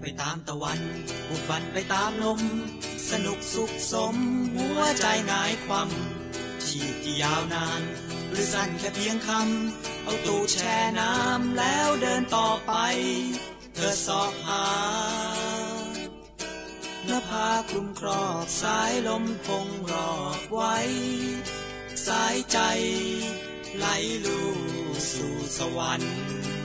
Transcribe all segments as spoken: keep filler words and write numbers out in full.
ตามตะวันบุกบันไปตามลมสนุกสุขสมหัวใจหงายความชีพที่ยาวนานหรือสั้นแค่เพียงคำเอาตูแช่น้ำแล้วเดินต่อไปเธอสอบหาหน้าผาคลุมครอบสายลมคงรอบไว้สายใจไหลลู่สู่สวรรค์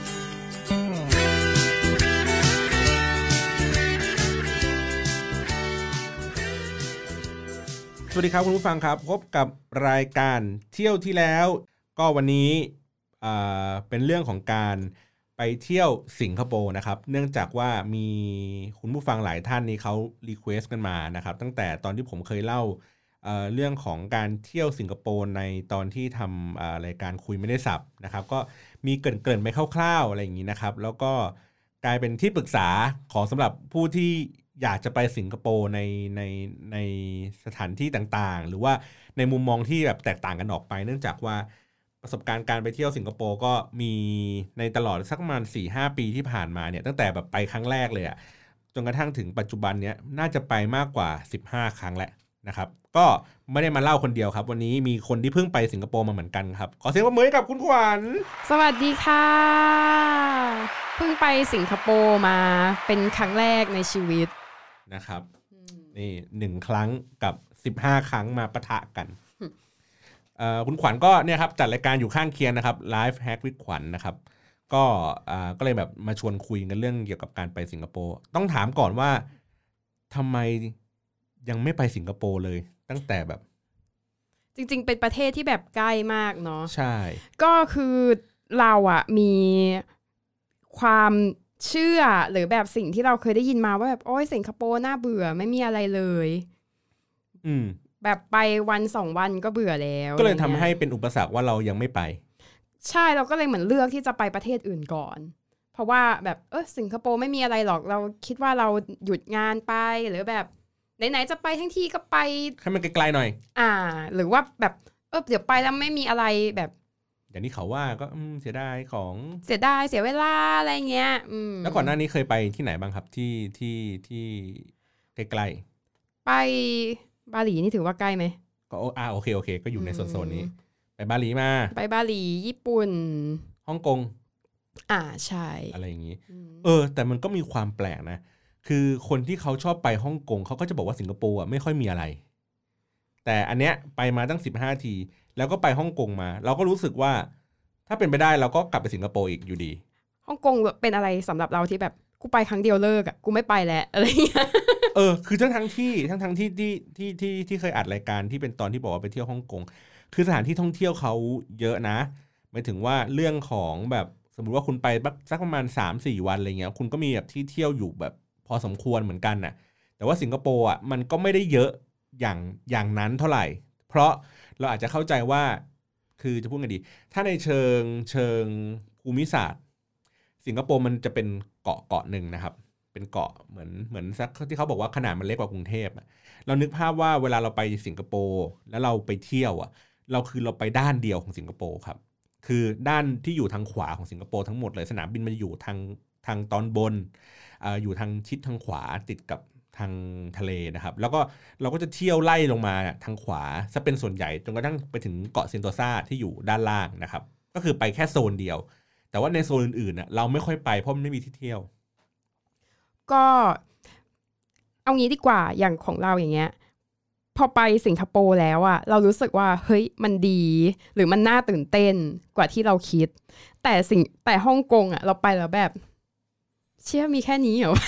สวัสดีครับคุณผู้ฟังครับพบกับรายการเที่ยวที่แล้วก็วันนี้เอ่อเป็นเรื่องของการไปเที่ยวสิงคโปร์นะครับเนื่องจากว่ามีคุณผู้ฟังหลายท่านนี้เขารีเควสต์กันมานะครับตั้งแต่ตอนที่ผมเคยเล่าเอ่อเรื่องของการเที่ยวสิงคโปร์ในตอนที่ทำเอ่อรายการคุยไม่ได้สับนะครับก็มีเกริ่นๆไปคร่าวๆอะไรอย่างนี้นะครับแล้วก็กลายเป็นที่ปรึกษาของสำหรับผู้ที่อยากจะไปสิงคโปร์ในในในสถานที่ต่างๆหรือว่าในมุมมองที่แบบแตกต่างกันออกไปเนื่องจากว่าประสบการณ์การไปเที่ยวสิงคโปร์ก็มีในตลอดสักประมาณ สี่ห้า ปีที่ผ่านมาเนี่ยตั้งแต่แบบไปครั้งแรกเลยอะจนกระทั่งถึงปัจจุบันเนี้ยน่าจะไปมากกว่าสิบห้าครั้งแล้วนะครับก็ไม่ได้มาเล่าคนเดียวครับวันนี้มีคนที่เพิ่งไปสิงคโปร์มาเหมือนกันครับขอเสียงปรบมือให้กับคุณขวัญสวัสดีค่ะเพิ่งไปสิงคโปร์มาเป็นครั้งแรกในชีวิตนะครับนี่หนึ่งครั้งกับสิบห้าครั้งมาปะทะกันเอ่อคุณขวัญก็เนี่ยครับจัดรายการอยู่ข้างเคียงนะครับ Life Hack with ขวัญ นะครับก็อ่าก็เลยแบบมาชวนคุยกันเรื่องเกี่ยวกับการไปสิงคโปร์ต้องถามก่อนว่าทำไมยังไม่ไปสิงคโปร์เลยตั้งแต่แบบจริงๆเป็นประเทศที่แบบใกล้มากเนาะใช่ก็คือเราอะมีความเชื่อหรือแบบสิ่งที่เราเคยได้ยินมาว่าแบบโอ้ยสิงคโปร์น่าเบื่อไม่มีอะไรเลยอืมแบบไปวันสองวันก็เบื่อแล้วก็เลยทำให้เป็นอุปสรรคว่าเรายังไม่ไปใช่เราก็เลยเหมือนเลือกที่จะไปประเทศอื่นก่อนเพราะว่าแบบเออสิงคโปร์ไม่มีอะไรหรอกเราคิดว่าเราหยุดงานไปหรือแบบไหนๆจะไปทั้งที่ก็ไปให้มันไกลๆหน่อยอ่าหรือว่าแบบเออเดี๋ยวไปแล้วไม่มีอะไรแบบอย่างที่เขาว่าก็เสียดายของเสียดายเสียเวลาอะไรเงี้ยแล้วก่อนหน้านี้เคยไปที่ไหนบ้างครับที่ที่ที่ใกล้ๆไปบาหลีนี่ถือว่าใกล้ไหมก็อ่าโอเคโอเคก็อยู่ในโซนๆนี้ไปบาหลีมาไปบาหลีญี่ปุ่นฮ่องกงอ่าใช่อะไรอย่างนี้เออแต่มันก็มีความแปลกนะคือคนที่เขาชอบไปฮ่องกงเขาก็จะบอกว่าสิงคโปร์อ่ะไม่ค่อยมีอะไรแต่อันเนี้ยไปมาตั้งสิบห้าทีแล้วก็ไปฮ่องกงมาเราก็รู้สึกว่าถ้าเป็นไปได้เราก็กลับไปสิงคโปร์อีกอยู่ดีฮ่องกงเป็นอะไรสำหรับเราที่แบบกูไปครั้งเดียวเลิกอ่ะกูไม่ไปแล้วอะไรเงี้ยเออคือทั้งทั้งที่ทั้งทั้งที่ที่ที่ที่ที่เคยอัดรายการที่เป็นตอนที่บอกว่าไปเที่ยวฮ่องกงคือสถานที่ท่องเที่ยวเขาเยอะนะหมายถึงว่าเรื่องของแบบสมมุติว่าคุณไปสักประมาณ สามสี่ วันอะไรเงี้ยคุณก็มีแบบที่เที่ยวอยู่แบบพอสมควรเหมือนกันน่ะแต่ว่าสิงคโปร์อ่ะมันก็ไม่ได้เยอะอย่างอย่างนั้นเท่าไหร่เพราะเราอาจจะเข้าใจว่าคือจะพูดไงดีถ้าในเชิงเชิงภูมิศาสตร์สิงคโปร์มันจะเป็นเกาะเกาะหนึ่งนะครับเป็นเกาะเหมือนเหมือนสักที่เขาบอกว่าขนาดมันเล็กกว่ากรุงเทพเรานึกภาพว่าเวลาเราไปสิงคโปร์แล้วเราไปเที่ยวอ่ะเราคือเราไปด้านเดียวของสิงคโปร์ครับคือด้านที่อยู่ทางขวาของสิงคโปร์ทั้งหมดเลยสนามบินมันอยู่ทางทางตอนบน อ, อยู่ทางชิดทางขวาติดกับทางทะเลนะครับแล้วก็เราก็จะเที่ยวไล่ลงมาทางขวาซะเป็นส่วนใหญ่จนกระทั่งไปถึงเกาะเซนโตซาที่อยู่ด้านล่างนะครับก็คือไปแค่โซนเดียวแต่ว่าในโซนอื่นๆน่ะเราไม่ค่อยไปเพราะมันไม่มีที่เที่ยวก็เอางี้ดีกว่าอย่างของเราอย่างเงี้ยพอไปสิงคโปร์แล้วอะเรารู้สึกว่าเฮ้ยมันดีหรือมันน่าตื่นเต้นกว่าที่เราคิดแต่สิ่งแต่ฮ่องกงอะเราไปแล้วแบบเชื่อมีแค่นี้เหรอ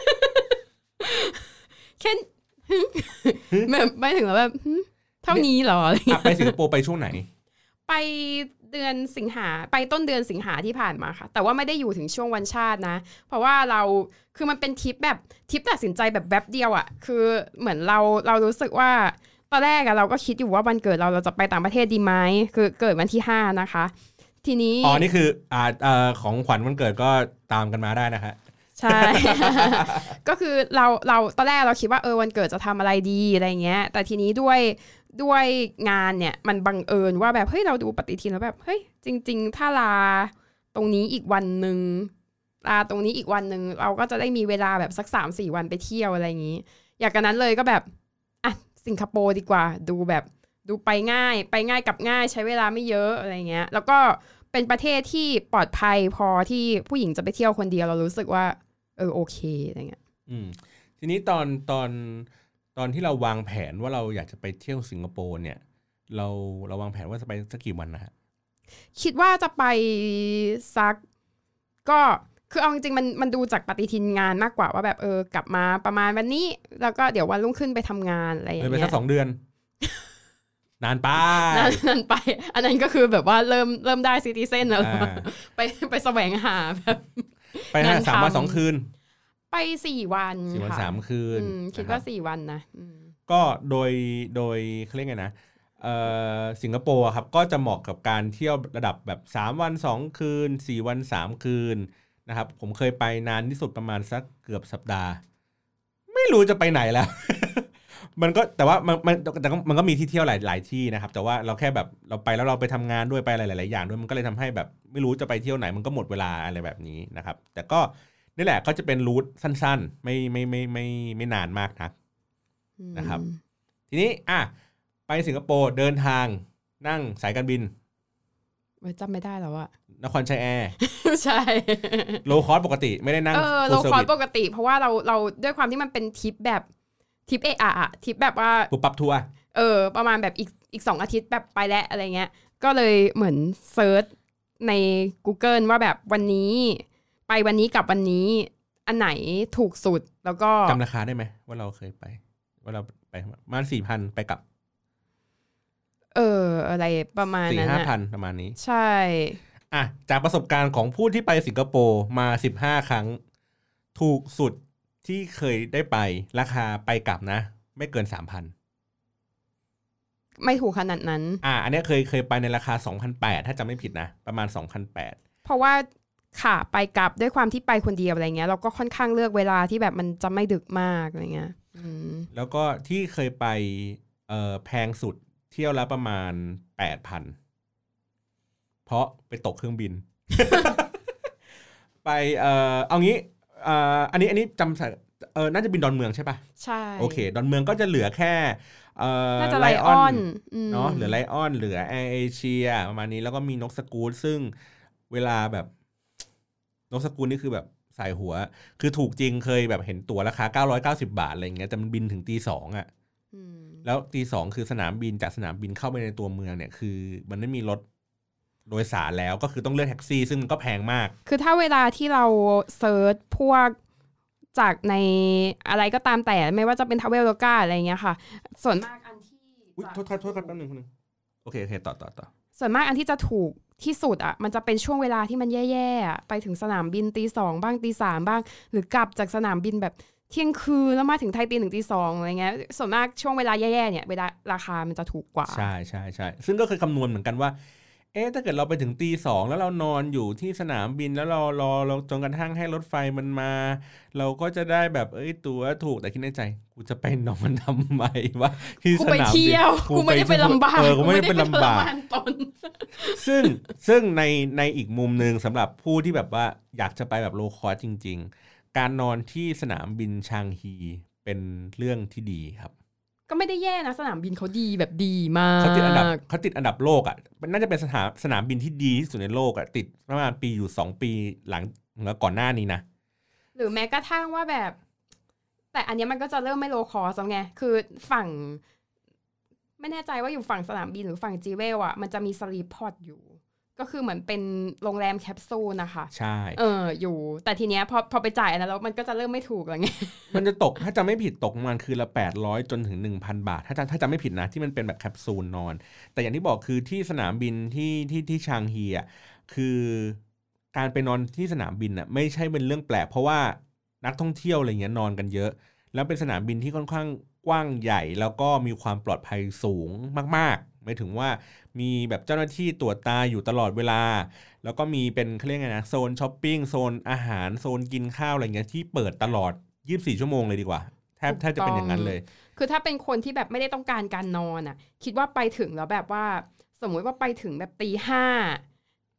แค่แบบไปถึงแล้วแบบเท่านี้เหรอไปสิงคโปร์ไปช่วงไหนไปเดือนสิงหาไปต้นเดือนสิงหาที่ผ่านมาค่ะแต่ว่าไม่ได้อยู่ถึงช่วงวันชาตินะเพราะว่าเราคือมันเป็นทริปแบบทริปตัดสินใจแบบแวบเดียวอ่ะคือเหมือนเราเรารู้สึกว่าตอนแรกอะเราก็คิดอยู่ว่าวันเกิดเราเราจะไปต่างประเทศดีไหมคือเกิดวันที่ห้านะคะทีนี้อ๋อนี่คืออ่าเอ่อของขวัญวันเกิดก็ตามกันมาได้นะคะใช่ ก็คือเราเราตอนแรกเราคิดว่าเออวันเกิดจะทำอะไรดีอะไรเงี้ยแต่ทีนี้ด้วยด้วยงานเนี่ยมันบังเอิญว่าแบบเฮ้ยเราดูปฏิทินแล้วแบบเฮ้ยจริงๆถ้าลาตรงนี้อีกวันนึงตาตรงนี้อีกวันนึงเราก็จะได้มีเวลาแบบสัก สามสี่ วันไปเที่ยวอะไรอย่างนี้อย่างกันนั้นเลยก็แบบอ่ะสิงคโปร์ดีกว่าดูแบบดูไปง่ายไปง่ายกับง่ายใช้เวลาไม่เยอะอะไรเงี้ยแล้วก็เป็นประเทศที่ปลอดภัยพอที่ผู้หญิงจะไปเที่ยวคนเดียวเรารู้สึกว่าเออโอเคอะไรเงี้ยอืมทีนี้ตอนตอนตอนที่เราวางแผนว่าเราอยากจะไปเที่ยวสิงคโปร์เนี่ยเราเราวางแผนว่าจะไปสักกี่วันนะฮะคิดว่าจะไปสักก็คือเอาจริงๆมันมันดูจากปฏิทินงานมากกว่าว่าแบบเออกลับมาประมาณวันนี้แล้วก็เดี๋ยววันรุ่งขึ้นไปทำงานอะไรอย่างเงี้ยไปสักสองเดือนนานไปนานไปอันนั้นก็คือแบบว่าเริ่มเริ่มได้ซิติเซนแล้วไปไปแสวงหาแบบไปห้าสามวันสองคืนไปสี่วันสี่วันสามคืนคิดว่าสี่วันนะก็โดยโดยเขาเรียกไงนะเอ่อสิงคโปร์ครับก็จะเหมาะกับการเที่ยวระดับแบบสามวันสองคืนสี่วันสามคืนนะครับผมเคยไปนานที่สุดประมาณสักเกือบสัปดาห์ไม่รู้จะไปไหนแล้ว มันก็แต่ว่ามันมันแต่มันก็มีที่เที่ยวหลายหลายที่นะครับแต่ว่าเราแค่แบบเราไปแล้วเราไปทำงานด้วยไปหลายๆอย่างด้วยมันก็เลยทำให้แบบไม่รู้จะไปเที่ยวไหนมันก็หมดเวลาอะไรแบบนี้นะครับแต่ก็นี่แหละก็จะเป็นรูทสั้นๆไม่ไม่ไม่ไม่ไม่นานมากนักนะครับทีนี้อ่ะไปสิงคโปร์เดินทางนั่งสายการบินจำไม่ได้แล้วอะนครชัยแอร์ใช่โลคอสปกติไม่ได้นั่งเออโลคอสปกติเพราะว่าเราเราด้วยความที่มันเป็นทริปแบบทริปเออะอะทริปแบบว่าปุ๊บปั๊บทัวร์เออประมาณแบบอีกอีกสองอาทิตย์แบบไปแล้วอะไรเงี้ยก็เลยเหมือนเซิร์ชใน Google ว่าแบบวันนี้ไปวันนี้กับวันนี้อันไหนถูกสุดแล้วก็จำราคาได้ไหมว่าเราเคยไปว่าเราไปประมาณ สี่พัน ไปกับเอออะไรประมาณนั้นสี่ห้าพัน ประมาณนี้ใช่อ่ะจากประสบการณ์ของผู้ที่ไปสิงคโปร์มาสิบห้าครั้งถูกสุดที่เคยได้ไปราคาไปกลับนะไม่เกิน สามพันไม่ถูกขนาดนั้นอ่ะอันนี้เคยเคยไปในราคา สองพันแปดร้อย ถ้าจำไม่ผิดนะประมาณ สองพันแปดร้อยเพราะว่าค่ะไปกลับด้วยความที่ไปคนเดียวอะไรเงี้ยเราก็ค่อนข้างเลือกเวลาที่แบบมันจะไม่ดึกมากอะไรเงี้ยแล้วก็ที่เคยไปเอ่อแพงสุดเที่ยวละประมาณ แปดพัน เพราะไปตกเครื่องบิน ไปเอ่อเอางี้อ่าอันนี้อันนี้จำเออน่าจะบินดอนเมืองใช่ป่ะใช่โอเคดอนเมืองก็จะเหลือแค่เอ่อไลออนเนาะเหลือไลออนเหลือแอร์เอเชียประมาณนี้แล้วก็มีนกสกู๊ตซึ่งเวลาแบบนกสกู๊ตนี่คือแบบใส่หัวคือถูกจริงเคยแบบเห็นตั๋วราคาเก้าร้อยเก้าสิบบาทอะไรอย่างเงี้ยแต่มันบินถึงตีสองอ่ะแล้วตีสองคือสนามบินจากสนามบินเข้าไปในตัวเมืองเนี่ยคือมันไม่มีรถโดยสารแล้วก็คือต้องเลือกแท็กซี่ซึ่งมันก็แพงมากคือถ้าเวลาที่เราเซิร์ชพวกจากในอะไรก็ตามแต่ไม่ว่าจะเป็น Traveloka อะไรเงี้ยค่ะส่วนมากอันที่อุ๊ยโทษโทษครับแป๊บนึงคนนึงโอเคโอเคต่อต่อต่อส่วนมากอันที่จะถูกที่สุดอ่ะมันจะเป็นช่วงเวลาที่มันแย่ๆไปถึงสนามบินตีสองบ้างตีสามบ้างหรือกลับจากสนามบินแบบเที่ยงคืนแล้วมาถึงไทยตีหนึ่งตีสองอะไรเงี้ยส่วนมากช่วงเวลาแย่ๆเนี่ยเวลาราคามันจะถูกกว่าใช่ใช่ใช่ซึ่งก็เคยคำนวณเหมือนกันว่าเอ๊ะถ้าเกิดเราไปถึงตีสองแล้วเรานอนอยู่ที่สนามบินแล้วเรารอเราจนกระทั่งให้รถไฟมันมาเราก็จะได้แบบเอ้ยตั๋วถูกแต่คิดในใจกูจะไปนอนทำไมวะที่สนามบินกูไม่ได้ไปลำบากเออกูไม่ได้ไปลำบากซึ่งซึ่งในในอีกมุมนึงสำหรับผู้ที่แบบว่าอยากจะไปแบบโลคอสจริงๆการนอนที่สนามบินชางฮีเป็นเรื่องที่ดีครับก็ไม่ได้แย่นะสนามบินเขาดีแบบดีมากเขาติดอันดับเขาติดอันดับโลกอ่ะน่าจะเป็นสถานสนามบินที่ดีที่สุดในโลกอ่ะติดประมาณปีอยู่สองปีหลังแล้วก่อนหน้านี้นะหรือแม้กระทั่งว่าแบบแต่อันนี้มันก็จะเริ่มไม่โลคอสไงคือฝั่งไม่แน่ใจว่าอยู่ฝั่งสนามบินหรือฝั่งจีเวลอ่ะมันจะมีสลีปพอดอยู่ก็คือเหมือนเป็นโรงแรมแคปซูลนะคะใช่เอออยู่แต่ทีเนี้ยพอพอไปจ่ายอันนั้นแล้วมันก็จะเริ่มไม่ถูกแล้วไงมันจะตกถ้าจำไม่ผิดตกประมาณคืนละแปดร้อยจนถึง หนึ่งพัน บาทถ้าถ้าจำไม่ผิดนะที่มันเป็นแบบแคปซูลนอนแต่อย่างที่บอกคือที่สนามบินที่ที่ที่ชางฮีอ่ะคือการไปนอนที่สนามบินอ่ะไม่ใช่เป็นเรื่องแปลกเพราะว่านักท่องเที่ยวอะไรเงี้ยนอนกันเยอะแล้วเป็นสนามบินที่ค่อนข้างกว้างใหญ่แล้วก็มีความปลอดภัยสูงมากๆหมายถึงว่ามีแบบเจ้าหน้าที่ตรวจตาอยู่ตลอดเวลาแล้วก็มีเป็นเขาเรียกไงนะโซนช้อปปิ้งโซนอาหารโซนกินข้าวอะไรเงี้ยที่เปิดตลอดยี่สิบสี่ชั่วโมงเลยดีกว่าแทบแทบจะเป็นอย่างนั้นเลยคือถ้าเป็นคนที่แบบไม่ได้ต้องการการนอนอ่ะคิดว่าไปถึงแล้วแบบว่าสมมุติว่าไปถึงแบบตีห้า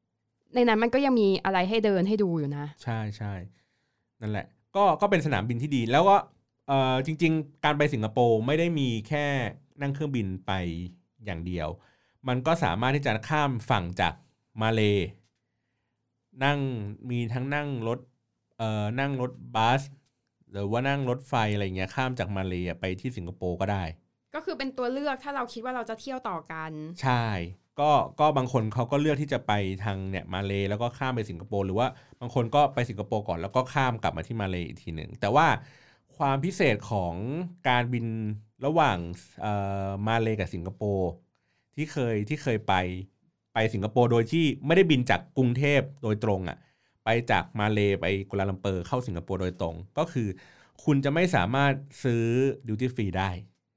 ในนั้นมันก็ยังมีอะไรให้เดินให้ดูอยู่นะใช่ใช่นั่นแหละก็ก็เป็นสนามบินที่ดีแล้วก็เอ่อจริงๆการไปสิงคโปร์ไม่ได้มีแค่นั่งเครื่องบินไปอย่างเดียวมันก็สามารถที่จะข้ามฝั่งจากมาเลย์นั่งมีทั้งนั่งรถเอ่อนั่งรถบัสหรือว่านั่งรถไฟอะไรเงี้ยข้ามจากมาเลย์ไปที่สิงคโปร์ก็ได้ก็คือเป็นตัวเลือกถ้าเราคิดว่าเราจะเที่ยวต่อกันใช่ก็ก็บางคนเขาก็เลือกที่จะไปทางเนี่ยมาเลย์แล้วก็ข้ามไปสิงคโปร์หรือว่าบางคนก็ไปสิงคโปร์ก่อนแล้วก็ข้ามกลับมาที่มาเลย์อีกทีหนึ่งแต่ว่าความพิเศษของการบินระหว่างเอ่อมาเลย์กับสิงคโปร์ที่เคยที่เคยไปไปสิงคโปร์โดยที่ไม่ได้บินจากกรุงเทพโดยตรงอ่ะไปจากมาเลย์ไปกัวลาลัมเปอร์เข้าสิงคโปร์โดยตรงก็คือคุณจะไม่สามารถซื้อดิวตี้ฟรีได้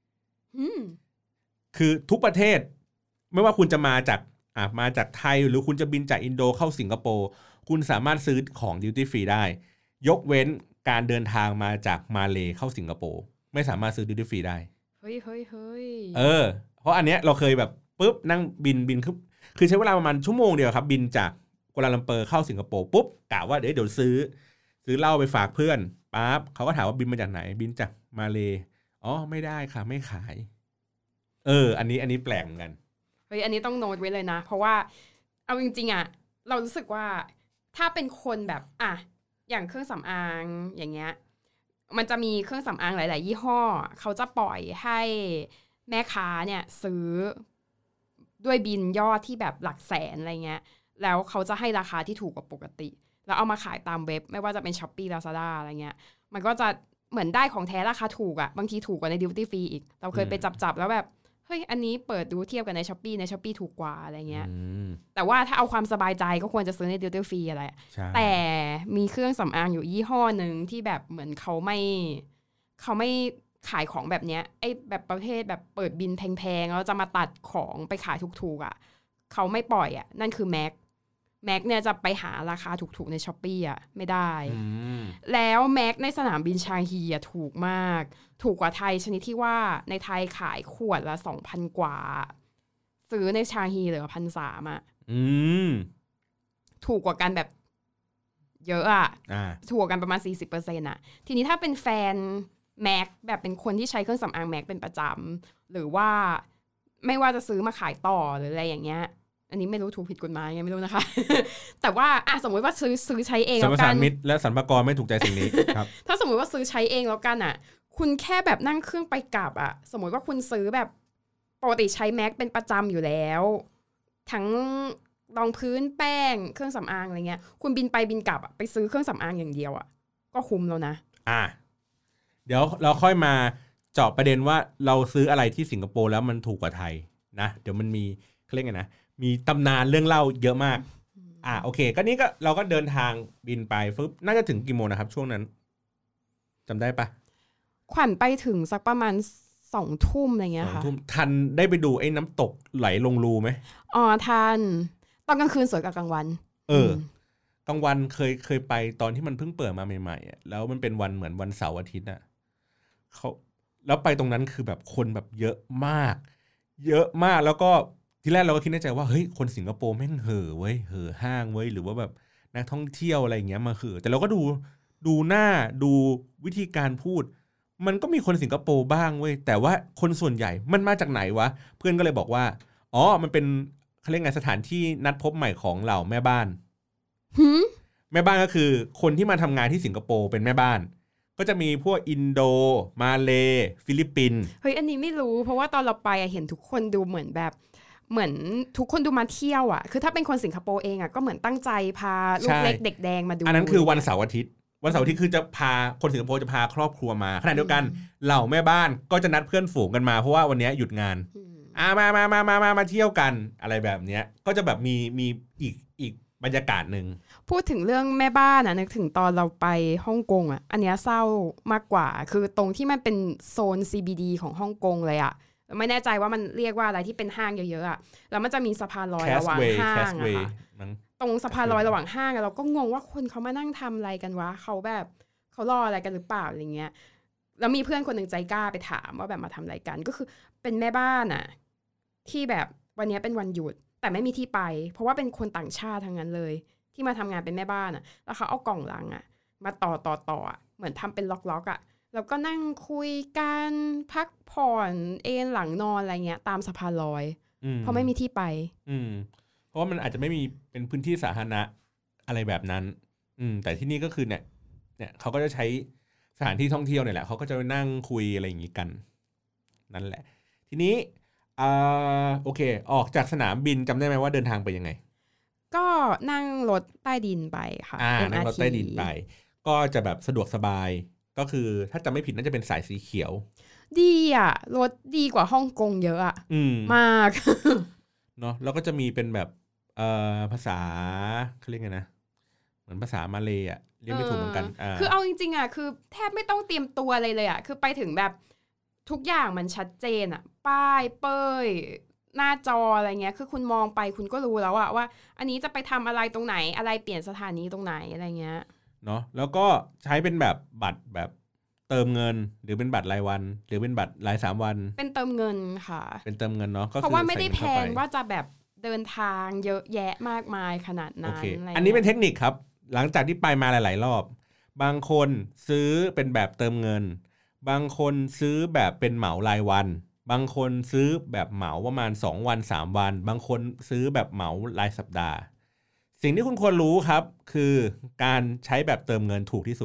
คือทุกประเทศไม่ว่าคุณจะมาจากอ่ะมาจากไทยหรือคุณจะบินจากอินโดเข้าสิงคโปร์คุณสามารถซื้อของดิวตี้ฟรีได้ยกเว้นการเดินทางมาจากมาเลย์เข้าสิงคโปร์ไม่สามารถซื้อดิวตี้ฟรีได้เฮ้ยเฮ้ยเฮ้ยเออเพราะอันเนี้ยเราเคยแบบปุ๊บนั่งบินบินคือคือใช้เวลาประมาณชั่วโมงเดียวครับบินจากกัวลาลัมเปอร์เข้าสิงคโปร์ปุ๊บกะว่าเดี๋ยวเดี๋ยวซื้อซื้อเหล้าไปฝากเพื่อนปั๊บเขาก็ถามว่าบินมาจากไหนบินจากมาเลย์อ๋อไม่ได้ค่ะไม่ขายเอออันนี้อันนี้แปลกเหมือนกันเฮ้ยอันนี้ต้องโน้ตไว้เลยนะเพราะว่าเอาจริงๆอ่ะเรารู้สึกว่าถ้าเป็นคนแบบอ่ะอย่างเครื่องสำอางอย่างเงี้ยมันจะมีเครื่องสำอางหลายๆยี่ห้อเขาจะปล่อยให้แม่ค้าเนี่ยซื้อด้วยบินยอดที่แบบหลักแสนอะไรเงี้ยแล้วเขาจะให้ราคาที่ถูกกว่าปกติแล้วเอามาขายตามเว็บไม่ว่าจะเป็น Shopee Lazada อะไรเงี้ยมันก็จะเหมือนได้ของแท้ราคาถูกอ่ะบางทีถูกกว่าใน Duty Free อีกเราเคยไปจับๆแล้วแบบเฮ้ยอันนี้เปิดดูเทียบกันใน Shopee ใน Shopee ถูกกว่าอะไรเงี้ยแต่ว่าถ้าเอาความสบายใจก็ควรจะซื้อใน Duty Free อะไรแต่มีเครื่องสำอางอยู่ยี่ห้อนึงที่แบบเหมือนเขาไม่เขาไม่ขายของแบบเนี้ยไอ้แบบประเภทแบบเปิดบินแพงๆแล้วจะมาตัดของไปขายถูกๆอ่ะเขาไม่ปล่อยอ่ะนั่นคือ Mac Mac เนี่ยจะไปหาราคาถูกๆใน Shopee อ่ะไม่ได้แล้ว Mac ในสนามบินชางฮีอ่ะถูกมากถูกกว่าไทยชนิดที่ว่าในไทยขายขวดละ สองพัน กว่าซื้อในชางฮีเหลือ หนึ่งพันสามร้อย อ่ะอืมถูกกว่ากันแบบเยอะอ่ะถูกกว่ากันประมาณ สี่สิบเปอร์เซ็นต์ อ่ะทีนี้ถ้าเป็นแฟนMac แบบเป็นคนที่ใช้เครื่องสำอาง Mac เป็นประจำหรือว่าไม่ว่าจะซื้อมาขายต่อหรืออะไรอย่างเงี้ยอันนี้ไม่รู้ถูกผิดกฎหมายไงไม่รู้นะคะ แต่ว่าอ่ะสมมติว่าซื้อซื้อใช้เองแล้วกันสรรพสามิตและสรรพากรไม่ถูกใจสิ่งนี้ครับถ้าสมมติว่าซื้อใช้เองแล้วกันอ่ะคุณแค่แบบนั่งเครื่องไปกลับอ่ะสมมติว่าคุณซื้อแบบปกติใช้ Mac เป็นประจำอยู่แล้วทั้งรองพื้นแป้งเครื่องสำอางอะไรเงี้ยคุณบินไปบินกลับอ่ะไปซื้อเครื่องสำอางอย่างเดียวอ่ะก็คุ้มแล้วนะอ่ะเดี๋ยวเราค่อยมาเจาะประเด็นว่าเราซื้ออะไรที่สิงคโปร์แล้วมันถูกกว่าไทยนะเดี๋ยวมันมีเขาเรียกไงนะมีตำนานเรื่องเล่าเยอะมากอ่าโอเคก็นี้ก็เราก็เดินทางบินไปฟึบน่าจะถึงกี่โมงนะครับช่วงนั้นจำได้ปะขวัญไปถึงสักประมาณสองทุ่มอะไรเงี้ยค่ะสองทุ่มทันได้ไปดูไอ้น้ำตกไหลลงรูไหมอ๋อทันตอนกลางคืนสวยกว่ากลางวันเออกลางวันเคยเคยไปตอนที่มันเพิ่งเปิดมาใหม่ๆอ่ะแล้วมันเป็นวันเหมือนวันเสาร์อาทิตย์อ่ะเขาแล้วไปตรงนั้นคือแบบคนแบบเยอะมากเยอะมากแล้วก็ทีแรกเราก็คิดในใจว่าเฮ้ยคนสิงคโปร์แม่งเห่อเว้ยเห่อห้างเว้ยหรือว่าแบบนักท่องเที่ยวอะไรอย่างเงี้ยมาเห่อแต่เราก็ดูดูหน้าดูวิธีการพูดมันก็มีคนสิงคโปร์บ้างเว้ยแต่ว่าคนส่วนใหญ่มันมาจากไหนวะเพื่อนก็เลยบอกว่าอ๋อมันเป็นเขาเรียกไงสถานที่นัดพบใหม่ของเหล่าแม่บ้านแม่บ้านก็คือคนที่มาทำงานที่สิงคโปร์เป็นแม่บ้านก็จะมีพวกอินโดมาเลฟิลิปปินส์เฮ้ยอันนี้ไม่รู้เพราะว่าตอนเราไปเห็นทุกคนดูเหมือนแบบเหมือนทุกคนดูมาเที่ยวอ่ะคือถ้าเป็นคนสิงคโปร์เองอ่ะก็เหมือนตั้งใจพาลูกเล็กเด็กแดงมาดูอันนั้นคือวันเสาร์อาทิตย์วันเสาร์อาทิตย์คือจะพาคนสิงคโปร์จะพาครอบครัวมาขณะเดียวกันเหล่าแม่บ้านก็จะนัดเพื่อนฝูงกันมาเพราะว่าวันนี้หยุดงานอ่ามามามามามามาเที่ยวกันอะไรแบบเนี้ยก็จะแบบมีมีอีกอีกบรรยากาศนึงพูดถึงเรื่องแม่บ้านอ่ะนึกถึงตอนเราไปฮ่องกงอ่ะอันเนี้ยเศร้ามากกว่าคือตรงที่มันเป็นโซน ซี บี ดี ของฮ่องกงเลยอ่ะไม่แน่ใจว่ามันเรียกว่าอะไรที่เป็นห้างเยอะๆอ่ะแล้วมันจะมีสะพานลอยระหว่างห้างอะค่ะตรงสะพานลอยระหว่างห้างเราก็งงว่าคนเขามานั่งทำอะไรกันวะเขาแบบเขารออะไรกันหรือเปล่าอะไรเงี้ยแล้วมีเพื่อนคนหนึ่งใจกล้าไปถามว่าแบบมาทำอะไรกันก็คือเป็นแม่บ้านอ่ะที่แบบวันนี้เป็นวันหยุดแต่ไม่มีที่ไปเพราะว่าเป็นคนต่างชาติทั้งนั้นเลยที่มาทำงานเป็นแม่บ้านอ่ะแล้วเขาเอากล่องลังอ่ะมาต่อต่อต่ออ่ะเหมือนทำเป็นล็อกๆอ่ะแล้วก็นั่งคุยกันพักผ่อนเอนหลังนอนอะไรเงี้ยตามสะพานลอยเพราะไม่มีที่ไปอืมเพราะว่ามันอาจจะไม่มีเป็นพื้นที่สาธารณะอะไรแบบนั้นอืมแต่ที่นี่ก็คือเนี่ยเนี่ยเขาก็จะใช้สถานที่ท่องเที่ยวเนี่ยแหละเขาก็จะไปนั่งคุยอะไรอย่างงี้กันนั่นแหละทีนี้อ่าโอเคออกจากสนามบินจำได้ไหมว่าเดินทางไปยังไงก็นั่งรถใต้ดินไปค่ะอ่านั่งรถใต้ดินไปก็จะแบบสะดวกสบายก็คือถ้าจำไม่ผิดน่าจะเป็นสายสีเขียวดีอ่ะรถดีกว่าฮ่องกงเยอะอ่ะมากเนาะแล้วก็จะมีเป็นแบบเอ่อภาษาเขาเรียกไงนะเหมือนภาษามาเลย์อ่ะเรียกไม่ถูกเหมือนกันอ่าคือเอาจริงๆอ่ะคือแทบไม่ต้องเตรียมตัวอะไรเลยอ่ะคือไปถึงแบบทุกอย่างมันชัดเจนอ่ะป้ายเป้ยหน้าจออะไรเงี้ยคือคุณมองไปคุณก็รู้แล้วอะว่าอันนี้จะไปทำอะไรตรงไหนอะไรเปลี่ยนสถานีตรงไหนอะไรเงี้ยเนาะแล้วก็ใช้เป็นแบบบัตรแบบเติมเงินหรือเป็นบัตรรายวันหรือเป็นบัตรรายสามวันเป็นเติมเงินค่ะเป็นเติมเงินเนาะก็เพราะว่าไม่ได้แพงว่าจะแบบเดินทางเยอะแยะมากมายขนาดนั้น okay. อันนี้เป็นเทคนิคครับหลังจากที่ไปมาหลายๆรอบบางคนซื้อเป็นแบบเติมเงินบางคนซื้อแบบเป็นเหมารายวันบางคนซื้อแบบเหมาประมาณสองวันสามวันบางคนซื้อแบบเหมารายสัปดาห์สิ่งที่คุณควรรู้ครับคือการใช้แบบเติมเงินถูกที่สุด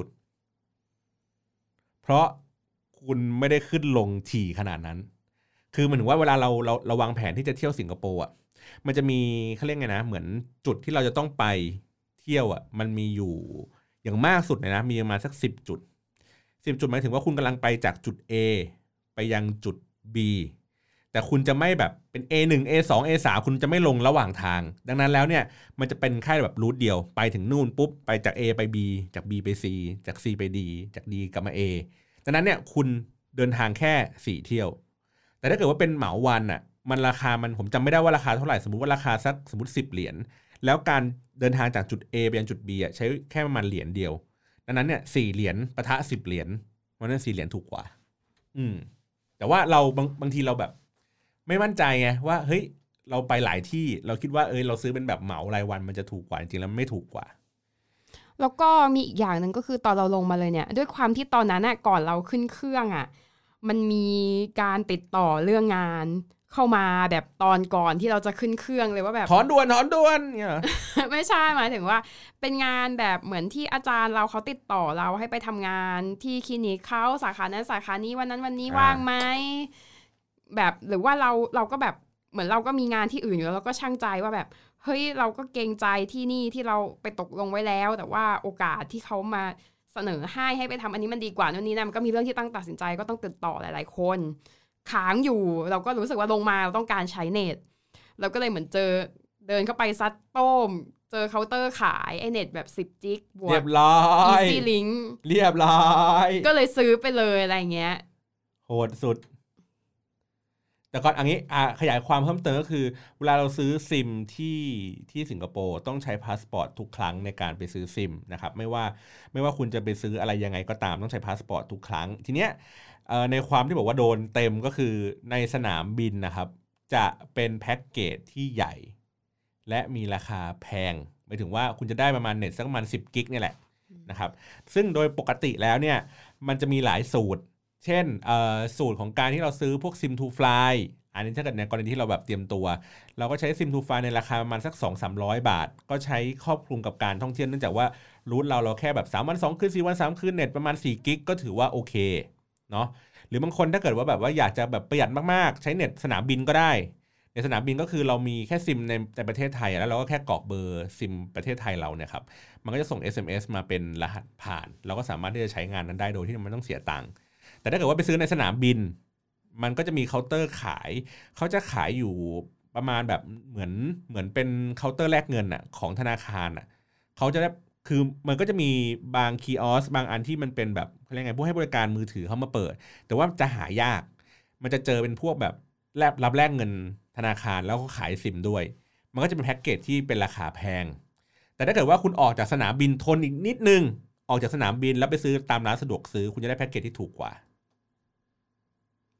เพราะคุณไม่ได้ขึ้นลงถี่ขนาดนั้นคือเหมือนว่าเวลาเราเราเราวางแผนที่จะเที่ยวสิงคโปร์อ่ะมันจะมีเขาเรียกไงนะเหมือนจุดที่เราจะต้องไปเที่ยวอ่ะมันมีอยู่อย่างมากสุดเลยนะมีประมาณสักสิบจุดสิบจุดหมายถึงว่าคุณกำลังไปจากจุด A ไปยังจุดB แต่คุณจะไม่แบบเป็น เอ หนึ่ง เอ สอง เอ สาม คุณจะไม่ลงระหว่างทางดังนั้นแล้วเนี่ยมันจะเป็นแค่แบบรูทเดียวไปถึงนู่นปุ๊บไปจาก A ไป B จาก B ไป C จาก C ไป D จาก D กลับมา A ดังนั้นเนี่ยคุณเดินทางแค่สี่เที่ยวแต่ถ้าเกิดว่าเป็นเหมาวันอ่ะมันราคามันผมจำไม่ได้ว่าราคาเท่าไหร่สมมุติว่าราคาสักสมมุติสิบเหรียญแล้วการเดินทางจากจุด A ไปยังจุด B อ่ะใช้แค่ประมาณเหรียญเดียวดังนั้นเนี่ยสี่เหรียญปะทะสิบเหรียญเพราะนั้นสี่เหรียญถูกกว่าอืมแต่ว่าเราบางบางทีเราแบบไม่มั่นใจไงว่าเฮ้ยเราไปหลายที่เราคิดว่าเอ้ยเราซื้อเป็นแบบเหมารายวันมันจะถูกกว่าจริงๆแล้วไม่ถูกกว่าแล้วก็มีอีกอย่างนึงก็คือตอนเราลงมาเลยเนี่ยด้วยความที่ตอนนั้นน่ะก่อนเราขึ้นเครื่องอ่ะมันมีการติดต่อเรื่องงานเข้ามาแบบตอนก่อนที่เราจะขึ้นเครื่องเลยว่าแบบถอนด่วนถอนด่วนเนี่ยไม่ใช่หมายถึงว่าเป็นงานแบบเหมือนที่อาจารย์เราเขาติดต่อเราให้ไปทำงานที่คลินิกเขาสาขานั้นสาขานี้วันนั้นวันนี้ว่างไหมแบบหรือว่าเราเราก็แบบเหมือนเราก็มีงานที่อื่นอยู่แล้วเราก็ชั่งใจว่าแบบเฮ้ยเราก็เกรงใจที่นี่ที่เราไปตกลงไว้แล้วแต่ว่าโอกาสที่เขามาเสนอให้ให้ไปทำอันนี้มันดีกว่านู่นนี่นะมันก็มีเรื่องที่ต้องตัดสินใจก็ต้องติดต่อหลายๆคนค้างอยู่เราก็รู้สึกว่าลงมาเราต้องการใช้เน็ตเราก็เลยเหมือนเจอเดินเข้าไปซัดโต้มเจอเคาน์เตอร์ขายไอเน็ตแบบสิบจิกบวกเรียบร้อย Easy Link เรียบร้อยก็เลยซื้อไปเลยอะไรเงี้ยโหดสุดแต่ก่อนอันนี้อ่ะขยายความเพิ่มเติมก็คือเวลาเราซื้อซิมที่ที่สิงคโปร์ต้องใช้พาสปอร์ตทุกครั้งในการไปซื้อซิมนะครับไม่ว่าไม่ว่าคุณจะไปซื้ออะไรยังไงก็ตามต้องใช้พาสปอร์ตทุกครั้งทีเนี้ยในความที่บอกว่าโดนเต็มก็คือในสนามบินนะครับจะเป็นแพ็กเกจที่ใหญ่และมีราคาแพงหมายถึงว่าคุณจะได้ประมาณเน็ตสักประมาณสิบกิกนี่แหละนะครับซึ่งโดยปกติแล้วเนี่ยมันจะมีหลายสูตรเช่นสูตรของการที่เราซื้อพวก ซิม ทู Fly อันนี้ถ้าเกิดในกรณีที่เราแบบเตรียมตัวเราก็ใช้ ซิม ทู Fly ในราคาประมาณสัก สองถึงสามร้อย บาทก็ใช้ครอบคลุมกับการท่องเที่ยวเนื่องจากว่ารูทเราเราแค่แบบสามวันสองคืนสี่วันสามคืนเน็ตประมาณสี่กิกก็ถือว่าโอเคเนาะหรือบางคนถ้าเกิดว่าแบบว่าอยากจะแบบประหยัดมากๆใช้เน็ตสนามบินก็ได้ในสนามบินก็คือเรามีแค่ซิมในในประเทศไทยแล้วเราก็แค่กรอกเบอร์ซิมประเทศไทยเราเนี่ยครับมันก็จะส่ง เอส เอ็ม เอส มาเป็นรหัสผ่านเราก็สามารถที่จะใช้งานนั้นได้โดยที่มันไม่ต้องเสียตังค์แต่ถ้าเกิดว่าไปซื้อในสนามบินมันก็จะมีเคาน์เตอร์ขายเขาจะขายอยู่ประมาณแบบเหมือนเหมือนเป็นเคาน์เตอร์แลกเงินอ่ะของธนาคารอ่ะเขาจะได้คือมันก็จะมีบางคีออสบางอันที่มันเป็นแบบอะไรไงพวกให้บริการมือถือเขามาเปิดแต่ว่าจะหายากมันจะเจอเป็นพวกแบบแลบรับแลกเงินธนาคารแล้วก็ขายซิมด้วยมันก็จะเป็นแพ็กเกจที่เป็นราคาแพงแต่ถ้าเกิดว่าคุณออกจากสนามบินทนอีกนิดนึงออกจากสนามบินแล้วไปซื้อตามร้านสะดวกซื้อคุณจะได้แพ็กเกจที่ถูกกว่า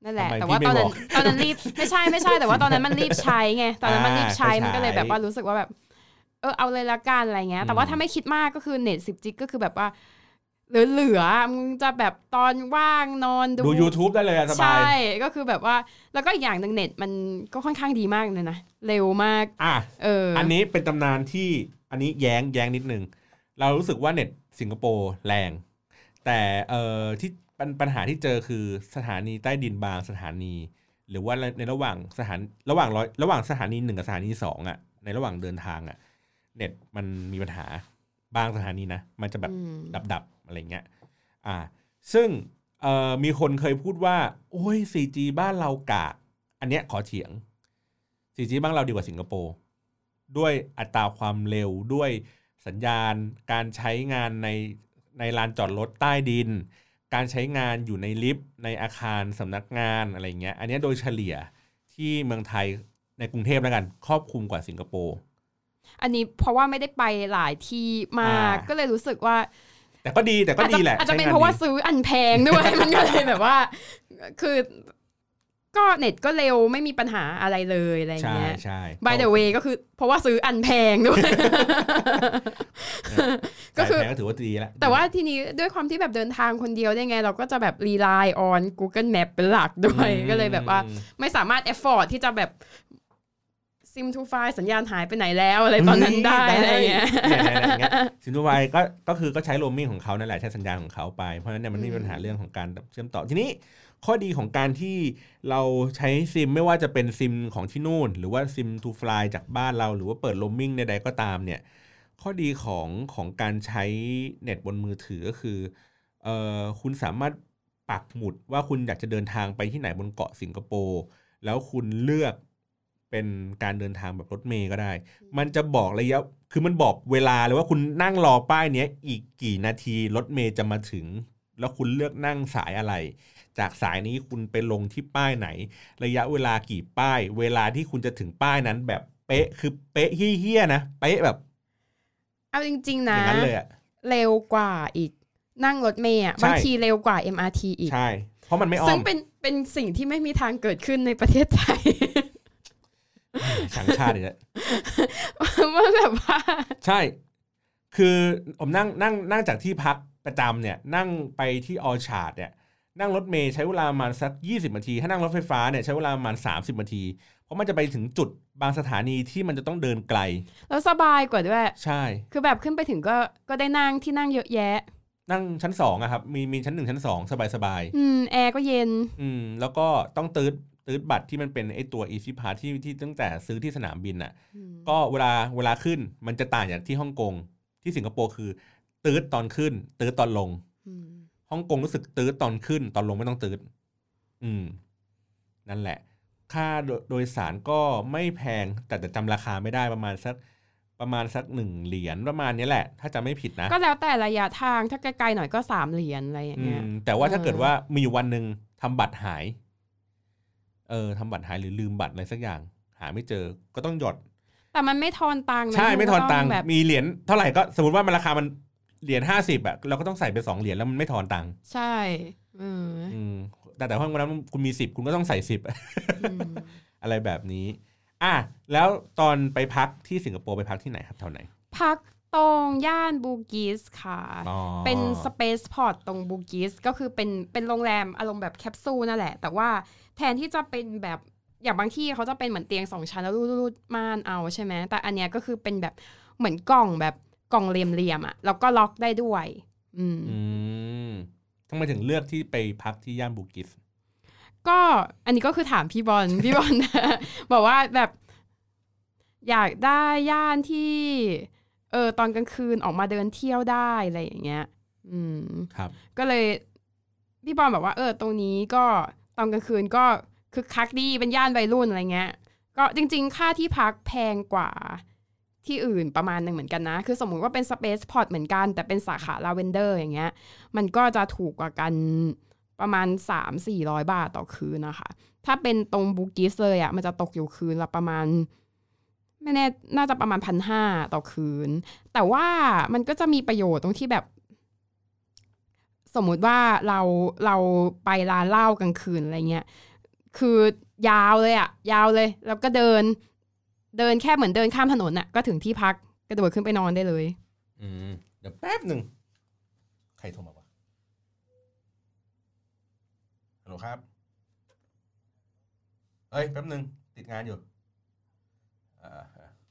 นั่นแหละแต่ว่าตอนนั้นตอนนั้นรีบไม่ใช่ไม่ใช่แต่ว่าตอนนั้นมันรีบใช้ไงตอนนั้นมันรีบใช้มันก็เลยแบบว่ารู้สึกว่าแบบเออเอาเลยละกันอะไรเงี้ยแต่ว่าถ้าไม่คิดมากก็คือเน็ตสิบจิกก็คือแบบว่าเหลือๆมึงจะแบบตอนว่างนอนดูดู YouTube ได้เลยสบายใช่ก็คือแบบว่าแล้วก็อีกอย่างนึงเน็ตมันก็ค่อนข้างดีมากเลยนะเร็วมากอ่ะเอออันนี้เป็นตำนานที่อันนี้แย้งแย้งนิดนึงเรารู้สึกว่าเน็ตสิงคโปร์แรงแต่เอ่อที่ปัญหาที่เจอคือสถานีใต้ดินบางสถานีหรือว่าในระหว่างสถานระหว่างระหว่างสถานีหนึ่งกับสถานีสองอ่ะในระหว่างเดินทางอ่ะเน็ตมันมีปัญหาบางสถานีนะมันจะแบบดับๆอะไรเงี้ยอ่าซึ่งเอ่อมีคนเคยพูดว่าโอ้ย โฟร์จี บ้านเรากากอันเนี้ยขอเถียง โฟร์จี บ้านเราดีกว่าสิงคโปร์ด้วยอัตราความเร็วด้วยสัญญาณการใช้งานในในลานจอดรถใต้ดินการใช้งานอยู่ในลิฟต์ในอาคารสำนักงานอะไรเงี้ยอันนี้โดยเฉลี่ยที่เมืองไทยในกรุงเทพแล้วกันครอบคลุมกว่าสิงคโปร์อันนี้เพราะว่าไม่ได้ไปหลายที่มากก็เลยรู้สึกว่าแต่ก็ดีแต่ก็ดีแหละอาจจะเป็นเพราะว่าซื้ออันแพงด้วย มันก็เลยแบบว่าคือก็เน็ตก็เร็วไม่มีปัญหาอะไรเลยอะไรเงี้ยใช่ by the way ก็คือเพราะว่าซื้ออันแพงด้วยก็คือถือว่าดีแล้วแต่ว่าทีนี้ด้วยความที่แบบเดินทางคนเดียวได้ไงเราก็จะแบบ rely on Google Map เป็นหลักด้วยก็เลยแบบว่าไม่สามารถ afford ที่จะแบบซิมทูไฟสัญญาณหายไปไหนแล้วอะไรตอนนั้นได้อะไรเงี้ยซิมทูไฟก็ก็คือก็ใช้โรมมิ่งของเขานั่นแหละใช้สัญญาณของเขาไปเพราะฉะนั้นเนี่ยมันไม่มีปัญหาเรื่องของการเชื่อมต่อทีนี้ข้อดีของการที่เราใช้ซิมไม่ว่าจะเป็นซิมของที่นู่นหรือว่าซิมทูฟลายจากบ้านเราหรือว่าเปิดโรมมิ่งใดๆก็ตามเนี่ยข้อดีของของการใช้เน็ตบนมือถือก็คือเอ่อคุณสามารถปักหมุดว่าคุณอยากจะเดินทางไปที่ไหนบนเกาะสิงคโปร์แล้วคุณเลือกเป็นการเดินทางแบบรถเมล์ก็ได้มันจะบอกระยะคือมันบอกเวลาเลยว่าคุณนั่งรอป้ายนี้อีกกี่นาทีรถเมล์จะมาถึงแล้วคุณเลือกนั่งสายอะไรจากสายนี้คุณไปลงที่ป้ายไหนระยะเวลากี่ป้ายเวลาที่คุณจะถึงป้ายนั้นแบบเป๊ะคือเป๊ะเหี้ยๆนะเป๊ะแบบเอาจริงๆนะอย่างนั้นเลยอะเร็วกว่าอีกนั่งรถเมล์บางทีเร็วกว่า เอ็ม อาร์ ที อีกใช่เพราะมันไม่อ้อมซึ่งเป็นเป็นสิ่งที่ไม่มีทางเกิดขึ้นในประเทศไทยสังชาติเลยว่าแบบว่าใช่คือผมนั่งนั่งนั่งจากที่พักประจำเนี่ยนั่งไปที่ออชาร์ดเนี่ยนั่งรถเมล์ใช้เวลาประมาณสักยี่สิบนาทีถ้านั่งรถไฟฟ้าเนี่ยใช้เวลาประมาณสามสิบนาทีเพราะมันจะไปถึงจุดบางสถานีที่มันจะต้องเดินไกลแล้วสบายกว่าด้วยใช่คือแบบขึ้นไปถึงก็ก็ได้นั่งที่นั่งเยอะแยะนั่งชั้นสองอะครับมีมีชั้นหนึ่งชั้นสองสบายๆอืมแอร์ก็เย็นอืมแล้วก็ต้องตืดตืดบัตรที่มันเป็นไอ้ตัว Easy Pass ที่ที่ตั้งแต่ซื้อที่สนามบินน่ะก็เวลาเวลาขึ้นมันจะต่างจากที่ฮ่องกงที่สิงคโปร์คือตืดตอนขึ้นตืดตอนลงฮ่องกงรู้สึกตืดตอนขึ้นตอนลงไม่ต้องตืดอืมนั่นแหละค่าโดยสารก็ไม่แพงแต่แต่จำราคาไม่ได้ประมาณสักประมาณสักหนึ่งเหรียญประมาณนี้แหละถ้าจำไม่ผิดนะก็แล้วแต่ระยะทางถ้าไกลๆหน่อยก็สามเหรียญอะไรอย่างเงี้ยแต่ว่าถ้าเกิดว่ามีวันนึงทำบัตรหายเออทำบัตรหายหรือลืมบัตรอะไรสักอย่างหาไม่เจอก็ต้องหยดแต่มันไม่ทอนตังค์นะใช่ไม่ทอนตังค์มีเหรียญเท่าไหร่ก็สมมติว่ามันราคามันเหรียญห้าสิบอ่ะเราก็ต้องใส่ไปสองเหรียญแล้วมันไม่ทอนตังค์ใช่อืมอืมแต่แต่ว่าวันนั้นคุณมีสิบคุณก็ต้องใส่สิบอะไรแบบนี้อ่ะแล้วตอนไปพักที่สิงคโปร์ไปพักที่ไหนครับแถวไหนพักตรงย่านบูกิสค่ะเป็นสเปซพอร์ตตรงบูกิสก็คือเป็นเป็นโรงแรมอารมณ์แบบแคปซูลนั่นแหละแต่ว่าแทนที่จะเป็นแบบอย่างบางที่เขาจะเป็นเหมือนเตียงสองชั้นแล้วรูดๆม่านเอาใช่ไหมแต่อันเนี้ยก็คือเป็นแบบเหมือนกล่องแบบกล่องเรียมๆอ่ะแล้วก็ล็อกได้ด้วยอืมอืมทำไมถึงเลือกที่ไปพักที่ย่านบูกิสก็อันนี้ก็คือถามพี่บอลพี่บอล บอกว่าแบบอยากได้ย่านที่เออตอนกลางคืนออกมาเดินเที่ยวได้อะไรอย่างเงี้ยอืมครับก็เลยพี่บอลบอกว่าเออตรงนี้ก็ตอนกลางคืนก็คึกคักดีเป็นย่านวัยรุ่นอะไรเงี้ยก็จริงๆค่าที่พักแพงกว่าที่อื่นประมาณนึงเหมือนกันนะคือสมมุติว่าเป็นสเปซพอร์ตเหมือนกันแต่เป็นสาขาลาเวนเดอร์อย่างเงี้ยมันก็จะถูกกว่ากันประมาณ สามถึงสี่ร้อย บาทต่อคืนนะคะถ้าเป็นตรงบูกิสเลยอ่ะมันจะตกอยู่คืนละประมาณไม่แน่น่าจะประมาณ หนึ่งพันห้าร้อย ต่อคืนแต่ว่ามันก็จะมีประโยชน์ตรงที่แบบสมมุติว่าเราเราไปร้านเหล้ากลางคืนอะไรเงี้ยคือยาวเลยอ่ะยาวเลยแล้วก็เดินเดินแค่เหมือนเดินข้ามถนนอ่ะก็ถึงที่พักกระโดดขึ้นไปนอนได้เลยอืมเดี๋ยวแป๊บนึงใครโทรมาวะฮัลโหลครับเอ้ยแป๊บนึงติดงานอยู่อ่า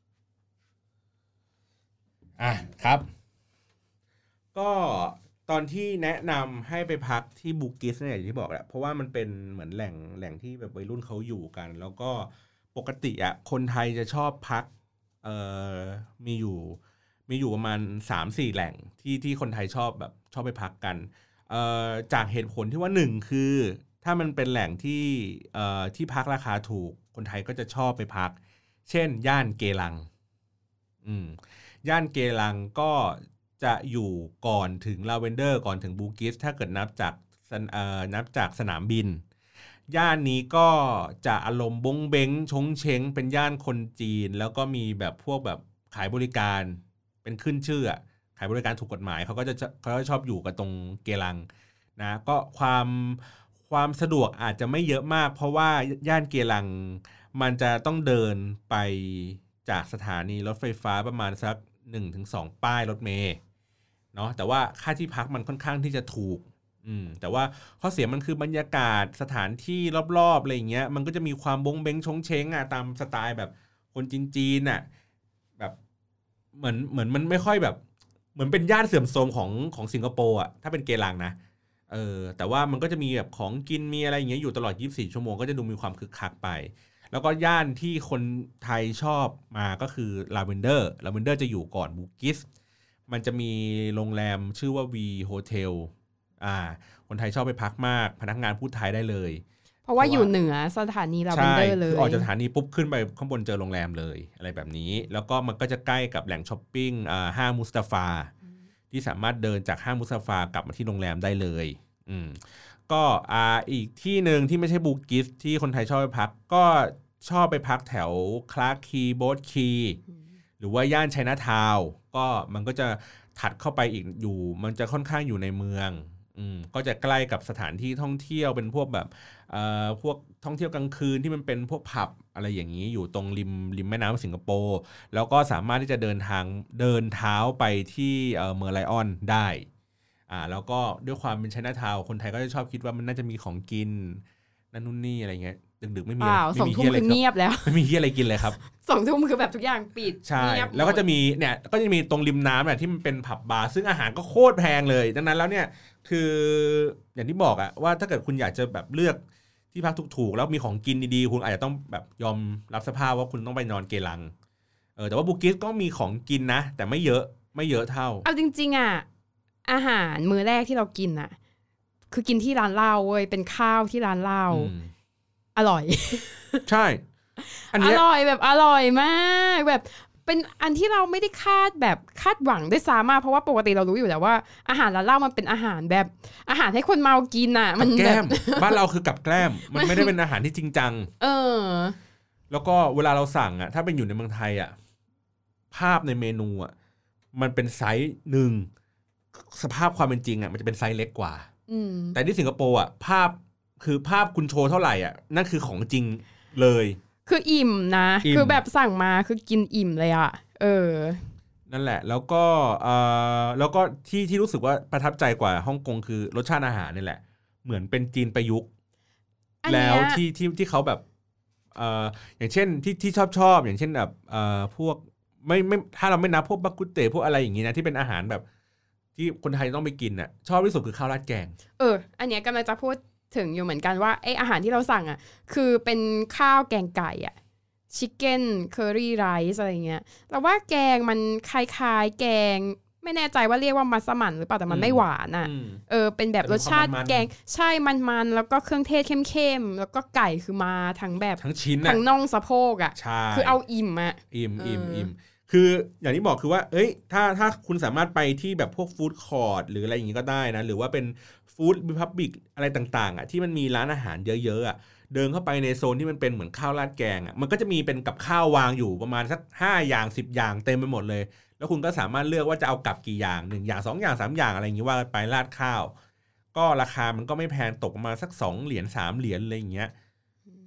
อ่ะครับก็ตอนที่แนะนำให้ไปพักที่บูกิสเนี่ยอย่างที่บอกแหละเพราะว่ามันเป็นเหมือนแหล่งแหล่งที่แบบวัยรุ่นเขาอยู่กันแล้วก็ปกติอ่ะคนไทยจะชอบพักเอ่อมีอยู่มีอยู่ประมาณ สามสี่ แหล่งที่ที่คนไทยชอบแบบชอบไปพักกันเอ่อจากเหตุผลที่ว่าหนึ่งคือถ้ามันเป็นแหล่งที่เอ่อที่พักราคาถูกคนไทยก็จะชอบไปพักเช่นย่านเกลังอืมย่านเกลังก็จะอยู่ก่อนถึงลาเวนเดอร์ก่อนถึงบูกิสถ้าเกิดนับจากเอ่อนับจากสนามบินย่านนี้ก็จะอารมณ์บงเบ้งชงเช้งเป็นย่านคนจีนแล้วก็มีแบบพวกแบบขายบริการเป็นขึ้นชื่อขายบริการถูกกฎหมายเขาก็จะเขาก็ชอบอยู่กับตรงเกลังนะก็ความความสะดวกอาจจะไม่เยอะมากเพราะว่าย่านเกลังมันจะต้องเดินไปจากสถานีรถไฟฟ้าประมาณสัก หนึ่งถึงสอง ป้ายรถเมล์เนาะแต่ว่าค่าที่พักมันค่อนข้างที่จะถูกอืมแต่ว่าข้อเสียมันคือบรรยากาศสถานที่รอบๆอะไรอย่างเงี้ยมันก็จะมีความบงเบ้งชงเช้งอ่ะตามสไตล์แบบคนจีนๆน่ะแบบเหมือนเหมือนมันไม่ค่อยแบบเหมือนเป็นย่านเสื่อมโทรมของของสิงคโปร์อ่ะถ้าเป็นเกลังนะเออแต่ว่ามันก็จะมีแบบของกินมีอะไรอย่างเงี้ยอยู่ตลอดยี่สิบสี่ชั่วโมงก็จะดูมีความคึกคักไปแล้วก็ย่านที่คนไทยชอบมาก็คือลาเวนเดอร์ลาเวนเดอร์จะอยู่ก่อนบูกิสมันจะมีโรงแรมชื่อว่า V Hotel อ่าคนไทยชอบไปพักมากพนักงานพูดไทยได้เลยเพราะว่าอยู่เหนือสถานีลาเวนเดอร์เลยคือออกจากสถานีปุ๊บขึ้นไปข้างบนเจอโรงแรมเลยอะไรแบบนี้แล้วก็มันก็จะใกล้กับแหล่งช้อปปิ้งอ่าห้างมุสตาฟาที่สามารถเดินจากห้างมุสตาฟากลับมาที่โรงแรมได้เลยอืมก็อ่าอีกที่นึงที่ไม่ใช่บูกิสที่คนไทยชอบไปพักก็ชอบไปพักแถวคลาร์กคีย์โบ๊ทคีย์หรือว่าย่านไชน่าทาวน์ก็มันก็จะถัดเข้าไปอีกอยู่มันจะค่อนข้างอยู่ในเมืองอืมก็จะใกล้กับสถานที่ท่องเที่ยวเป็นพวกแบบเอ่อพวกท่องเที่ยวกลางคืนที่มันเป็นพวกผับอะไรอย่างนี้อยู่ตรงริมริมแม่น้ำสิงคโปร์แล้วก็สามารถที่จะเดินทางเดินเท้าไปที่เอ่อเมอร์ไลออนได้อ่าแล้วก็ด้วยความเป็นไชน่าทาวน์คนไทยก็จะชอบคิดว่ามันน่าจะมีของกินนั่นนู่นนี่อะไรเงี้ยดึกๆไม่มีไม่มีเฮียอะไรเงียบแล้วไม่มีเฮียอะไรกินเลยครับสองทุ่มคือแบบทุกอย่างปิดใช่แล้วก็จะมีเนี่ยก็จะมีตรงริมน้ำเนี่ยที่มันเป็นผับบาร์ซึ่งอาหารก็โคตรแพงเลยดังนั้นแล้วเนี่ยคืออย่างที่บอกอะว่าถ้าเกิดคุณอยากจะแบบเลือกที่พักถูกๆแล้วมีของกินดีๆคุณอาจจะต้องแบบยอมรับสภาพว่าคุณต้องไปนอนเกลังเออแต่ว่าบูกิสก็มีของกินนะแต่ไม่เยอะไม่เยอะเท่าเอาจริงๆอะอาหารมื้อแรกที่เรากินอะคือกินที่ร้านเหล้าเว้ยเป็นข้าวที่ร้านเหล้าอร่อยใช่อันนี้อร่อยแบบอร่อยมากแบบเป็นอันที่เราไม่ได้คาดแบบคาดหวังได้ซ้ำมากเพราะว่าปกติเรารู้อยู่แล้วว่าอาหารร้านเหล้ามันเป็นอาหารแบบอาหารให้คนเมากินอ่ะมันแกล้มบ้านเราคือกับแกล้มมันไม่ได้เป็นอาหารที่จริงจังเออแล้วก็เวลาเราสั่งอ่ะถ้าเป็นอยู่ในเมืองไทยอ่ะภาพในเมนูอ่ะมันเป็นไซส์หนึ่งสภาพความเป็นจริงอ่ะมันจะเป็นไซส์เล็กกว่าแต่ที่สิงคโปร์อ่ะภาพคือภาพคุณโชว์เท่าไหร่อ่ะนั่นคือของจริงเลยคืออิ่มนะคือแบบสั่งมาคือกินอิ่มเลยอ่ะเออนั่นแหละแล้วก็เอ่อแล้วก็ที่ที่รู้สึกว่าประทับใจกว่าฮ่องกงคือรสชาติอาหารนี่แหละเหมือนเป็นจีนประยุกต์แล้วที่ที่ที่เขาแบบเอ่ออย่างเช่นที่ที่ชอบชอบอย่างเช่นแบบเอ่อพวกไม่ไม่ถ้าเราไม่นับพวกบักกุเตพวกอะไรอย่างงี้นะที่เป็นอาหารแบบที่คนไทยต้องไปกินน่ะชอบที่สุดคือข้าวราดแกงเอออันเนี้ยกำลังจะพูดถึงอยู่เหมือนกันว่าไออาหารที่เราสั่งอ่ะคือเป็นข้าวแกงไก่อ่ะชิคเก้นเคอรี่ไรซ์อะไรเงี้ยแต่ว่าแกงมันคล้ายๆแกงไม่แน่ใจว่าเรียกว่ามัสมั่นหรือเปล่าแต่มันไม่หวานอ่ะเออเป็นแบบรสชาติแกงใช่มันๆแล้วก็เครื่องเทศเข้มๆแล้วก็ไก่คือมาทั้งแบบทั้งชิ้นทั้งน่องสะโพกอ่ะคือเอาอิ่มอ่ะอิ่มอิ่มอิ่มคืออย่างที่บอกคือว่าเอ้ยถ้าถ้าคุณสามารถไปที่แบบพวกฟู้ดคอร์ทหรืออะไรอย่างงี้ก็ได้นะหรือว่าเป็นฟู้ดรีพับลิกอะไรต่างๆอ่ะที่มันมีร้านอาหารเยอะๆอ่ะเดินเข้าไปในโซนที่มันเป็นเหมือนข้าวราดแกงอ่ะมันก็จะมีเป็นกับข้าววางอยู่ประมาณสักห้าอย่างสิบอย่างเต็มไปหมดเลยแล้วคุณก็สามารถเลือกว่าจะเอากับกี่อย่างหนึ่งอย่างสองอย่างสามอย่างอะไรอย่างงี้ว่าไปราดข้าวก็ราคามันก็ไม่แพงตกประมาณสักสองเหรียญสามเหรียญอะไรอย่างเงี้ย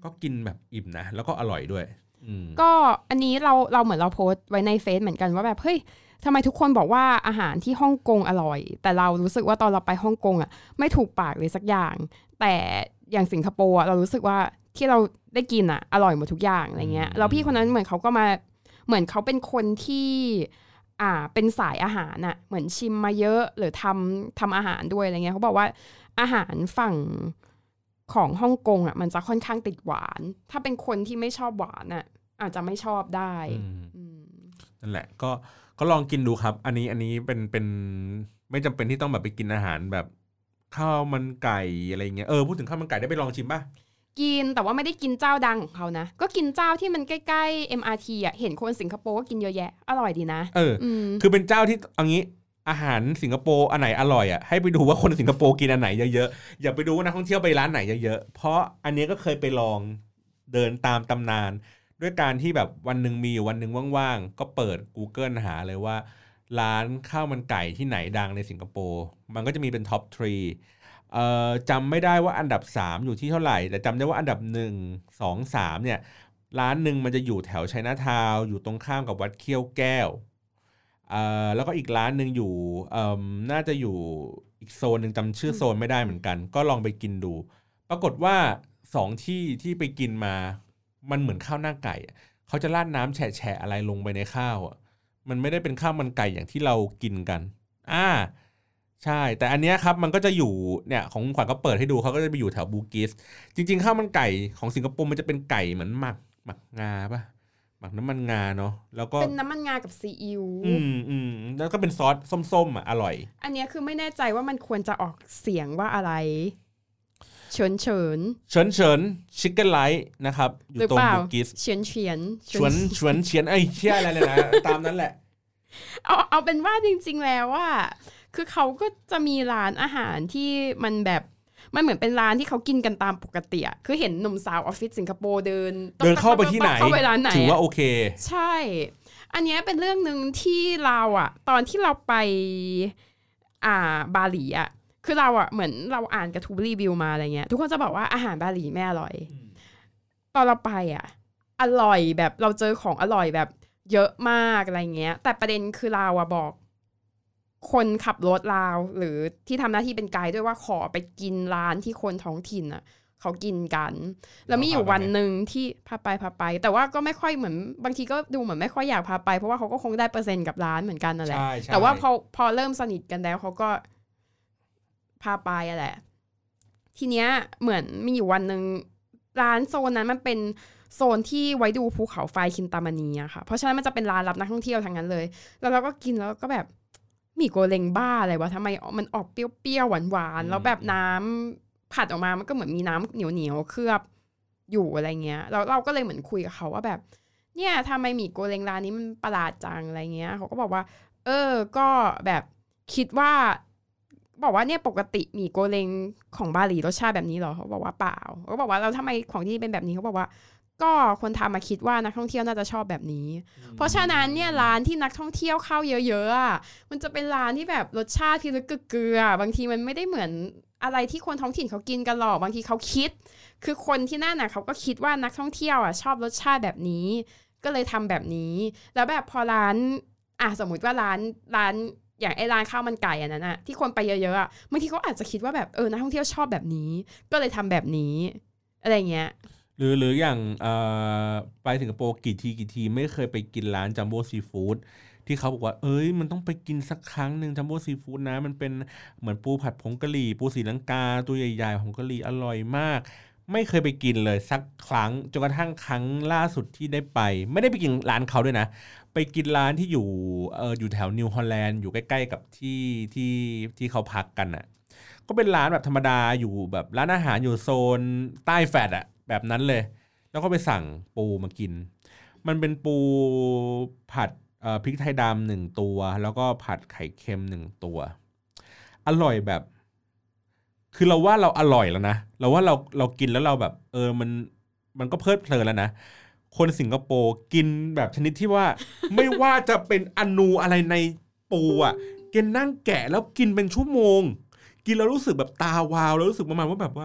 ก็กินแบบอิ่มนะแล้วก็อร่อยด้วยก็อันนี้เราเราเหมือนเราโพสต์ไว้ในเฟซเหมือนกันว่าแบบเฮ้ยทำไมทุกคนบอกว่าอาหารที่ฮ่องกงอร่อยแต่เรารู้สึกว่าตอนเราไปฮ่องกงอ่ะไม่ถูกปากเลยสักอย่างแต่อย่างสิงคโปร์เรารู้สึกว่าที่เราได้กินอ่ะอร่อยหมดทุกอย่างอะไรเงี้ยแล้วพี่คนนั้นเหมือนเขาก็มาเหมือนเขาเป็นคนที่อ่าเป็นสายอาหารน่ะเหมือนชิมมาเยอะหรือทำทำอาหารด้วยอะไรเงี้ยเขาบอกว่าอาหารฝั่งของฮ่องกงอ่ะมันจะค่อนข้างติดหวานถ้าเป็นคนที่ไม่ชอบหวานอ่ะอาจจะไม่ชอบได้นั่นแหละก็ก็ลองกินดูครับอันนี้อันนี้เป็นเป็นไม่จำเป็นที่ต้องแบบไปกินอาหารแบบข้าวมันไก่อะไรเงี้ยเออพูดถึงข้าวมันไก่ได้ไปลองชิมป่ะกินแต่ว่าไม่ได้กินเจ้าดังของเขานะก็กินเจ้าที่มันใกล้ๆ เอ็ม อาร์ ที อ่ะเห็นคนสิงคโปร์ก็กินเยอะแยะอร่อยดีนะเออคือเป็นเจ้าที่เอางี้อาหารสิงคโปร์อันไหนอร่อยอ่ะให้ไปดูว่าคนสิงคโปร์กินอันไหนเยอะๆอย่าไปดูว่านักท่องเที่ยวไปร้านไหนเยอะๆเพราะอันนี้ก็เคยไปลองเดินตามตำนานด้วยการที่แบบวันนึงมีอยู่วันนึงว่างๆก็เปิด Google หาเลยว่าร้านข้าวมันไก่ที่ไหนดังในสิงคโปร์มันก็จะมีเป็นท็อปสามเอ่อจำไม่ได้ว่าอันดับสามอยู่ที่เท่าไหร่แต่จำได้ว่าอันดับหนึ่ง สอง สามเนี่ยร้านนึงมันจะอยู่แถวไชน่าทาวน์อยู่ตรงข้ามกับวัดเขี้ยวแก้วเอ่อแล้วก็อีกร้านนึงอยู่เอ่อน่าจะอยู่อีกโซนนึงจำชื่อโซนไม่ได้เหมือนกันก็ลองไปกินดูปรากฏว่าสองที่ที่ไปกินมามันเหมือนข้าวหน้าไก่เขาจะราดน้ำแฉะๆอะไรลงไปในข้าวอ่ะมันไม่ได้เป็นข้าวมันไก่อย่างที่เรากินกันอ่าใช่แต่อันเนี้ยครับมันก็จะอยู่เนี่ยของขวัญก็เปิดให้ดูเขาก็จะไปอยู่แถวบูกิสจริงๆข้าวมันไก่ของสิงคโปร์มันจะเป็นไก่เหมือนหมักหมักงาป่ะหมักน้ำมันงาเนาะแล้วก็เป็นน้ำมันงากับซีอิ๊วอืมอืมแล้วก็เป็นซอสส้มๆอ่ะอร่อยอันเนี้ยคือไม่แน่ใจว่ามันควรจะออกเสียงว่าอะไรเฉินเฉินเฉินเฉินชิคเก้นไลท์นะครับอยู่ตรงบูกิสเฉียนเฉียนชวนชวนเฉียนไอ้เชี่ยอะไรเลยนะตามนั้นแหละเอาเอาเป็นว่าจริงๆแล้วว่าคือเขาก็จะมีร้านอาหารที่มันแบบมันเหมือนเป็นร้านที่เขากินกันตามปกติอ่ะคือเห็นหนุ่มสาวออฟฟิศสิงคโปร์เดินเดินเข้าไปที่ไหนถือว่าโอเคใช่อันนี้เป็นเรื่องนึงที่เราอ่ะตอนที่เราไปอ่าบาหลีอ่ะคือเราอ่ะเหมือนเราอ่านกระทู้รีวิวมาอะไรเงี้ยทุกคนจะบอกว่าอาหารบาหลีไม่อร่อยตอนเราไปอ่ะอร่อยแบบเราเจอของอร่อยแบบเยอะมากอะไรเงี้ยแต่ประเด็นคือเราอ่ะบอกคนขับรถลาวหรือที่ทำหน้าที่เป็นไกด์ด้วยว่าขอไปกินร้านที่คนท้องถิ่นอ่ะเขากินกันแล้วมีอยู่วันนึงที่พาไปพาไปแต่ว่าก็ไม่ค่อยเหมือนบางทีก็ดูเหมือนไม่ค่อยอยากพาไปเพราะว่าเขาก็คงได้เปอร์เซ็นต์กับร้านเหมือนกันนั่นแหละแต่ว่าพอพอเริ่มสนิทกันแล้วเขาก็พาไปอ่ะแหละทีเนี้ยเหมือนมีอยู่วันนึงร้านโซนนั้นมันเป็นโซนที่ไว้ดูภูเขาไฟคินตามานีอะค่ะเพราะฉะนั้นมันจะเป็นร้านรับนักท่องเที่ยวทั้งนั้นเลยแล้วเราก็กินแล้วก็แบบหมี่โกเลงบ้าอะไรวะทำไมมันออกเปรี้ยวๆหวานๆแล้วแบบน้ำผัดออกมามันก็เหมือนมีน้ำเหนียวๆเคลือบอยู่อะไรเงี้ยแล้วเราก็เลยเหมือนคุยกับเขาว่าแบบเนี่ยทำไมหมี่โกเลงร้านนี้มันประหลาดจังอะไรเงี้ยเขาก็บอกว่าเออก็แบบคิดว่าบอกว่าเนี่ยปกติหมี่โกเลงของบาหลีรสชาติแบบนี้เหรอเขาบอกว่าเปล่าเขาบอกว่าเราทำไมของที่เป็นแบบนี้เขาบอกว่าก็คนทำมาคิดว่านักท่องเที่ยวน่าจะชอบแบบนี้เพราะฉะนั้นเนี่ยร้านที่นักท่องเที่ยวเข้าเยอะๆอ่ะมันจะเป็นร้านที่แบบรสชาติพิลึกเกลือบางทีมันไม่ได้เหมือนอะไรที่คนท้องถิ่นเขากินกันหรอกบางทีเขาคิดคือคนที่นั่นน่ะเขาก็คิดว่านักท่องเที่ยวอ่ะชอบรสชาติแบบนี้ก็เลยทำแบบนี้แล้วแบบพอร้านอ่ะสมมุติว่าร้านร้านอย่างไอ้ร้านข้าวมันไก่อันนั้นน่ะที่คนไปเยอะๆอ่ะบางทีเขาอาจจะคิดว่าแบบเออนักท่องเที่ยวชอบแบบนี้ก็เลยทำแบบนี้อะไรเงี้ยหรือหรืออย่างเอ่อไปสิงคโปร์กี่ทีกี่ทีไม่เคยไปกินร้านจัมโบ้ซีฟู้ดที่เขาบอกว่าเอ้ยมันต้องไปกินสักครั้งนึงจัมโบ้ซีฟู้ดนะมันเป็นเหมือนปูผัดผงกะหรี่ปูศรีลังกาตัวใหญ่ๆผงกะหรี่อร่อยมากไม่เคยไปกินเลยสักครั้งจนกระทั่งครั้งล่าสุดที่ได้ไปไม่ได้ไปกินร้านเขาด้วยนะไปกินร้านที่อยู่เอออยู่แถวนิวฮอลแลนด์อยู่ใกล้ๆกับที่ที่ที่เขาพักกันน่ะก็เป็นร้านแบบธรรมดาอยู่แบบร้านอาหารอยู่โซนใต้แฟลตอะแบบนั้นเลยแล้วก็ไปสั่งปูมากินมันเป็นปูผัดเอ่อพริกไทยดำหนึ่งตัวแล้วก็ผัดไข่เค็มหนึ่งตัวอร่อยแบบคือเราว่าเราอร่อยแล้วนะเราว่าเราเรากินแล้วเราแบบเออมันมันก็เพลิดเพลินแล้วนะคนสิงคโปร์กินแบบชนิดที่ว่า ไม่ว่าจะเป็นอนูอะไรในปูอ่ะกินนั่งแกะแล้วกินเป็นชั่วโมงกินแล้วรู้สึกแบบตาวาวแล้วรู้สึกประมาณว่าแบบว่า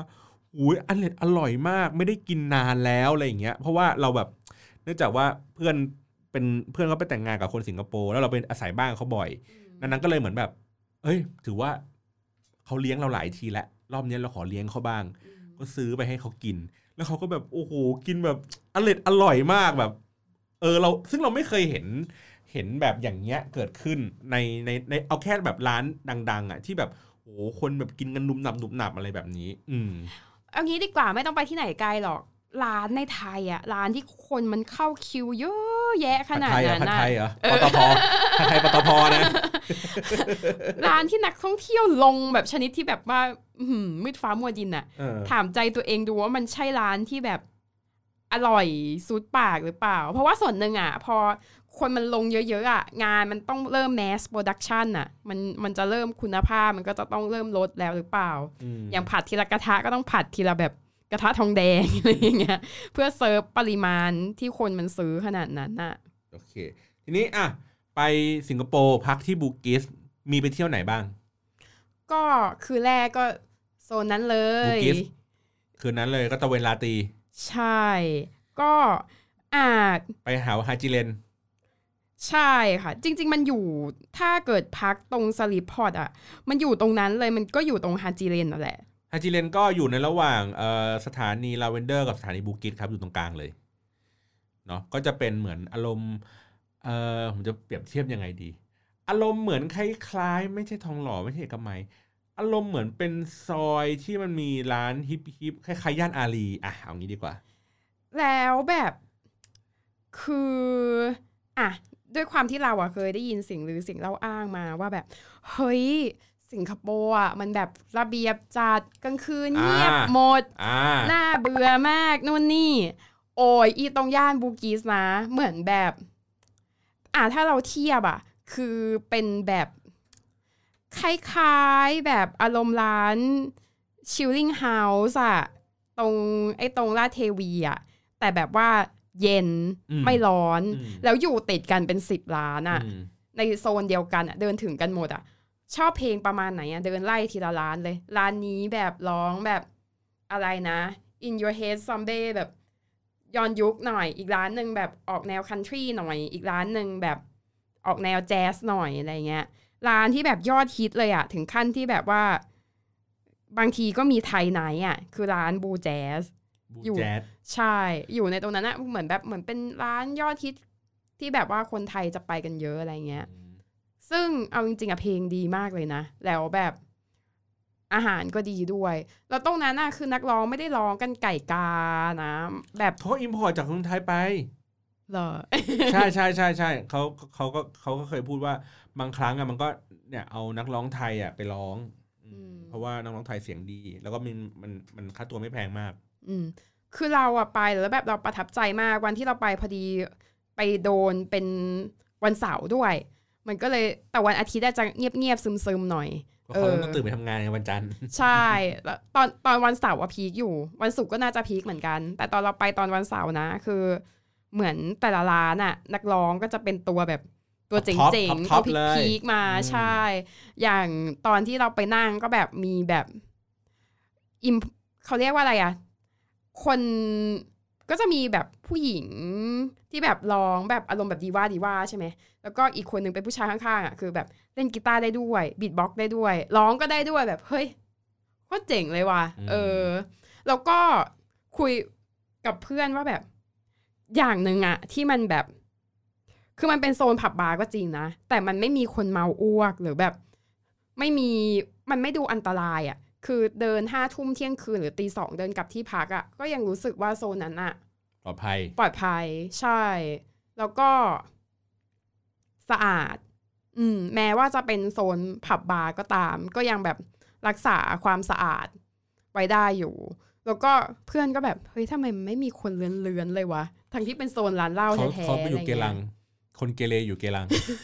อุ้ยอร่อยอร่อยมากไม่ได้กินนานแล้วอะไรอย่างเงี้ยเพราะว่าเราแบบเนื่องจากว่าเพื่อนเป็นเพื่อนเขาไปแต่งงานกับคนสิงคโปร์แล้วเราเป็นอาศัยบ้านเขาบ่อยนั้นก็เลยเหมือนแบบเอ้ยถือว่าเขาเลี้ยงเราหลายทีแล้วรอบนี้เราขอเลี้ยงเขาบ้างก็ซื้อไปให้เขากินแล้วเขาก็แบบโอ้โหกินแบบอร่อยอร่อยมากแบบเออเราซึ่งเราไม่เคยเห็นเห็นแบบอย่างเงี้ยเกิดขึ้นในในในเอาแค่แบบร้านดังๆอ่ะที่แบบโอ้คนแบบกินกันนุ่มหนับนุ่มหนับอะไรแบบนี้อืมเอางี้ดีกว่าไม่ต้องไปที่ไหนไกลหรอกร้านในไทยอ่ะร้านที่คนมันเข้าคิวเยอะแยะขนาดนั้นนะผัดไทยเหรอปตทผัดไทยปตทนะร้านที่นักท่องเที่ยวลงแบบชนิดที่แบบว่ามืดฟ้ามัวดินอ่ะถามใจตัวเองดูว่ามันใช่ร้านที่แบบอร่อยซูดปากหรือเปล่าเพราะว่าส่วนหนึ่งอ่ะพอคนมันลงเยอะๆอ่ะงานมันต้องเริ่ม mass production อ่ะมันมันจะเริ่มคุณภาพมันก็จะต้องเริ่มลดแล้วหรือเปล่าอย่างผัดทีละกระทะก็ต้องผัดทีละแบบกระทะทองแดงอะไรอย่างเงี้ยเพื่อเซิร์ฟปริมาณที่คนมันซื้อขนาดนั้นน่ะโอเคทีนี้อ่ะไปสิงคโปร์พักที่บูกิสมีไปเที่ยวไหนบ้างก็คือแรกก็โซนนั้นเลยบูกิสคืนนั้นเลยก็ตะเวนราตรีใช่ก็อาจไปหาฮาจิเลนใช่ค่ะจริงๆมันอยู่ถ้าเกิดพักตรงสลีปพอร์ตอ่ะมันอยู่ตรงนั้นเลยมันก็อยู่ตรงฮาจิเลนนั่นแหละฮาจิเลนก็อยู่ในระหว่างสถานีลาเวนเดอร์กับสถานีบูกิสครับอยู่ตรงกลางเลยเนาะก็จะเป็นเหมือนอารมณ์เอ่อผมจะเปรียบเทียบยังไงดีอารมณ์เหมือนคล้ายๆไม่ใช่ทองหล่อไม่ใช่เอกมัยอารมณ์เหมือนเป็นซอยที่มันมีร้านฮิปฮิปคล้ายๆย่านอารีอ่ะเอางี้ดีกว่าแล้วแบบคืออ่ะด้วยความที่เราอะเคยได้ยินสิ่งหรือสิ่งเล่าอ้างมาว่าแบบเฮ้ยสิงคโปร์อ่ะมันแบบระเบียบจัดกลางคืนเงียบหมดน่าเบื่อมากนู่นนี่โอ้ยอีตรงย่านบูกิสนะเหมือนแบบอ่ะถ้าเราเทียบอ่ะคือเป็นแบบคล้ายๆแบบอารมณ์ร้านชิลลิ่งเฮาส์อ่ะตรงไอ้ตรงลาดเทวีอ่ะแต่แบบว่าเย็นไม่ร้อนแล้วอยู่ติดกันเป็นสิบร้านอ่ะในโซนเดียวกันอ่ะเดินถึงกันหมดอ่ะชอบเพลงประมาณไหนอ่ะเดินไล่ทีละร้านเลยร้านนี้แบบร้องแบบอะไรนะ In Your Head Someday แบบย้อนยุคหน่อยอีกร้านนึงแบบออกแนวคันทรีหน่อยอีกร้านนึงแบบออกแนวแจ๊สหน่อยอะไรเงี้ยร้านที่แบบยอดฮิตเลยอ่ะถึงขั้นที่แบบว่าบางทีก็มีไทยไนท์อ่ะคือร้านบูแจ๊สอยู่ใช่อยู่ในตรงนั้นนะเหมือนแบบเหมือนเป็นร้านยอดฮิตที่แบบว่าคนไทยจะไปกันเยอะอะไรเงี้ยซึ่งเอาจริงๆอะเพลงดีมากเลยนะแล้วแบบอาหารก็ดีด้วยแล้วตรงนั้นน่ะคือนักร้องไม่ได้ร้องกันไก่กานะแบบเขาอิมพอร์ตจากคนไทยไปเหรอใช่ใช่ใช่ใช่เขาเขาก็เขาก็เคยพูดว่าบางครั้งอะมันก็เนี่ยเอานักร้องไทยอะไปร้องเพราะว่านักร้องไทยเสียงดีแล้วก็มันมันมันค่าตัวไม่แพงมากอืมคือเราอะไปแล้วแบบเราประทับใจมากวันที่เราไปพอดีไปโดนเป็นวันเสาร์ด้วยมันก็เลยแต่วันอาทิตย์จะเงียบๆซึมๆหน่อยเขาต้องตื่นไปทำงานในวันจันทร์ใช่แล้วตอนตอนวันเสาร์อะพีคอยู่วันศุกร์ก็น่าจะพีคเหมือนกันแต่ตอนเราไปตอนวันเสาร์นะคือเหมือนแต่ละร้านอะนักร้องก็จะเป็นตัวแบบตัวเจ๋งๆตัวพีคมาใช่อย่างตอนที่เราไปนั่งก็แบบมีแบบอิมเขาเรียกว่าอะไรอะคนก็จะมีแบบผู้หญิงที่แบบร้องแบบอารมณ์แบบดีว่าดีว่าใช่ไหมแล้วก็อีกคนนึงเป็นผู้ชายข้างๆอ่ะคือแบบเล่นกีตาร์ได้ด้วยบีทบ็อกซ์ได้ด้วยร้องก็ได้ด้วยแบบเฮ้ยโคตรเจ๋งเลยว่ะเออแล้วก็คุยกับเพื่อนว่าแบบอย่างนึงอ่ะที่มันแบบคือมันเป็นโซนผับบาร์ก็จริงนะแต่มันไม่มีคนเมาอ้วกหรือแบบไม่มีมันไม่ดูอันตรายอ่ะคือเดินห้าทุ่มเที่ยงคืนหรือตีสองเดินกลับที่พักอ่ะก็ยังรู้สึกว่าโซนนั้นอ่ะปลอดภัยปลอดภัยใช่แล้วก็สะอาดอืมแม้ว่าจะเป็นโซนผับบาร์ก็ตามก็ยังแบบรักษาความสะอาดไว้ได้อยู่แล้วก็เพื่อนก็แบบเฮ้ยทำไมไม่มีคนเลื้อนๆเลยวะทั้งที่เป็นโซนร้านเหล้าแท้ๆเขาไปอยู่เกลังคนเกเรอยู่เกลัง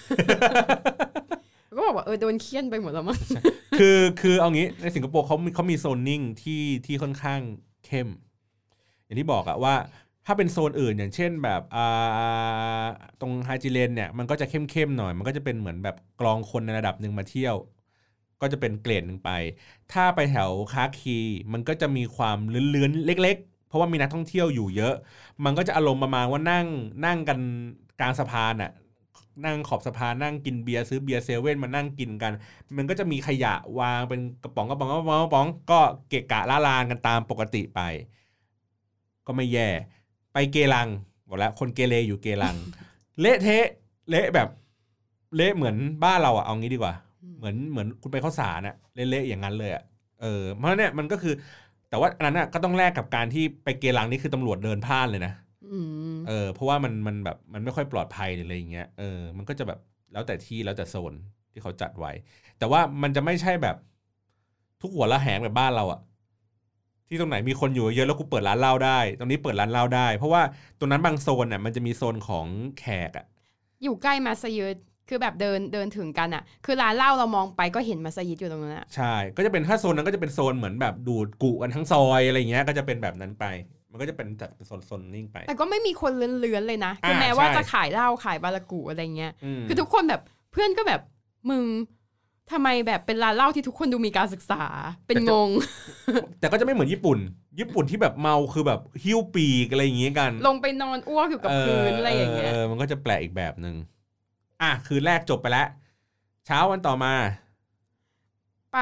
ก็บอกว่าเออโดนเคี่ยนไปหมดแล้วมั้งคือคือเอางี้ในสิงคโปร์เขาเขามีโซนนิ่งที่ที่ค่อนข้างเข้มอย่างที่บอกอะว่าถ้าเป็นโซนอื่นอย่างเช่นแบบอ่าตรงฮาจิเลนเนี่ยมันก็จะเข้มๆหน่อยมันก็จะเป็นเหมือนแบบกรองคนในระดับหนึ่งมาเที่ยวก็ก็จะเป็นเกรดหนึ่งไปถ้าไปแถวคาคีมันก็จะมีความเลื้อนๆเล็กๆเพราะว่ามีนักท่องเที่ยวอยู่เยอะมันก็จะอารมณ์ประมาณว่านั่งนั่งกันกลางสะพานน่ะนั่งขอบสะพานนั่งกินเบียร์ซื้อเบียร์เซเว่นมานั่งกินกันมันก็จะมีขยะวางเป็นกระป๋องกระป๋องกระป๋องกระป๋องก็เกะกะละลานกันตามปกติไปก็ไม่แย่ไปเกลังบอกแล้วคนเกเรอยู่เกลัง เละเทะเละแบบเละเหมือนบ้านเราอ่ะเอางี้ดีกว่าเหมือนเหมือนคุณไปข้าวสารน่ะเละๆอย่างนั้นเลยอ่ะเออเพราะเนี่ยมันก็คือแต่ว่าอันนั้นน่ะก็ต้องแลกกับการที่ไปเกลังนี่คือตำรวจเดินผ่านเลยนะเออเพราะว่ามันมันแบบมันไม่ค่อยปลอดภัยอะไรอย่างเงี้ยเออมันก็จะแบบแล้วแต่ที่แล้วแต่โซนที่เขาจัดไว้แต่ว่ามันจะไม่ใช่แบบทุกหัวละแหงแบบบ้านเราอ่ะที่ตรงไหนมีคนอยู่เยอะแล้วกูเปิดร้านเหล้าได้ตรงนี้เปิดร้านเหล้าได้เพราะว่าตรงนั้นบางโซนน่ะมันจะมีโซนของแขกอ่ะอยู่ใกล้มัสยิดคือแบบเดินเดินถึงกันอ่ะคือร้านเหล้าเรามองไปก็เห็นมัสยิดอยู่ตรงนั้นอ่ะใช่ก็จะเป็นถ้าโซนนั้นก็จะเป็นโซนเหมือนแบบดูดกุกันทั้งซอยอะไรเงี้ยก็จะเป็นแบบนั้นไปมันก็จะเป็นจัดเป็นโซนๆนิ่งไปแต่ก็ไม่มีคนเลื้อนๆเลยนะคือแม้ว่าจะขายเหล้าขายบารากุอะไรเงี้ยคือทุกคนแบบเพื่อนก็แบบมึงทำไมแบบเป็นร้านเหล้าที่ทุกคนดูมีการศึกษาเป็นงงแต่ก็จะไม่เหมือนญี่ปุ่นญี่ปุ่นที่แบบเมาคือแบบหิ้วปีกอะไรอย่างเงี้ยกันลงไปนอนอ้วกอยู่กับพื้นอะไรอย่างเงี้ยเออมันก็จะแปลกอีกแบบนึงอ่ะคืนแรกจบไปแล้วเช้าวันต่อมาไป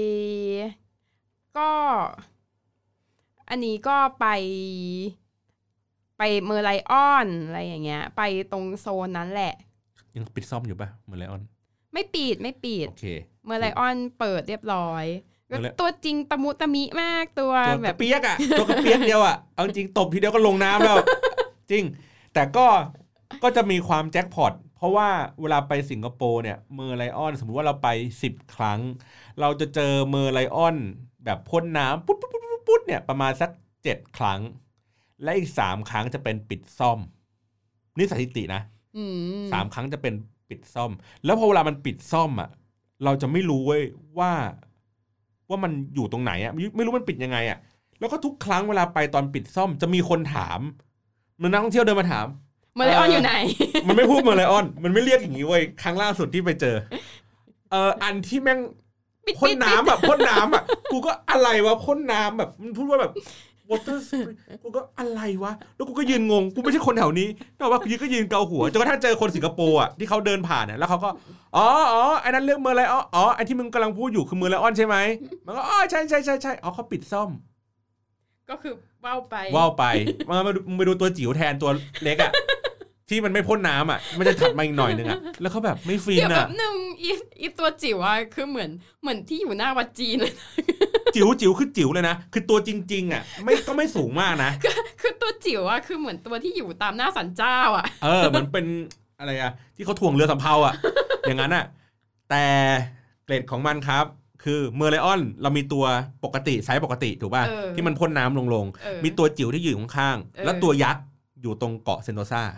ก็อันนี้ก็ไปไปเมอร์ไลออนอะไรอย่างเงี้ยไปตรงโซนนั้นแหละยังปิดซ่อมอยู่ป่ะเมอร์ไลออนไม่ปิดไม่ปิดโอเคเมอร์ไลออนเปิดเรียบร้อยตัวจริงตะมุตะมิมากตัวแบบเปียกอ่ะตัวกระเปียกเดียวอ่ะเอาจริงตบทีเดียวก็ลงน้ำแล้วจริงแต่ก็ก็จะมีความแจ็คพอตเพราะว่าเวลาไปสิงคโปร์เนี่ยเมอร์ไลออนสมมุติว่าเราไปสิบครั้งเราจะเจอเมอร์ไลออนแบบพ่นน้ำปุ๊ดปุ๊ดปุ๊ดปุ๊ดเนี่ยประมาณสักเจ็ดครั้งและอีกสามครั้งจะเป็นปิดซ่อมนี่สถิตินะสามครั้งจะเป็นปิดซ่อมแล้วพอเวลามันปิดซ่อมอ่ะเราจะไม่รู้เว้ยว่าว่ามันอยู่ตรงไหนอ่ะไม่รู้มันปิดยังไงอ่ะแล้วก็ทุกครั้งเวลาไปตอนปิดซ่อมจะมีคนถามมันนักท่องเที่ยวเดินมาถามเมอร์ไลออนอยู่ไหนมันไม่พูดเมอร์ไลออนมันไม่เรียกอย่างนี้เว้ยครั้งล่าสุดที่ไปเจอเอออันที่แม่งพ่นน้ำแบบพ่นน้ำอ่ะกูก็อะไรวะพ่นน้ำแบบมันพูดว่าแบบ water กูก็อะไรวะแล้วกูก็ยืนงงกูไม่ใช่คนแถวนี้แต่ว่ากูยืนก็ยืนเกาหัวจนกระทั่งเจอคนสิงคโปร์อ่ะที่เขาเดินผ่านเนี่ยแล้วเขาก็อ๋ออ๋อไอ้นั้นเรื่องเมอร์ไลออนอ๋อไอ้ที่มึงกำลังพูดอยู่คือเมอร์ไลออนใช่ไหมมันก็อ๋อใช่ใช่ใช่ใช่อ๋อเขาปิดซ่อมก็คือว่าวไปว่าวไปมามาดูมาดูตัวจิ๋วแทนตัวเล็กอ่ะที่มันไม่พ่นน้ำอ่ะมันจะถัดมาอีกหน่อยนึงอ่ะแล้วเขาแบบไม่ฟินอ่ะเดี๋ยวแบบนึงอีอีตัวจิ๋วอ่ะคือเหมือนเหมือนที่อยู่หน้าวัดจีนเลยจิ๋วจิ๋วคือจิ๋วเลยนะคือตัวจริงๆอ่ะไม่ก็ไม่สูงมากนะคือตัวจิ๋วอ่ะคือเหมือนตัวที่อยู่ตามหน้าศาลเจ้าอ่ะเออมันเป็นอะไรอ่ะที่เขาถ่วงเรือสำเภาอ่ะอย่างนั้นอ่ะแต่เกรดของมันครับคือเมอร์ไลออนเรามีตัวปกติไซส์ปกติถูกป่ะที่มันพ่นน้ำลงๆมีตัวจิ๋วที่อยู่ข้างๆแล้วตัวยักษ์อยู่ตรงเกาะเซนโตซา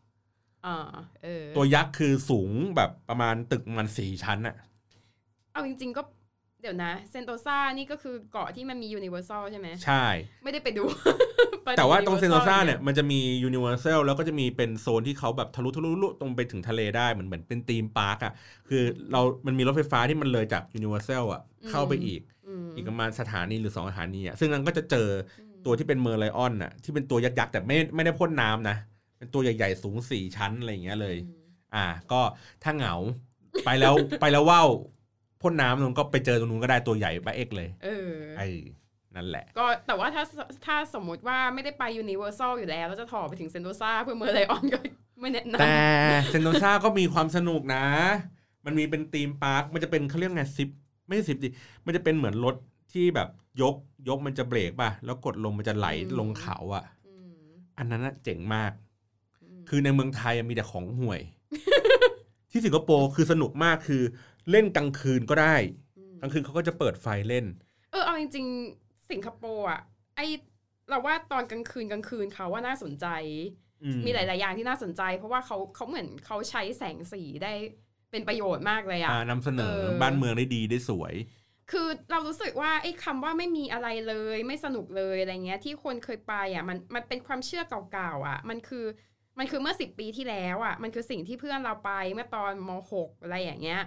ตัวยักษ์คือสูงแบบประมาณตึกมันสี่ชั้นอ่ะเอาจริงๆก็เดี๋ยวนะเซนโตซานี่ก็คือเกาะที่มันมียูนิเวอร์แซลใช่ไหมใช่ไม่ได้ไปดูแต่ว่าตรงเซนโตซาเนี่ยมันจะมียูนิเวอร์แซลแล้วก็จะมีเป็นโซนที่เขาแบบทะลุทะลุตรงไปถึงทะเลได้เหมือนเหมือนเป็นธีมพาร์คอ่ะคือเรามันมีรถไฟฟ้าที่มันเลยจากยูนิเวอร์แซลอ่ะเข้าไปอีกอีกประมาณสถานีหรือสองสถานีอ่ะซึ่งนั้นก็จะเจอตัวที่เป็นเมอร์ไลออนอ่ะที่เป็นตัวยักษ์ๆแต่ไม่ไม่ได้พ่นน้ำนะเป็นตัวใหญ่ๆสูงสี่ชั้นอะไรอย่างเงี้ยเลยอ่าก็ถ้าเหงาไปแล้วไปแล้วว่าวพ่นน้ำมันก็ไปเจอตรงนู้นก็ได้ตัวใหญ่บ้าเอ็กเลยเออไอ้นั่นแหละก็แต่ว่าถ้าถ้าสมมุติว่าไม่ได้ไปยูนิเวอร์แซลอยู่แล้วแล้วจะถ่อไปถึงเซนโตซาเพื่อเมอร์ไลออนก็ไม่แนะนำแต่เซนโตซาก็มีความสนุกนะมันมีเป็นธีมพาร์คมันจะเป็นเขาเรียกไงซิปไม่ใช่ซิปดิมันจะเป็นเหมือนรถที่แบบยกยกมันจะเบรกป่ะแล้วกดลงมันจะไหลลงเขาอ่ะอันนั้นน่ะเจ๋งมากคือในเมืองไทยมีแต่ของห่วย ที่สิงคโปร์คือสนุกมากคือเล่นกลางคืนก็ได้กลางคืนเขาก็จะเปิดไฟเล่นเออเอาจริงๆสิงคโปร์อ่ะไอเราว่าตอนกลางคืนกลางคืนเขาว่าน่าสนใจมีหลายๆอย่างที่น่าสนใจเพราะว่าเขาเขาเหมือนเขาใช้แสงสีได้เป็นประโยชน์มากเลยอ่ะนำเสนอบ้านเมืองได้ดีได้สวยคือเรารู้สึกว่าไอ้คำว่าไม่มีอะไรเลยไม่สนุกเลยอะไรเงี้ยที่คนเคยไปอ่ะมันมันเป็นความเชื่อเก่าๆอ่ะมันคือมันคือเมื่อสิบปีที่แล้วอ่ะมันคือสิ่งที่เพื่อนเราไปเมื่อตอนม.หก อะไรอย่างเงี้ย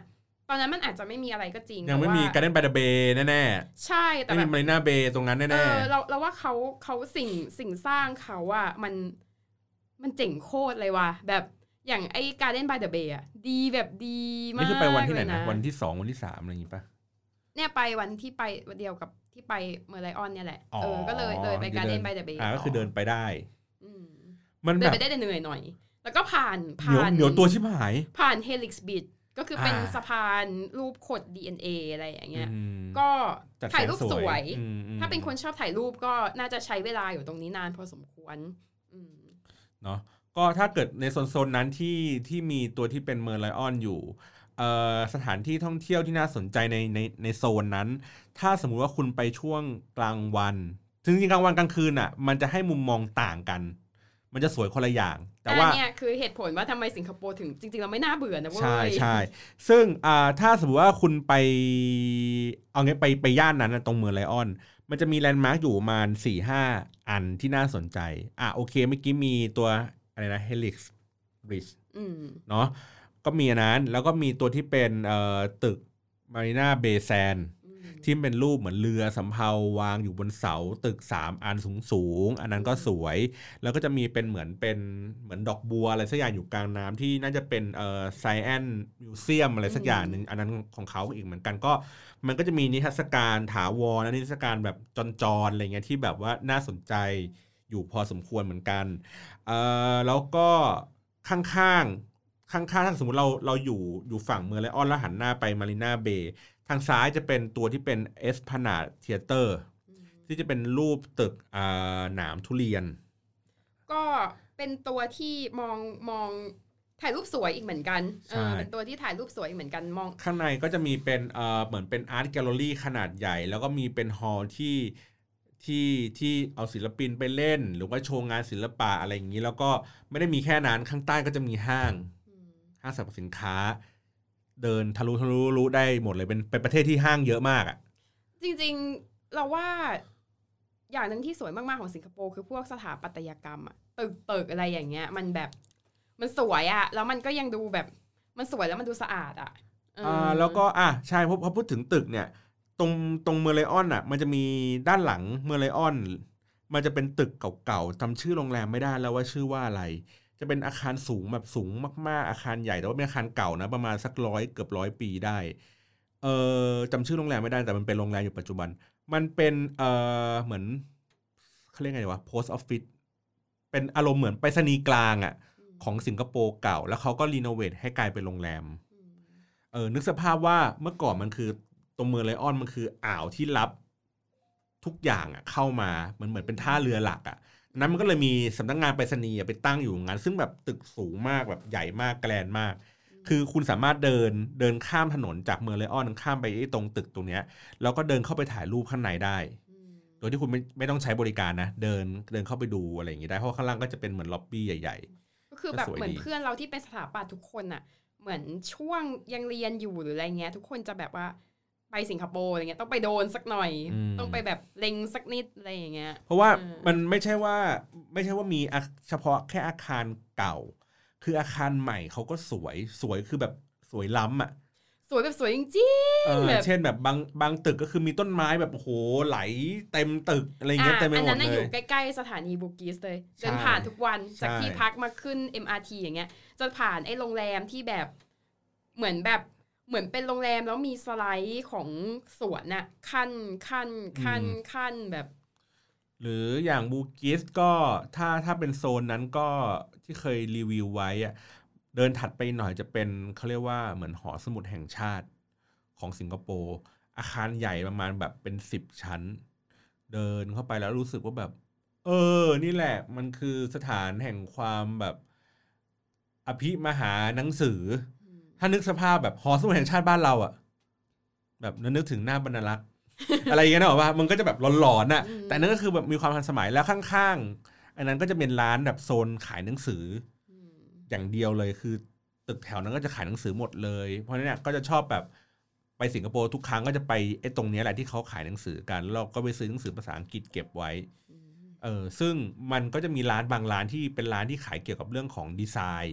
ตอนนั้นมันอาจจะไม่มีอะไรก็จริงยังไม่มี Garden by the Bay แน่ๆใช่แต่แบบไม่มี Marina Bay ตรงนั้นแน่ๆเออเราเราว่าเขาเขาสิ่งสิ่งสร้างเขาอะมันมันเจ๋งโคตรเลยว่ะแบบอย่างไอ้ Garden by the Bay อะดีแบบดีมากนี่คือไปวันที่ไหนนะวันที่สองวันที่สามอะไรอย่างงี้ป่ะเนี่ยไปวันที่ไปวันเดียวกับที่ไปเมอร์ไลออนเนี่ยแหละเออก็เลยเลยไป Garden by the Bay อ่าก็คือเดินไปได้มันแบบเดินไปได้เหนื่อยหน่อยแล้วก็ผ่านผ่านเหนียวตัวชิบหายผ่าน Helix Beach ก็คือเป็นสะพานรูปขด ดี เอ็น เอ อะไรอย่างเงี้ยก็ถ่ายรูปสวยถ้าเป็นคนชอบถ่ายรูปก็น่าจะใช้เวลาอยู่ตรงนี้นานพอสมควรเนาะก็ถ้าเกิดในโซนๆนั้นที่ที่มีตัวที่เป็นเมอร์ไลออนอยู่สถานที่ท่องเที่ยวที่น่าสนใจในในในโซนนั้นถ้าสมมุติว่าคุณไปช่วงกลางวันจริงๆกลางวันกลางคืนอ่ะมันจะให้มุมมองต่างกันมันจะสวยคนละอย่างแต่ว่าเนี่ยคือเหตุผลว่าทำไมสิงคโปร์ถึงจริงๆเราไม่น่าเบื่อนะเว้ยใช่ใช่ซึ่งอ่าถ้าสมมติว่าคุณไปเอางี้ไปไปย่านนั้นตรงเมืองไลออนมันจะมีแลนด์มาร์คอยู่ประมาณ สี่ห้า อันที่น่าสนใจอ่ะโอเคเมื่อกี้มีตัวอะไรนะ Helix Bridge เนาะก็มีอันนั้นแล้วก็มีตัวที่เป็นเอ่อตึก Marina Bay Sandsที่เป็นรูปเหมือนเรือสำเภาวางอยู่บนเสาตึกสามอันสูงๆอันนั้นก็สวยแล้วก็จะมีเป็นเหมือนเป็นเหมือนดอกบัวอะไรสักอย่างอยู่กลางน้ำที่น่าจะเป็นเอ่อไซแอนมิวเซียมอะไรสักอย่างนึงอันนั้นของเขาอีกเหมือนกันก็มันก็จะมีนิทรรศการถาวรและนิทรรศการแบบจรๆอะไรเงี้ยที่แบบว่าน่าสนใจอยู่พอสมควรเหมือนกันเอ่อแล้วก็ข้างๆข้างๆถ้าสมมติเราเราอยู่อยู่ฝั่งเมืองไลออนแล้วหันหน้าไปมารีนาเบย์ทางซ้ายจะเป็นตัวที่เป็น Esplanade Theater ที่จะเป็นรูปตึกอ่าหนามทุเรียนก็เป็นตัวที่มองมองถ่ายรูปสวยอีกเหมือนกันเออเป็นตัวที่ถ่ายรูปสวยอีกเหมือนกันมองข้างในก็จะมีเป็นเอ่อเหมือนเป็นอาร์ตแกลเลอรี่ขนาดใหญ่แล้วก็มีเป็นฮอลล์ที่ที่ที่เอาศิลปินไปเล่นหรือว่าโชว์งานศิลปะอะไรอย่างนี้แล้วก็ไม่ได้มีแค่นั้นข้างใต้ก็จะมีห้างห้างสรรพสินค้าเดินทะลุทะลุรู้ได้หมดเลยเป็นเป็นประเทศที่ห้างเยอะมากอ่ะจริงๆเราว่าอย่างนึงที่สวยมากๆของสิงคโปร์คือพวกสถาปัตยกรรมอ่ะตึกตึกอะไรอย่างเงี้ยมันแบบมันสวยอ่ะแล้วมันก็ยังดูแบบมันสวยแล้วมันดูสะอาดอ่ะอ่าแล้วก็อ่ะใช่พอพอพูดถึงตึกเนี่ยตรงตรงเมอร์ไลออนอ่ะมันจะมีด้านหลังเมอร์ไลออนมันจะเป็นตึกเก่าๆจำชื่อโรงแรมไม่ได้แล้วว่าชื่อว่าอะไรจะเป็นอาคารสูงแบบสูงมากๆอาคารใหญ่แต่ว่าเป็นอาคารเก่านะประมาณสักร้อยเกือบร้อยปีได้เออจำชื่อโรงแรมไม่ได้แต่มันเป็นโรงแรมอยู่ปัจจุบันมันเป็นเออเหมือนเขาเรียกไงวะ post office เป็นอารมณ์เหมือนไปรษณีย์กลางอ่ะของสิงคโปร์เก่าแล้วเขาก็รีโนเวทให้กลายเป็นโรงแรมเออนึกสภาพว่าเมื่อก่อนมันคือตรงเมืองไลออนมันคืออ่าวที่รับทุกอย่างอ่ะเข้ามามันเหมือนเป็นท่าเรือหลักอ่ะนั้นมันก็เลยมีสำนักงานไปรษณีย์ไปตั้งอยู่งั้นซึ่งแบบตึกสูงมากแบบใหญ่มากแกรนมากคือคุณสามารถเดินเดินข้ามถนนจากเมืองไลออนข้ามไปตรงตึกตรงเนี้ยแล้วก็เดินเข้าไปถ่ายรูปข้างในได้โดยที่คุณไม่ไม่ต้องใช้บริการนะเดินเดินเข้าไปดูอะไรอย่างงี้ได้เพราะข้างล่างก็จะเป็นเหมือนล็อบบี้ใหญ่ๆก็คือแบบเหมือนเพื่อนเราที่เป็นสถาปัตย์ทุกคนน่ะเหมือนช่วงยังเรียนอยู่หรืออะไรเงี้ยทุกคนจะแบบว่าไปสิงคโปร์อะไรเงี้ยต้องไปโดนสักหน่อยต้องไปแบบเล็งสักนิดอะไรอย่างเงี้ยเพราะว่ามันไม่ใช่ว่าไม่ใช่ว่ามีเฉพาะแค่อาคารเก่าคืออาคารใหม่เขาก็สวยสวยคือแบบสวยล้ำอ่ะสวยแบบสวยจริงๆแบบเช่นแบบบางบางตึกก็คือมีต้นไม้แบบโอ้โหไหลเต็มตึกอะไรเงี้ยเต็มไปหมดเลยอันนั้นอยู่ใกล้ๆสถานีบูกิสเลยเดินผ่านทุกวันจากที่พักมาขึ้น เอ็ม อาร์ ที อย่างเงี้ยจะผ่านไอ้โรงแรมที่แบบเหมือนแบบเหมือนเป็นโรงแรมแล้วมีสไลด์ของสวนน่ะขั้นขั้นขั้นขั้นแบบหรืออย่างบูกิสก็ถ้าถ้าเป็นโซนนั้นก็ที่เคยรีวิวไว้อะเดินถัดไปหน่อยจะเป็นเขาเรียกว่าเหมือนหอสมุดแห่งชาติของสิงคโปร์อาคารใหญ่ประมาณแบบเป็นสิบชั้นเดินเข้าไปแล้วรู้สึกว่าแบบเออนี่แหละมันคือสถานแห่งความแบบอภิมหาหนังสือถ้านึกสภาพแบบหอสมุดแห่งชาติบ้านเราอ่ะแบบนึกถึงหน้าบรรลักษ์ อะไรอย่างเงี้ยนะว่ามันก็จะแบบหลอนๆน่ะแต่นั่นก็คือแบบมีความทันสมัยแล้วข้างๆอันนั้นก็จะเป็นร้านแบบโซนขายหนังสืออย่างเดียวเลยคือตึกแถวนั้นก็จะขายหนังสือหมดเลยเพราะเนี่ยก็จะชอบแบบไปสิงคโปร์ทุกครั้งก็จะไปไอ้ตรงนี้แหละที่เขาขายหนังสือกันแล้วเราก็ไปซื้อหนังสือภาษาอังกฤษเก็บไว้เออซึ่งมันก็จะมีร้านบางร้านที่เป็นร้านที่ขายเกี่ยวกับเรื่องของดีไซน์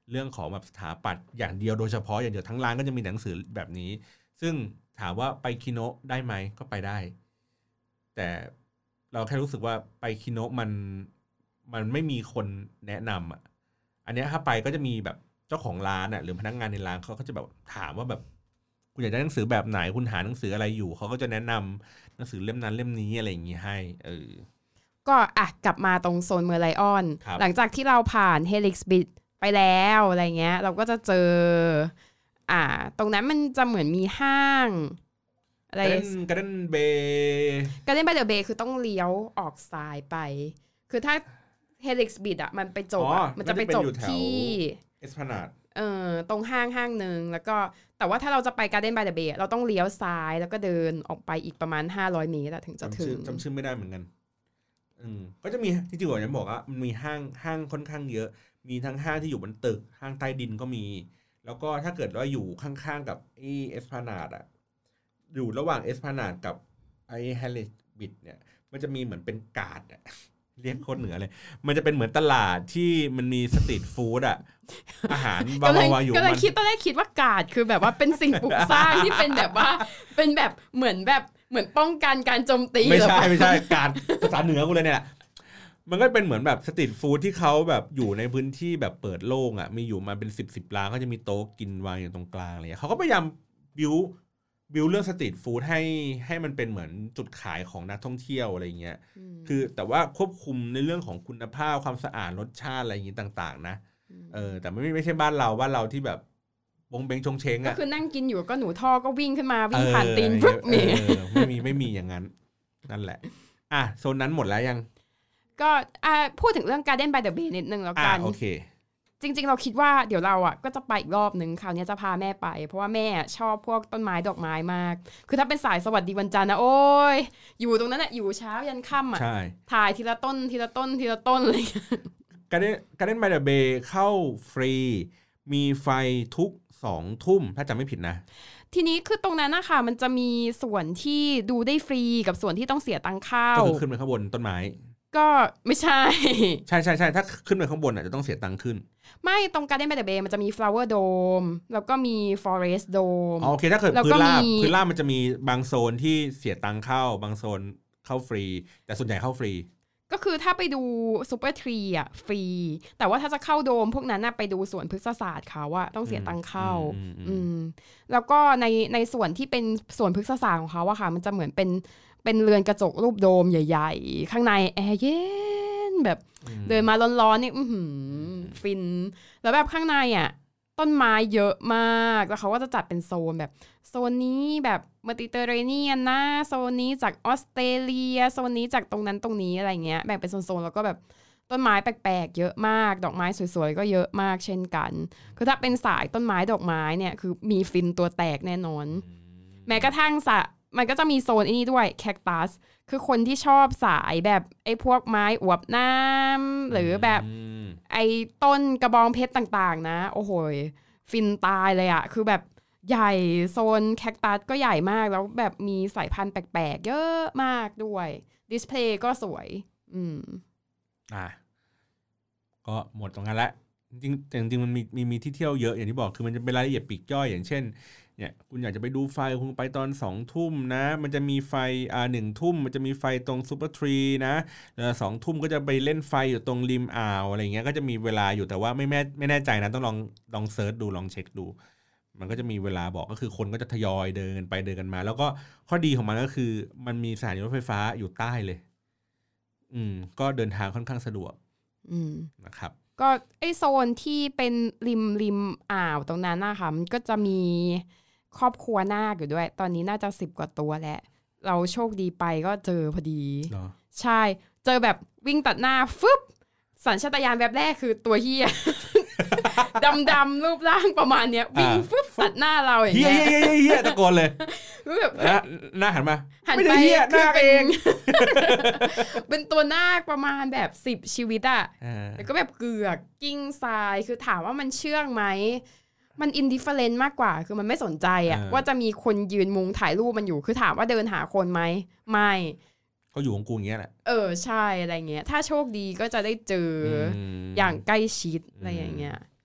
เรื่องของแบบสถาปัตย์อย่างเดียวโดยเฉพาะอย่างเดียวทั้งร้านก็จะมีหนังสือแบบนี้ซึ่งถามว่าไปคิโนะได้ไหมก็ไปได้แต่เราแค่รู้สึกว่าไปคิโนะมันมันไม่มีคนแนะนำอ่ะอันนี้ถ้าไปก็จะมีแบบเจ้าของร้านอ่ะหรือพนักงานในร้านเขาก็จะแบบถามว่าแบบคุณอยากได้หนังสือแบบไหนคุณหาหนังสืออะไรอยู่เขาก็จะแนะนำหนังสือเล่มนั้นเล่มนี้อะไรอย่างงี้ให้เออก็อ่ะกลับมาตรงโซนเมอร์ไลออนหลังจากที่เราผ่าน Helix Bit ไปแล้วอะไรเงี้ยเราก็จะเจออ่าตรงนั้นมันจะเหมือนมีห้างอะไรการ์เด้นเบย์การ์เด้นบายเดอะเบย์คือต้องเลี้ยวออกซ้ายไปคือถ้า Helix Bit อ่ะมันไปจบอ่ะมันจะไปจบที่เอสพลานาดเออตรงห้างห้างนึงแล้วก็แต่ว่าถ้าเราจะไป Garden by the Bay เราต้องเลี้ยวซ้ายแล้วก็เดินออกไปอีกประมาณห้าร้อยเมตรถึงจะถึงจำชื่อไม่ได้เหมือนกันอืมก็จะมีจริงๆผมจะบอกว่ามันมีห้างห้างค่อนข้างเยอะมีทั้งห้างที่อยู่บนตึกห้างใต้ดินก็มีแล้วก็ถ้าเกิดว่าอยู่ข้างๆกับไอ้เอสพลานาดอ่ะอยู่ระหว่างเอสพลานาดกับไอ้แฮร์ริสบิทเนี่ยมันจะมีเหมือนเป็นกาดอ่ะเรียกโคตรเหนือเลยมันจะเป็นเหมือนตลาดที่มันมีสตรีทฟู้ดอ่ะอาหารวางๆอยู่ก็เลยคิดตอนแรกคิดว่ากาดคือแบบว่าเป็นสิ่งปลูกสร้างที่เป็นแบบว่าเป็นแบบเหมือนแบบเหมือนป้องกันการโจมตีไม่ใช่ไม่ใช่กาดภาษาเหนือกูเลยเนี่ยมันก็เป็นเหมือนแบบสตรีทฟู้ดที่เขาแบบอยู่ในพื้นที่แบบเปิดโล่งอ่ะมีอยู่มาเป็นสิบ สิบร้านก็จะมีโต๊ะกินวางอยู่ตรงกลางอะไรเงี้ยเขาก็พยายามบิวบิวเรื่องสตรีทฟู้ดให้ให้มันเป็นเหมือนจุดขายของนักท่องเที่ยวอะไรเงี้ยคือแต่ว่าควบคุมในเรื่องของคุณภาพความสะอาดรสชาติอะไรอย่างงี้ต่างๆนะเออแต่ไม่ไม่ใช่บ้านเราบ้านเราที่แบบบงเบงชงเชงอ่ะก็คือนั่งกินอยู่ก็หนูท่อก็วิ่งขึ้นมาวิ่งผ่านตีนปุ๊บมีไม่มีไม่มีอย่างนั้นนั่นแหละอ่ะโซนนั้นหมดแล้วยังก็อ่ะพูดถึงเรื่อง Garden by the Bay นิดนึงแล้วกันโอเคจริงๆเราคิดว่าเดี๋ยวเราอ่ะก็จะไปอีกรอบนึงคราวนี้จะพาแม่ไปเพราะว่าแม่ชอบพวกต้นไม้ดอกไม้มากคือถ้าเป็นสายสวัสดีวันจันทร์นะโอ้ยอยู่ตรงนั้นน่ะอยู่เช้ายันค่ำอ่ะถ่ายทีละต้นทีละต้นทีละต้นเลย Garden Garden by the Bay เข้าฟรีมีไฟทุกสองทุ่มถ้าจำไม่ผิดนะทีนี้คือตรงนั้นนะคะมันจะมีส่วนที่ดูได้ฟรีกับส่วนที่ต้องเสียตังค์เข้าก็คือขึ้นไปข้างบนต้นไม้ก็ไม่ใช่ใช่ใช่ใช่ถ้าขึ้นไปข้างบนอ่ะจะต้องเสียตังค์ขึ้นไม่ตรง Garden by the Bay มันจะมี Flower Dome แล้วก็มี Forest Dome อ๋อโอเคถ้าเกิดพื้นราบพื้นราบมันจะมีบางโซนที่เสียตังค์เข้าบางโซนเข้าฟรีแต่ส่วนใหญ่เข้าฟรีก็คือถ้าไปดูซูเปอร์ทรีอ่ะฟรีแต่ว่าถ้าจะเข้าโดมพวกนั้นน่ะไปดูสวนพฤกษศาสตร์เขาอะต้องเสียตังค์เข้าอืมแล้วก็ในในส่วนที่เป็นสวนพฤกษศาสตร์ของเขาอะค่ะมันจะเหมือนเป็นเป็นเรือนกระจกรูปโดมใหญ่ๆข้างในแอร์เย็นแบบเดินมาร้อนๆนี่อื้อหือฟินแล้วแบบข้างในอะต้นไม้เยอะมากแล้วเขาก็จะจัดเป็นโซนแบบโซนนี้แบบเมดิเตอร์เรเนียนนะโซนนี้จากออสเตรเลียโซนนี้จากตรงนั้นตรงนี้อะไรเงี้ยแบ่งเป็นโซนๆแล้วก็แบบต้นไม้แปลกๆเยอะมากดอกไม้สวยๆก็เยอะมากเช่นกันคือถ้าเป็นสายต้นไม้ดอกไม้เนี่ยคือมีฟินตัวแตกแน่นอนแม้กระทั่งสะมันก็จะมีโซนนี้ด้วยแคคตัสคือคนที่ชอบสายแบบไอ้พวกไม้อวบน้ำหรือแบบไอ้ต้นกระบองเพชรต่างๆนะโอ้โหฟินตายเลยอะคือแบบใหญ่โซนแคคตัสก็ใหญ่มากแล้วแบบมีสายพันธุ์แปลกๆเยอะมากด้วยดิสเพลย์ก็สวยอืมอ่ะก็หมดตรงนั้นแล้วจริงๆจริงๆมันมีมีมีที่เที่ยวเยอะอย่างที่บอกคือมันจะเป็นรายละเอียดปลีกย่อยอย่างเช่นเนี่ยคุณอยากจะไปดูไฟคุณไปตอนสองทุ่มนะมันจะมีไฟอ่าหนึ่งทุ่มมันจะมีไฟตรงซูเปอร์ทรีนะแล้วสองทุ่มก็จะไปเล่นไฟอยู่ตรงริมอ่าวอะไรเงี้ยก็จะมีเวลาอยู่แต่ว่าไม่แม่ไม่แน่ใจนะต้องลองลองเซิร์ชดูลองเช็คดูมันก็จะมีเวลาบอกก็คือคนก็จะทยอยเดินไปเดินกันมาแล้วก็ข้อดีของมันก็คือมันมีสถานีรถไฟฟ้าอยู่ใต้เลยอืมก็เดินทางค่อนข้างสะดวกอืมนะครับก็ไอโซนที่เป็นริมริมอ่าวตรงนั้นนะคะมันก็จะมีครอบครัวนาคอยู่ด้วยตอนนี้น่าจะสิบกว่าตัวแล้วเราโชคดีไปก็เจอพอดีใช่เจอแบบวิ่งตัดหน้าฟึบสัญชาตญาณแบบแรกคือตัวเหี้ย ดำๆรูปร่างประมาณเนี้ยวิ่งฟึบตัดหน้าเราอย่างเงี้ยเหี้ยเหี้ยตะโกนเลยแบบหน้าหันมาหันไปเหี้ยหน้าเองเป็นตัวนาคประมาณแบบสิบชีวิตอ่ะแล้วก็แบบเกือกกิ้งทรายคือถามว่ามันเชื่องไหมมันอินดิฟเฟอเรนต์มากกว่าคือมันไม่สนใจอ่ะว่าจะมีคนยืนมุงถ่ายรูปมันอยู่คือถามว่าเดินหาคนไหมไม่ก็อยู่ของกูอย่างเงี้ยแหละเออใช่อะไรเงี้ยถ้าโชคดีก็จะได้เจออย่างใกล้ชิดอะไรอย่างเงี้ย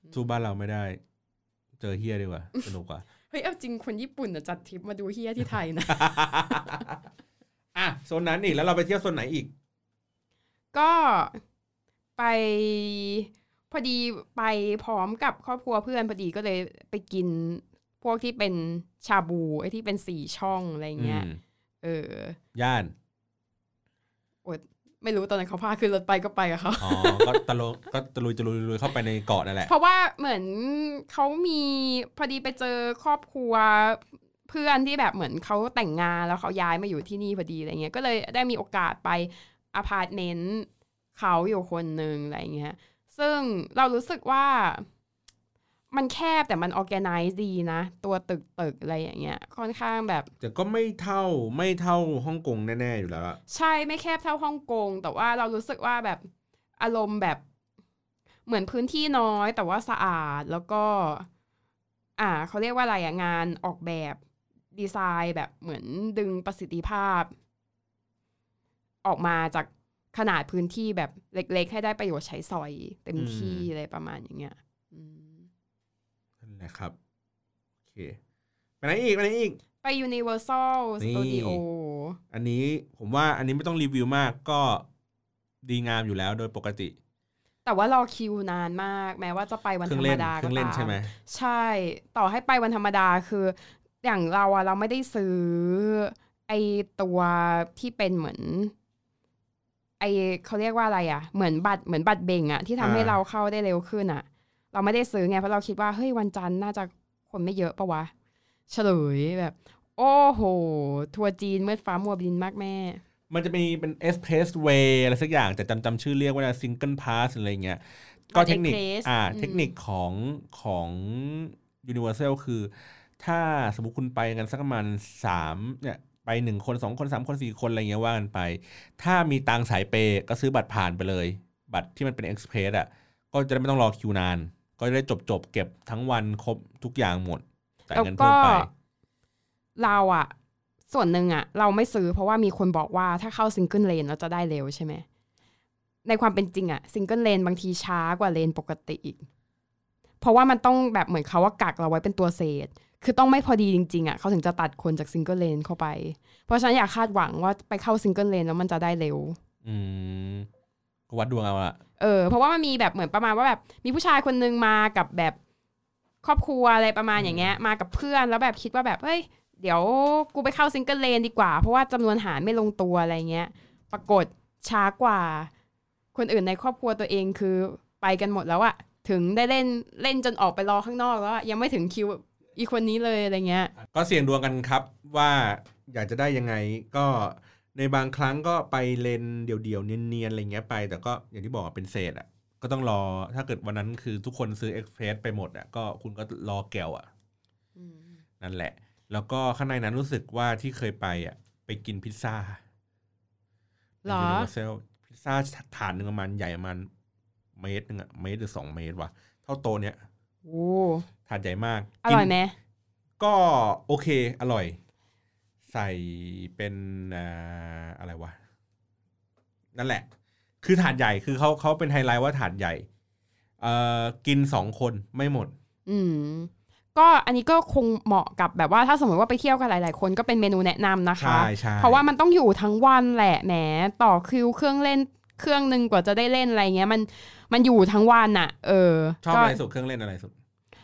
สู้บ้านเราไม่ได้เจอเฮียดีกว่าสนุกกว่าเฮ้ยเอาจริงคนญี่ปุ่นจัดทริปมาดูเฮียที่ไทยนะอ่ะโซนนั้นอีกแล้วเราไปเที่ยวโซนไหนอีกก็ไปพอดีไปพร้อมกับครอบครัวเพื่อนพอดีก็เลยไปกินพวกที่เป็นชาบูไอ้ที่เป็นสี่ช่องอะไรเงี้ยเออย่านโอ๊ยไม่รู้ตอนนั้นเขาพาขึ้นรถไปก็ไปกับเขาอ๋อก็ตะลุก็ตะลุยตะลุยเข้าไปในเกาะนั่นแหละเพราะว่าเหมือนเขามีพอดีไปเจอครอบครัวเพื่อนที่แบบเหมือนเขาแต่งงานแล้วเขาย้ายมาอยู่ที่นี่พอดีอะไรเงี้ยก็เลยได้มีโอกาสไปอพาร์ตเมนต์เขาอยู่คนนึงอะไรเงี้ยซึ่งเรารู้สึกว่ามันแคบแต่มันออร์แกไนซ์ดีนะตัวตึกตึกอะไรอย่างเงี้ยค่อนข้างแบบแต่ก็ไม่เท่าไม่เท่าฮ่องกงแน่ๆอยู่แล้วใช่ไม่แคบเท่าฮ่องกงแต่ว่าเรารู้สึกว่าแบบอารมณ์แบบเหมือนพื้นที่น้อยแต่ว่าสะอาดแล้วก็อ่าเขาเรียกว่าอะไรอะงานออกแบบดีไซน์แบบเหมือนดึงประสิทธิภาพออกมาจากขนาดพื้นที่แบบเล็กๆให้ได้ประโยชน์ใช้สอยเต็มที่อะไรประมาณอย่างเงี้ยนั่นแหละครับโอเคไปไหนอีกไปไหนอีกไป Universal Studio อันนี้ผมว่าอันนี้ไม่ต้องรีวิวมากก็ดีงามอยู่แล้วโดยปกติแต่ว่ารอคิวนานมากแม้ว่าจะไปวันธรรมดาก็ตามใช่ไหมใช่ต่อให้ไปวันธรรมดาคืออย่างเราอะเราไม่ได้ซื้อไอตัวที่เป็นเหมือนไอเขาเรียกว่าอะไรอะเหมือนบัตรเหมือนบัตรเบ่งอะที่ทำให้เราเข้าได้เร็วขึ้นอะเราไม่ได้ซื้อไงเพราะเราคิดว่าเฮ้ยวันจันทร์น่าจะคนไม่เยอะปะวะเฉลยแบบโอ้โหทัวร์จีนมืดฟ้ามัวดินมากแม่มันจะมีเป็น Expressway อะไรสักอย่างแต่จำจำชื่อเรียกว่า Single Pass อะไรเงี้ยก็เทคนิคอ่าเทคนิคของของ Universal คือถ้าสมมุติคุณไปกันสักประมาณสามเนี่ยไปหนึ่งคนสองคนสามคนสี่คนอะไรเงี้ยว่ากันไปถ้ามีตังสายเปย์ก็ซื้อบัตรผ่านไปเลยบัตรที่มันเป็น Express อ่ะก็จะไม่ต้องรอคิวนานก็จะได้จบๆเก็บทั้งวันครบทุกอย่างหมดจ่ายเงินเพิ่มไปเราอ่ะส่วนหนึ่งอ่ะเราไม่ซื้อเพราะว่ามีคนบอกว่าถ้าเข้าซิงเกิลเลนเราจะได้เร็วใช่ไหมในความเป็นจริงอ่ะซิงเกิลเลนบางทีช้ากว่าเลนปกติอีกเพราะว่ามันต้องแบบเหมือนเขาว่ากักเราไว้เป็นตัวเศษคือต้องไม่พอดีจริงๆอ่ะเขาถึงจะตัดคนจากซิงเกิลเลนเข้าไปเพราะฉะนั้นอยากคาดหวังว่าไปเข้าซิงเกิลเลนแล้วมันจะได้เร็วอืมก็วัดดวงเอาอะเออเพราะว่ามันมีแบบเหมือนประมาณว่าแบบมีผู้ชายคนนึงมากับแบบครอบครัวอะไรประมาณอย่างเงี้ยมากับเพื่อนแล้วแบบคิดว่าแบบเฮ้ยเดี๋ยวกูไปเข้าซิงเกิลเลนดีกว่าเพราะว่าจำนวนหารไม่ลงตัวอะไรเงี้ยปรากฏช้ากว่าคนอื่นในครอบครัวตัวเองคือไปกันหมดแล้วอะถึงได้เล่นเล่นจนออกไปรอข้างนอกแล้วยังไม่ถึงคิวอีกคนนี้เลยอะไรเงี้ยก็เสี่ยงดวงกันครับว่าอยากจะได้ยังไงก็ในบางครั้งก็ไปเลนเดี่ยวๆเนียนๆอะไรเงี้ยไปแต่ก็อย่างที่บอกเป็นเศษอ่ะก็ต้องรอถ้าเกิดวันนั้นคือทุกคนซื้อ Express ไปหมดอ่ะก็คุณก็รอแก้วอ่ะนั่นแหละแล้วก็ข้างในนั้นรู้สึกว่าที่เคยไปอ่ะไปกินพิซซ่าหรอพิซซ่าถาดนึงประมาณใหญ่ประมาณเมตรนึงอ่ะเมตรหรือสองเมตรว่ะเท่าโตเนี้ยโอ้ถาดใหญ่มากอร่อยไหมก็โอเคอร่อยใส่เป็นอ่าอะไรวะนั่นแหละคือถาดใหญ่คือเขาเขาเป็นไฮไลท์ว่าถาดใหญ่เอ่อกินสองคนไม่หมดอืมก็อันนี้ก็คงเหมาะกับแบบว่าถ้าสมมติว่าไปเที่ยวกันหลายๆคนก็เป็นเมนูแนะนำนะคะเพราะว่ามันต้องอยู่ทั้งวันแหละแหมต่อคิวเครื่องเล่นเครื่องนึงกว่าจะได้เล่นอะไรเงี้ยมันมันอยู่ทั้งวันน่ะเออชอบอะไรสุดเครื่องเล่นอะไรสุด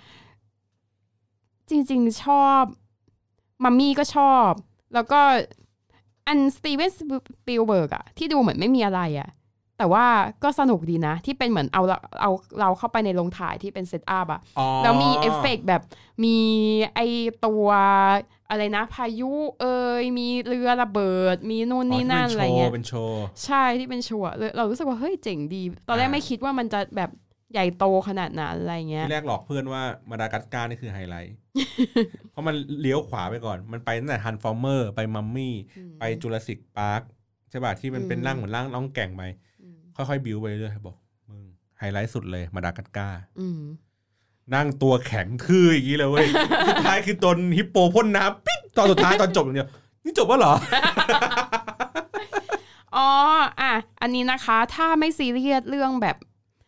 จริงๆชอบมัมมี่ก็ชอบแล้วก็อันสตีเวนสปิลเบิร์กอะที่ดูเหมือนไม่มีอะไรอะแต่ว่าก็สนุกดีนะที่เป็นเหมือนเอาเอาเราเข้าไปในโรงถ่ายที่เป็นเซตอัพอะแล้วมีเอฟเฟกต์แบบมีไอตัวอะไรนะพายุเอ่ยมีเรือระเบิดมีนู่นนี่นั่นอะไรเงี้ยเป็นโชว์ใช่ที่เป็นโชว์เรารู้สึกว่าเฮ้ยเจ๋งดีตอนแรกไม่คิดว่ามันจะแบบใหญ่โตขนาดนั้นอะไรเงี้ยที่แรกหลอกเพื่อนว่ามาดากัสการ์นี่คือไฮไลท์ เพราะมันเลี้ยวขวาไปก่อนมันไปตั้งแต่ฮันฟอร์เมอร์ไปมัมมี่ไปจูราสสิกพาร์คใช่ป่ะที่มันเป็นร่างเหมือนร่างน้องแก่งไปค่อยๆบิวไปเรื่อยบอกมึงไฮไลท์สุดเลยมาดากัสการ์นั่งตัวแข็งทื่ออย่างนี้เลยเว้ย สุดท้ายคือตนฮิปโปพ่นน้ำปิ๊ดตอนสุดท้ายตอนจบอย่างเดียวนี่จบแล้วเหรออ๋ออ่ะอันนี้นะคะถ้าไม่ซีเรียสเรื่องแบบ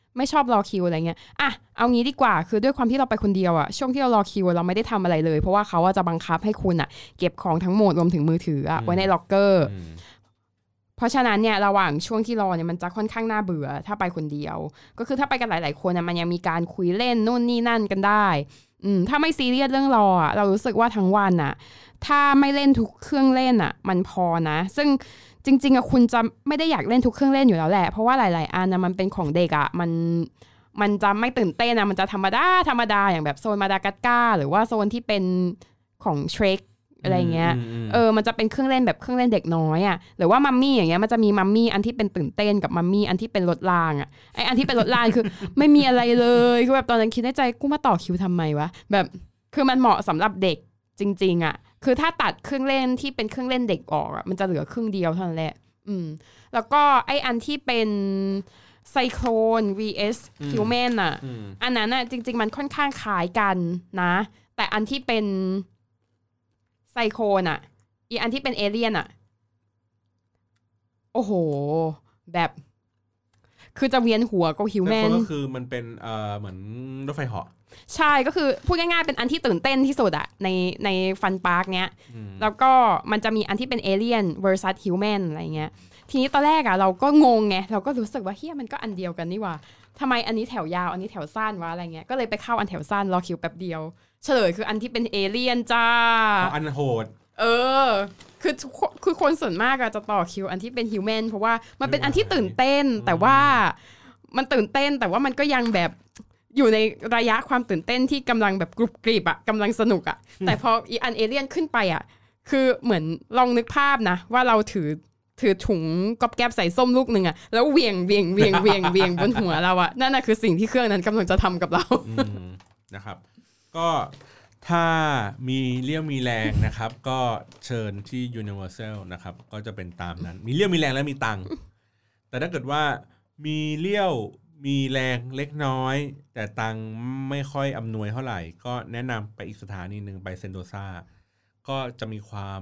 ไม่ชอบรอคิวอะไรเงี้ยอ่ะเอางี้ดีกว่าคือด้วยความที่เราไปคนเดียวอะช่วงที่เรารอคิวเราไม่ได้ทำอะไรเลยเพราะว่าเขาจะบังคับให้คุณอะเก็บของทั้งหมดรวมถึงมือถืออะไว้ในล็อกเกอร์เพราะฉะนั้นเนี่ยระหว่างช่วงที่รอเนี่ยมันจะค่อนข้างน่าเบื่อถ้าไปคนเดียวก็คือถ้าไปกันหลายๆคนมันยังมีการคุยเล่นนู่นนี่นั่นกันได้อืมถ้าไม่ซีเรียสเรื่องรออะเรารู้สึกว่าทั้งวันอะถ้าไม่เล่นทุกเครื่องเล่นอะมันพอนะซึ่งจริงๆอะคุณจะไม่ได้อยากเล่นทุกเครื่องเล่นอยู่แล้วแหละเพราะว่าหลายๆอันนะมันเป็นของเด็กอะมันมันจะไม่ตื่นเต้นนะมันจะธรรมดาธรรมดาอย่างแบบโซนมาดากัสการ์หรือว่าโซนที่เป็นของเทรคอะไรเงี้ยเออมันจะเป็นเครื่องเล่นแบบเครื่องเล่นเด็กน้อยอ่ะหรือว่ามัมมี่อย่างเงี้ยมันจะมีมัมมี่อันที่เป็นตื่นเต้นกับมัมมี่อันที่เป็นรถรางอ่ะไออันที่เป็นรถรางคือ ไม่มีอะไรเลยคือแบบตอนนั้นคิดในใจกูมาต่อคิวทำไมวะแบบคือมันเหมาะสำหรับเด็กจริงๆอ่ะคือถ้าตัดเครื่องเล่นที่เป็นเครื่องเล่นเด็กออกอ่ะมันจะเหลือครึ่งเดียวเท่านั้นแหละอืมแล้วก็ไออันที่เป็นไซโคลน วี เอส Human อ่ะอันนั้นอ่ะจริงๆมันค่อนข้างคล้ายกันนะแต่อันที่เป็นไซโคลนอ่ะอีอันที่เป็นเอเลี่ยนอ่ะโอ้โหแบบคือจะเวียนหัวกับฮิวแมนก็คือมันเป็นเอ่อเหมือนรถไฟเหาะใช่ก็คือพูดง่ายๆเป็นอันที่ตื่นเต้นที่สุดอะในในฟันพาร์คเนี้ยแล้วก็มันจะมีอันที่เป็นเอเลี่ยน versus human อะไรเงี้ยทีนี้ตอนแรกอะเราก็งงไงเราก็รู้สึกว่าเฮียมันก็อันเดียวกันนี่หว่าทำไมอันนี้แถวยาวอันนี้แถวสั้นวะอะไรเงี้ยก็เลยไปเข้าอันแถวสั้นรอคิวแป๊บเดียวเฉลยคืออันที่เป็นเอเลี่ยนจ้าอ๋ออันโหดเออคือคือคนส่วนมากอะจะต่อคิวอันที่เป็นฮิวแมนเพราะว่ามันเป็นอันที่ตื่นเต้นแต่ว่ามันตื่นเต้นแต่ว่ามันก็ยังแบบอยู่ในระยะความตื่นเต้นที่กำลังแบบกรุบกริบอะกำลังสนุกอะแต่พออีอันเอเลี่ยนขึ้นไปอะคือเหมือนลองนึกภาพนะว่าเราถือถือถุงก๊อบแก๊บใส่ส้มลูกหนึ่งอะแล้วเวียงเวียงเวียงเวียงเวียงบนหัวเราอะนั่นน่ะคือสิ่งที่เครื่องนั้นกำลังจะทำกับเรานะครับก็ถ้ามีเลี้ยวมีแรงนะครับก็เชิญที่ Universal นะครับก็จะเป็นตามนั้นมีเลี้ยวมีแรงและมีตังค์แต่ถ้าเกิดว่ามีเลี้ยวมีแรงเล็กน้อยแต่ตังค์ไม่ค่อยอำนวยเท่าไหร่ก็แนะนำไปอีกสถานีหนึ่งไปเซนโตซาก็จะมีความ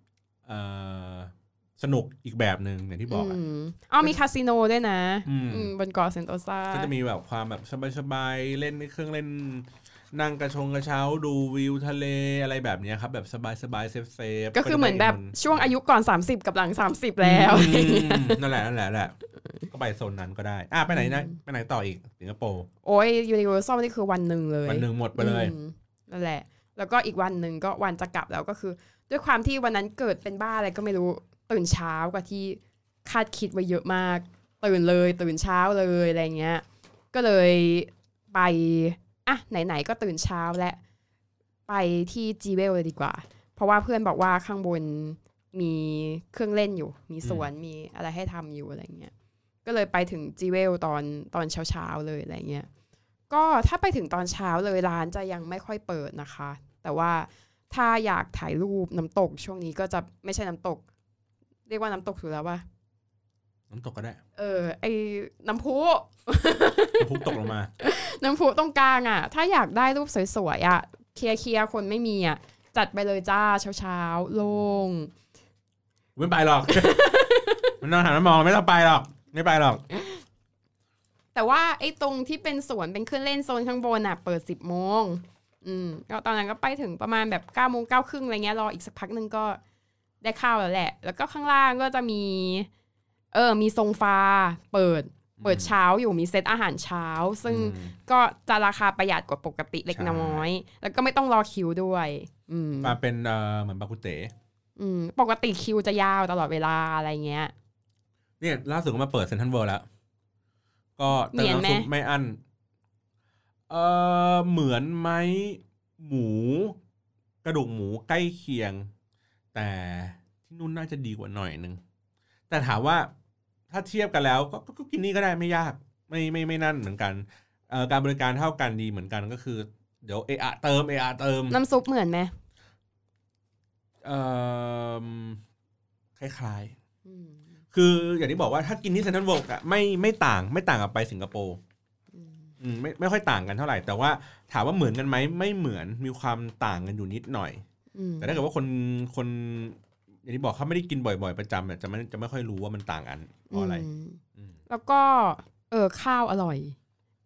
สนุกอีกแบบหนึ่งอย่างที่บอกอ่ะอ๋อมีคาสิโนด้วยนะบนเกาะเซนโตซาก็จะมีแบบความแบบสบายๆเล่นเครื่องเล่นนั่งกระชงกระเช้าดูวิวทะเลอะไรแบบนี้ครับแบบสบายๆเซฟๆก็คือเหมือนแบบช่วงอายุก่อนสามสิบกับหลังสามสิบแล้วนั่นแหละนั่นแหละแหละก็ไปโซนนั้นก็ได้อ่ะไปไหนนะไปไหนต่ออีกสิงคโปร์โอ้ยยูนิเวอร์แซลนี่คือวันนึงเลยวันนึงหมดไปเลยนั่นแหละแล้วก็อีกวันนึงก็วันจะกลับแล้วก็คือด้วยความที่วันนั้นเกิดเป็นบ้าอะไรก็ไม่รู้ตื่นเช้ากว่าที่คาดคิดไว้เยอะมากตื่นเลยตื่นเช้าเลยอะไรเงี้ยก็เลยไปอ่ะไหนๆก็ตื่นเช้าและไปที่จีเวลเลยดีกว่าเพราะว่าเพื่อนบอกว่าข้างบนมีเครื่องเล่นอยู่มีสวนมีอะไรให้ทำอยู่อะไรเงี้ยก็เลยไปถึงจีเวลตอนตอนเช้าๆเลยอะไรเงี้ยก็ถ้าไปถึงตอนเช้าเลยร้านจะยังไม่ค่อยเปิดนะคะแต่ว่าถ้าอยากถ่ายรูปน้ำตกช่วงนี้ก็จะไม่ใช่น้ำตกเรียกว่าน้ำตกถูกแล้วป่ะน้ำตกก็ได้เออไอ้น้ำพุน้ำพุตกลงมาน้ำพุตรงกลางอ่ะถ้าอยากได้รูปสวยๆอ่ะเคลียร์เคลียร์คนไม่มีอ่ะจัดไปเลยจ้าเช้าๆโล่งไม่ไปหรอก มันนั่งหันมามองไม่ต้องไปหรอกไม่ไปหรอกแต่ว่าไอ้ตรงที่เป็นสวนเป็นเครื่องเล่นโซนข้างบนอ่ะเปิดสิบโมงอืมก็ตอนนั้นก็ไปถึงประมาณแบบเก้าโมงเก้าครึ่งอะไรเงี้ยรออีกสักพักนึงก็ได้ข้าวแล้วแหละแล้วก็ข้างล่างก็จะมีเออมีโซฟาเปิดเปิดเช้าอยู่มีเซตอาหารเช้าซึ่งก็จะราคาประหยัดกว่าปกติเล็กน้อยแล้วก็ไม่ต้องรอคิวด้วยอืมมาเป็นเอ่อเหมือนบาคุเต๋อืมปกติคิวจะยาวตลอดเวลาอะไรเงี้ยเนี่ยล่าสุดก็มาเปิดเซ็นทรัลเวิลด์แล้วก็เติมน้ำซุปไม่อั้นเออเหมือนไหมหมูกระดูกหมูใกล้เคียงแต่ที่นู่นน่าจะดีกว่าหน่อยนึงแต่ถามว่าถ้าเทียบกันแล้วก็ก็กินนี่ก็ได้ไม่ยากไม่ไม่ไม่นั่นเหมือนกันเอ่อการบริการเท่ากันดีเหมือนกันก็คือเดี๋ยวเออะเติมเออะเติมน้ำซุปเหมือนไหมเอ่อคล้ายๆคืออย่างที่บอกว่าถ้ากินที่เซ็นทรัลเวิลด์อะไม่ไม่ต่างไม่ต่างกับไปสิงคโปร์อืมไม่ไม่ค่อยต่างกันเท่าไหร่แต่ว่าถามว่าเหมือนกันไหมไม่เหมือนมีความต่างกันอยู่นิดหน่อยแต่ถ้าเกิดว่าคนคนอย่างที่บอกเขาไม่ได้กินบ่อยๆประจำเนี่ยจะไม่จะไม่ค่อยรู้ว่ามันต่างกันเพราะอะไรแล้วก็เออข้าวอร่อย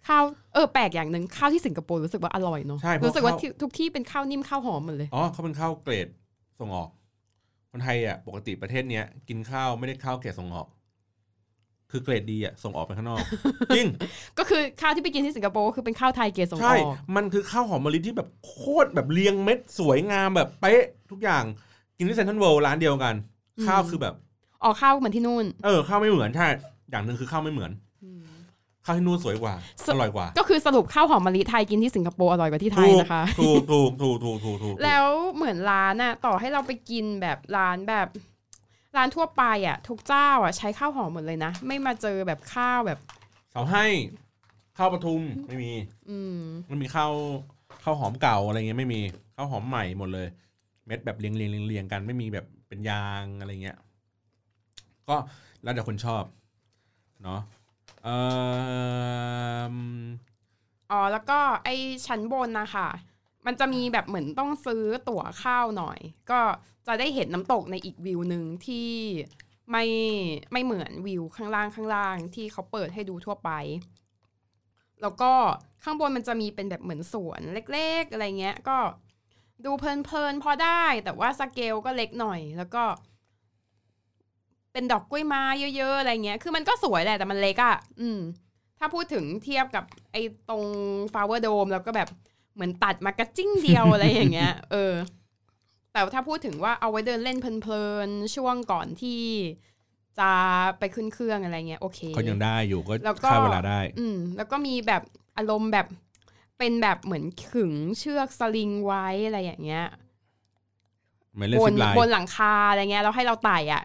ข้าวเออแปลกอย่างนึงข้าวที่สิงคโปร์รู้สึกว่าอร่อยเนาะรู้สึกว่าทุกที่เป็นข้าวนิ่มข้าวหอมหมดเลยอ๋อเขาเป็นข้าวเกรดส่งออกคนไทยอ่ะปกติประเทศเนี้ยกินข้าวไม่ได้ข้าวเกรดส่งออกคือเกรดดีอ่ะส่งออกไปข้างนอกจริงก็คือข้าวที่ไปกินที่สิงคโปร์คือเป็นข้าวไทยเกรดส่งออกใช่มันคือข้าวหอมมะลิที่แบบโคตรแบบเรียงเม็ดสวยงามแบบเป๊ะทุกอย่างกินที่เซ็นทรัลเวิลด์ร้านเดียวกันข้าวคือแบบอ๋อข้าวเหมือนที่นู่นเออข้าวไม่เหมือนใช่อย่างนึงคือข้าวไม่เหมือนข้าวที่นู่นสวยกว่าอร่อยกว่าก็คือสรุปข้าวหอมมะลิไทยกินที่สิงคโปร์อร่อยกว่าที่ไทยนะคะถูกถูกถูกถูกถูกถูกแล้วเหมือนร้านน่ะต่อให้เราไปกินแบบร้านแบบร้านทั่วไปอ่ะทุกเจ้าอ่ะใช้ข้าวหอมหมดเลยนะไม่มาเจอแบบข้าวแบบเสาให้ข้าวปทุมไม่มีอืมมันมีข้าวข้าวหอมเก่าอะไรเงี้ยไม่มีข้าวหอมใหม่หมดเลยเม็ดแบบเรียงเรียงเรียงกันไม่มีแบบเป็นยางอะไรเงี้ยก็แล้วแต่คนชอบเนาะเอ่ออ๋อแล้วก็ไอ้ชั้นบนนะคะมันจะมีแบบเหมือนต้องซื้อตั๋วข้าวหน่อยก็จะได้เห็นน้ำตกในอีกวิวนึงที่ไม่ไม่เหมือนวิวข้างล่างข้างล่างที่เขาเปิดให้ดูทั่วไปแล้วก็ข้างบนมันจะมีเป็นแบบเหมือนสวนเล็กๆอะไรเงี้ยก็ดูเพลินๆพอได้แต่ว่าสเกลก็เล็กหน่อยแล้วก็เป็นดอกกล้วยไม้เยอะๆอะไรเงี้ยคือมันก็สวยแหละแต่มันเล็กอ่ะอืมถ้าพูดถึงเทียบกับไอ้ตรง Flower Dome แล้วก็แบบเหมือนตัดมากระจิ้งเดียว อะไรอย่างเงี้ยเออแต่ถ้าพูดถึงว่าเอาไว้เดินเล่นเพลินๆช่วงก่อนที่จะไปขึ้นเครื่องอะไรเงี้ยโอเคก็ยังได้อยู่ก็ค่าเวลาได้อืมแล้วก็มีแบบอารมณ์แบบเป็นแบบเหมือนขึงเชือกสลิงไว้อะไรอย่างเงี้ยบนบนหลังคาอะไรเงี้ยแล้วให้เราไต่อ่ะ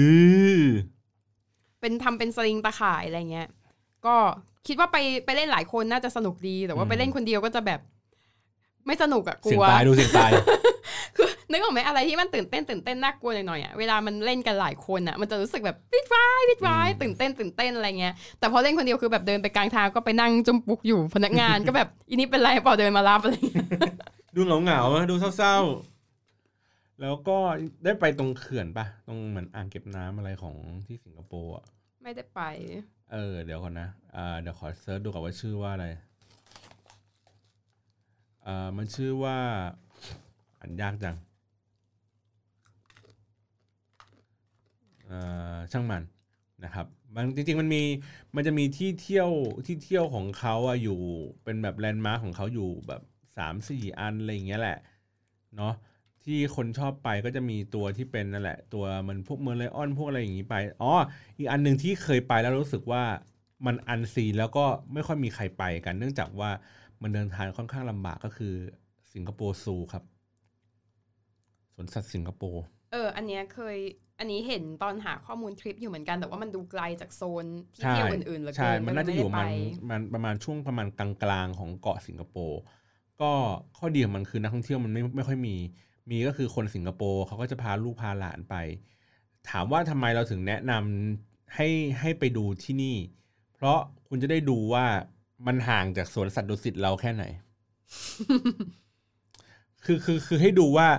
เป็นทำเป็นสลิงตะข่ายอะไรเงี้ยก็คิดว่าไปไปเล่นหลายคนน่าจะสนุกดีแต่ว่าไปเล่นคนเดียวก็จะแบบไม่สนุกอะกลัวเสียงตายดูเสียงตายคือนึกออกไหมอะไรที่มันตื่นเต้นตื่นเต้นน่ากลัวหน่อยๆอ่ะเวลามันเล่นกันหลายคนอ่ะมันจะรู้สึกแบบวิดวายวิดวายตื่นเต้นตื่นเต้นอะไรเงี้ยแต่พอเล่นคนเดียวคือแบบเดินไปกลางทางก็ไปนั่งจุ่มปุกอยู่พนักงานก็แบบอีนี่เป็นไรเปล่าเดินมารับอะไรดูเหงาๆดูเศร้าๆแล้วก็ได้ไปตรงเขื่อนป่ะตรงเหมือนอ่างเก็บน้ำอะไรของที่สิงคโปร์อ่ะไม่ได้ไปเออเดี๋ยวก่อนนะอ่าเดี๋ยวขอเซิร์ชดูก่อนว่าชื่อว่าอะไรอ่ามันชื่อว่าอันยากจังอ่าช่างมันนะครับมันจริงๆมันมีมันจะมีที่เที่ยวที่เที่ยวของเขาอะอยู่เป็นแบบแลนด์มาร์คของเขาอยู่แบบ สามสี่ อันอะไรอย่างเงี้ยแหละเนาะที่คนชอบไปก็จะมีตัวที่เป็นนั่นแหละตัวมันพวกเมอร์ไลออนพวกอะไรอย่างงี้ไปอ๋ออีกอันนึงที่เคยไปแล้วรู้สึกว่ามันอันซีนแล้วก็ไม่ค่อยมีใครไปกันเนื่องจากว่ามันเดินทางค่อนข้างลำบากก็คือสิงคโปร์ซูครับสวนสัตว์สิงคโปร์เอออันเนี้ยเคยอันนี้เห็นตอนหาข้อมูลทริปอยู่เหมือนกันแต่ว่ามันดูไกลจากโซนที่เที่ยวอื่นๆเหลือเกินใช่มันน่าจะอยู่มันมันประมาณช่วงประมาณกลางๆของเกาะสิงคโปร์ก็ข้อดีของมันคือนักท่องเที่ยวมันไม่ไม่ค่อยมีมีก็คือคนสิงคโปร์เขาก็จะพาลูกพาหลานไปถามว่าทำไมเราถึงแนะนำให้ให้ไปดูที่นี่เพราะคุณจะได้ดูว่ามันห่างจากสวนสัตว์ดุสิตเราแค่ไหน คือคือคือให้ดูว่า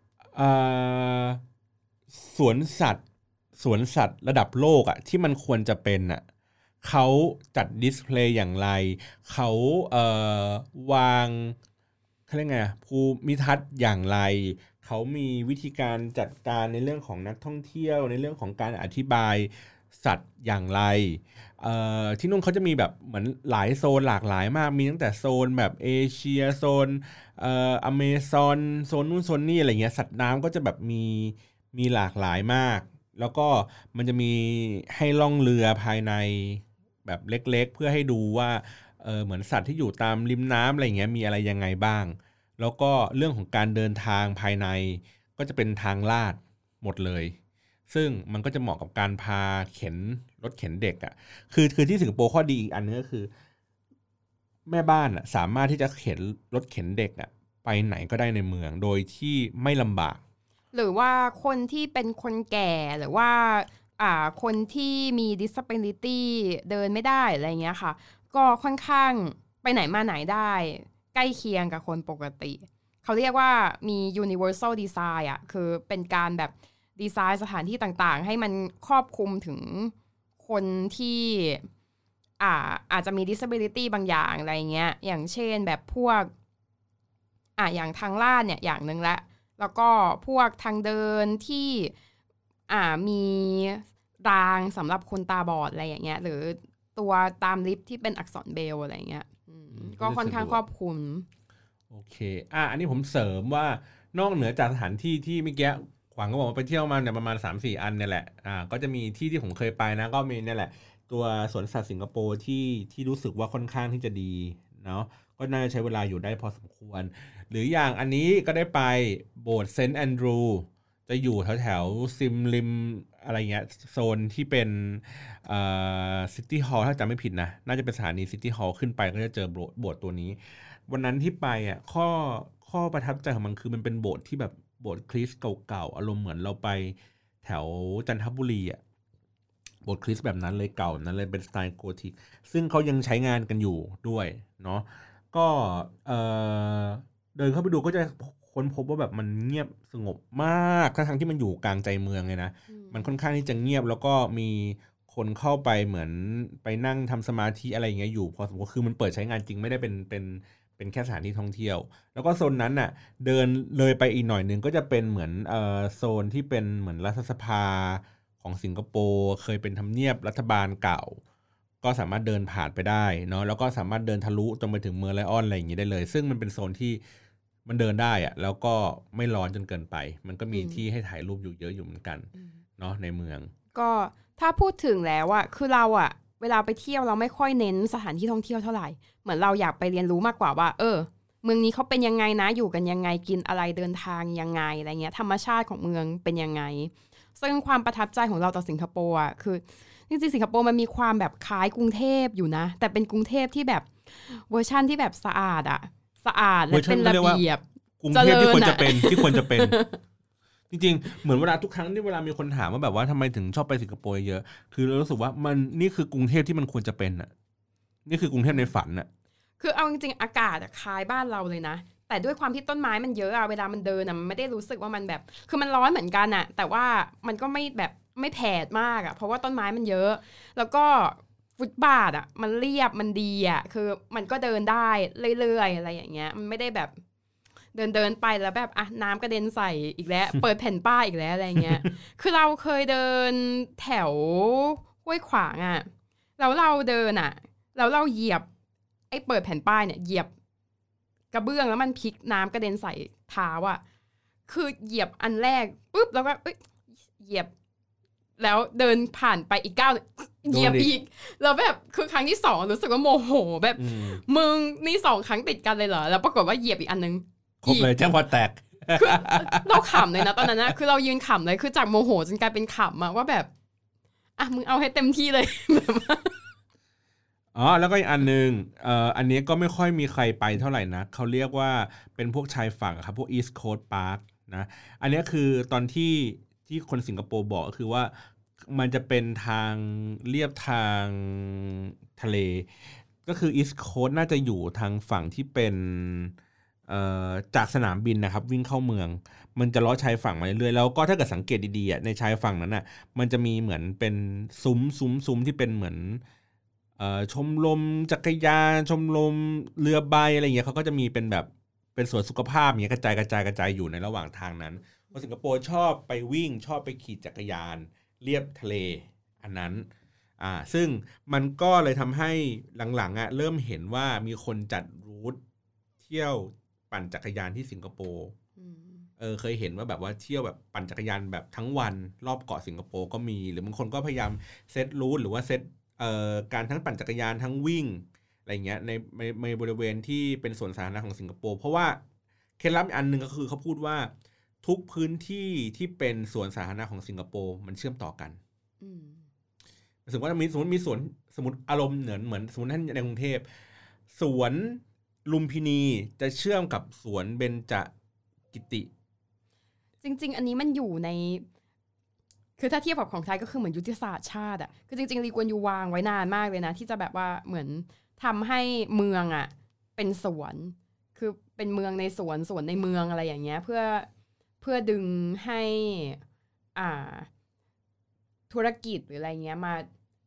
สวนสัตว์สวนสัตว์ระดับโลกอ่ะที่มันควรจะเป็นอ่ะเขาจัดดิสเพลย์อย่างไรเขาเอ่อวางเขาเรียกไงภูมิทัศน์อย่างไรเขามีวิธีการจัดการในเรื่องของนักท่องเที่ยวในเรื่องของการอธิบายสัตว์อย่างไรเอ่อที่นู่นเขาจะมีแบบเหมือนหลายโซนหลากหลายมากมีตั้งแต่โซนแบบเอเชียโซนเอ่ออเมซอนโซนนู่นโซนนี่อะไรเงี้ยสัตว์น้ำก็จะแบบมีมีหลากหลายมากแล้วก็มันจะมีให้ล่องเรือภายในแบบเล็กๆเพื่อให้ดูว่าเออเหมือนสัตว์ที่อยู่ตามริมน้ำอะไรเงี้ยมีอะไรยังไงบ้างแล้วก็เรื่องของการเดินทางภายในก็จะเป็นทางลาดหมดเลยซึ่งมันก็จะเหมาะกับการพาเข็นรถเข็นเด็กอ่ะคือคือที่สิงคโปร์ข้อดีอีกอันนึงก็คือแม่บ้านอ่ะสามารถที่จะเข็นรถเข็นเด็กอ่ะไปไหนก็ได้ในเมืองโดยที่ไม่ลำบากหรือว่าคนที่เป็นคนแก่หรือว่าอ่าคนที่มี disability เดินไม่ได้อะไรเงี้ยค่ะก็ค่อนข้างไปไหนมาไหนได้ใกล้เคียงกับคนปกติเขาเรียกว่ามี universal design อ่ะคือเป็นการแบบดีไซน์สถานที่ต่างๆให้มันครอบคลุมถึงคนที่อ่าอาจจะมี disability บางอย่างอะไรเงี้ยอย่างเช่นแบบพวกอ่าอย่างทางลาดเนี่ยอย่างนึงละแล้วก็พวกทางเดินที่อ่ามีรางสำหรับคนตาบอดอะไรอย่างเงี้ยหรือตัวตามลิฟต์ที่เป็นอักษรเบลอะไรเงี้ยก็ค่อนข้างครอบคลุมโอเคอ่ะอันนี้ผมเสริมว่านอกเหนือจากสถานที่ที่เมื่อกี้ขวัญก็บอกว่าไปเที่ยวมาเนี่ยประมาณ สามสี่ อันเนี่ยแหละอ่าก็จะมีที่ที่ผมเคยไปนะก็มีเนี่ยแหละตัวสวนสัตว์สิงคโปร์ที่ที่รู้สึกว่าค่อนข้างที่จะดีเนาะก็น่าจะใช้เวลาอยู่ได้พอสมควรหรืออย่างอันนี้ก็ได้ไปโบสถ์เซนต์แอนดรูจะอยู่แถวแถวซิมริมอะไรเงี้ยโซนที่เป็นเอ่อซิตี้ฮอลล์ถ้าจำไม่ผิดนะน่าจะเป็นสถานีซิตี้ฮอลล์ขึ้นไปก็จะเจอโบสถ์ตัวนี้วันนั้นที่ไปอ่ะข้อข้อประทับใจของมันคือมันเป็นโบสถ์ที่แบบโบสถ์คริสต์เก่าๆอารมณ์เหมือนเราไปแถวจันทบุรีอ่ะโบสถ์คริสต์แบบนั้นเลยเก่านั้นเลยเป็นสไตล์โกธิกซึ่งเขายังใช้งานกันอยู่ด้วยเนาะก็เอ่อเดินเข้าไปดูก็จะค้นพบว่าแบบมันเงียบสงบมากทั้งที่มันอยู่กลางใจเมืองเลยนะมันค่อนข้างที่จะเงียบแล้วก็มีคนเข้าไปเหมือนไปนั่งทำสมาธิอะไรอย่างเงี้ยอยู่พอสมควรคือมันเปิดใช้งานจริงไม่ได้เป็นเป็นเป็นแค่สถานที่ท่องเที่ยวแล้วก็โซนนั้นน่ะเดินเลยไปอีกหน่อยนึงก็จะเป็นเหมือนเอ่อโซนที่เป็นเหมือนรัฐสภาของสิงคโปร์เคยเป็นทำเนียบรัฐบาลเก่าก็สามารถเดินผ่านไปได้เนาะแล้วก็สามารถเดินทะลุจนไปถึงเมืองไลออนอะไรอย่างงี้ได้เลยซึ่งมันเป็นโซนที่มันเดินได้อะแล้วก็ไม่ร้อนจนเกินไปมันก็มีที่ให้ถ่ายรูปอยู่เยอะอยู่เหมือนกันเนาะในเมืองก็ถ้าพูดถึงแล้วอะคือเราอะเวลาไปเที่ยวเราไม่ค่อยเน้นสถานที่ท่องเที่ยวเท่าไหร่เหมือนเราอยากไปเรียนรู้มากกว่าว่าเออเมืองนี้เขาเป็นยังไงนะอยู่กันยังไงกินอะไรเดินทางยังไงอะไรเงี้ยธรรมชาติของเมืองเป็นยังไงซึ่งความประทับใจของเราต่อสิงคโปร์อะคือจริงๆสิงคโปร์มันมีความแบบคล้ายกรุงเทพอยู่นะแต่เป็นกรุงเทพที่แบบเวอร์ชั่นที่แบบสะอาดอะสะอาดและเป็นระเบียบกรุงเทพที่ควรจะเป็นที่ควรจะเป็นจริงๆเหมือนเวลาทุกครั้งที่เวลามีคนถามว่าแบบว่าทำไมถึงชอบไปสิงคโปร์เยอะคือเรารู้สึกว่ามันนี่คือกรุงเทพที่มันควรจะเป็นอ่ะนี่คือกรุงเทพในฝันอ่ะคือเอาจริงๆอากาศคล้ายบ้านเราเลยนะแต่ด้วยความที่ต้นไม้มันเยอะอะเวลามันเดินอะมันไม่ได้รู้สึกว่ามันแบบคือมันร้อนเหมือนกันอะแต่ว่ามันก็ไม่แบบไม่แผดมากอะเพราะว่าต้นไม้มันเยอะแล้วก็ฟุตบาทอะมันเรียบมันดีอะคือมันก็เดินได้เรื่อยๆอะไรอย่างเงี้ยมันไม่ได้แบบเดินเดินไปแล้วแบบอ่ะน้ำกระเด็นใส่อีกแล้ว เปิดแผ่นป้ายอีกแล้วอะไรเงี้ย คือเราเคยเดินแถวห้วยขวางอ่ะแล้วเราเดินอ่ะแล้วเราเหยียบไอ้เปิดแผ่นป้ายเนี่ยเหยียบกระเบื้องแล้วมันพลิกน้ำกระเด็นใส่เท้าอ่ะคือเหยียบอันแรกปุ๊บแล้วก็เหยียบแล้วเดินผ่านไปอีกก้าวเหยียบอีกแล้วแบบคือครั้งที่สองรู้สึกว่าโมโหแบบมึงนี่สองครั้งติดกันเลยเหรอแล้วปรากฏว่าเหยียบอีกอันนึงครบเลยแจ้งพอแตกคือเราขำเลยนะตอนนั้นนะคือเรายืนขำเลยคือจากโมโหจนกลายเป็นขำอะว่าแบบอ่ะมึงเอาให้เต็มที่เลยแบบว่าอ๋อแล้วก็อีกอันนึงเอ่ออันนี้ก็ไม่ค่อยมีใครไปเท่าไหร่นะเขาเรียกว่าเป็นพวกชายฝั่งครับพวก East Coast Park นะอันนี้คือตอนที่ที่คนสิงคโปร์บอกก็คือว่ามันจะเป็นทางเลียบทางทะเลก็คือ East Coast น่าจะอยู่ทางฝั่งที่เป็นเอ่อจากสนามบินนะครับวิ่งเข้าเมืองมันจะล้อชายฝั่งมาเรื่อยๆแล้วก็ถ้าเกิดสังเกตดีๆในชายฝั่งนั้นน่ะมันจะมีเหมือนเป็นซุ้มซุ้มซุ้มที่เป็นเหมือนเอ่อชมรมจักรยานชมรมเรือใบอะไรอย่างเงี้ยเขาก็จะมีเป็นแบบเป็นสวนสุขภาพอย่างเงี้ยกระจายกระจายกระจายอยู่ในระหว่างทางนั้นคนสิงคโปร์ชอบไปวิ่งชอบไปขี่จักรยานเลียบทะเลอันนั้นอ่าซึ่งมันก็เลยทำให้หลังๆอ่ะเริ่มเห็นว่ามีคนจัดรูทเที่ยวปั่นจักรยานที่สิงคโปร์เออเคยเห็นว่าแบบว่าเที่ยวแบบปั่นจักรยานแบบทั้งวันรอบเกาะสิงคโปร์ก็มีหรือบางคนก็พยายามเซตรูทหรือว่าเซตเอ่อการทั้งปั่นจักรยานทั้งวิ่งอะไรเงี้ยในในในบริเวณที่เป็นสวนสาธารณะของสิงคโปร์เพราะว่าเคล็ดลับอันนึงก็คือเขาพูดว่าทุกพื้นที่ที่เป็นสวนสาธารณะของสิงคโปร์มันเชื่อมต่อกันสมมติว่ามีสมมติมีสวนสมมติอารมณ์เหมือนเหมือนสมมติท่านในกรุงเทพสวนลุมพินีจะเชื่อมกับสวนเบญจกิติจริงๆอันนี้มันอยู่ในคือถ้าเทียบกับของไทยก็คือเหมือนยุทธศาสตร์ชาติอ่ะคือจริงๆลีกวนยูวางไว้นานมากเลยนะที่จะแบบว่าเหมือนทำให้เมืองอ่ะเป็นสวนคือเป็นเมืองในสวนสวนในเมืองอะไรอย่างเงี้ยเพื่อเพื่อดึงให้อ่าธุรกิจหรืออะไรเงี้ยมา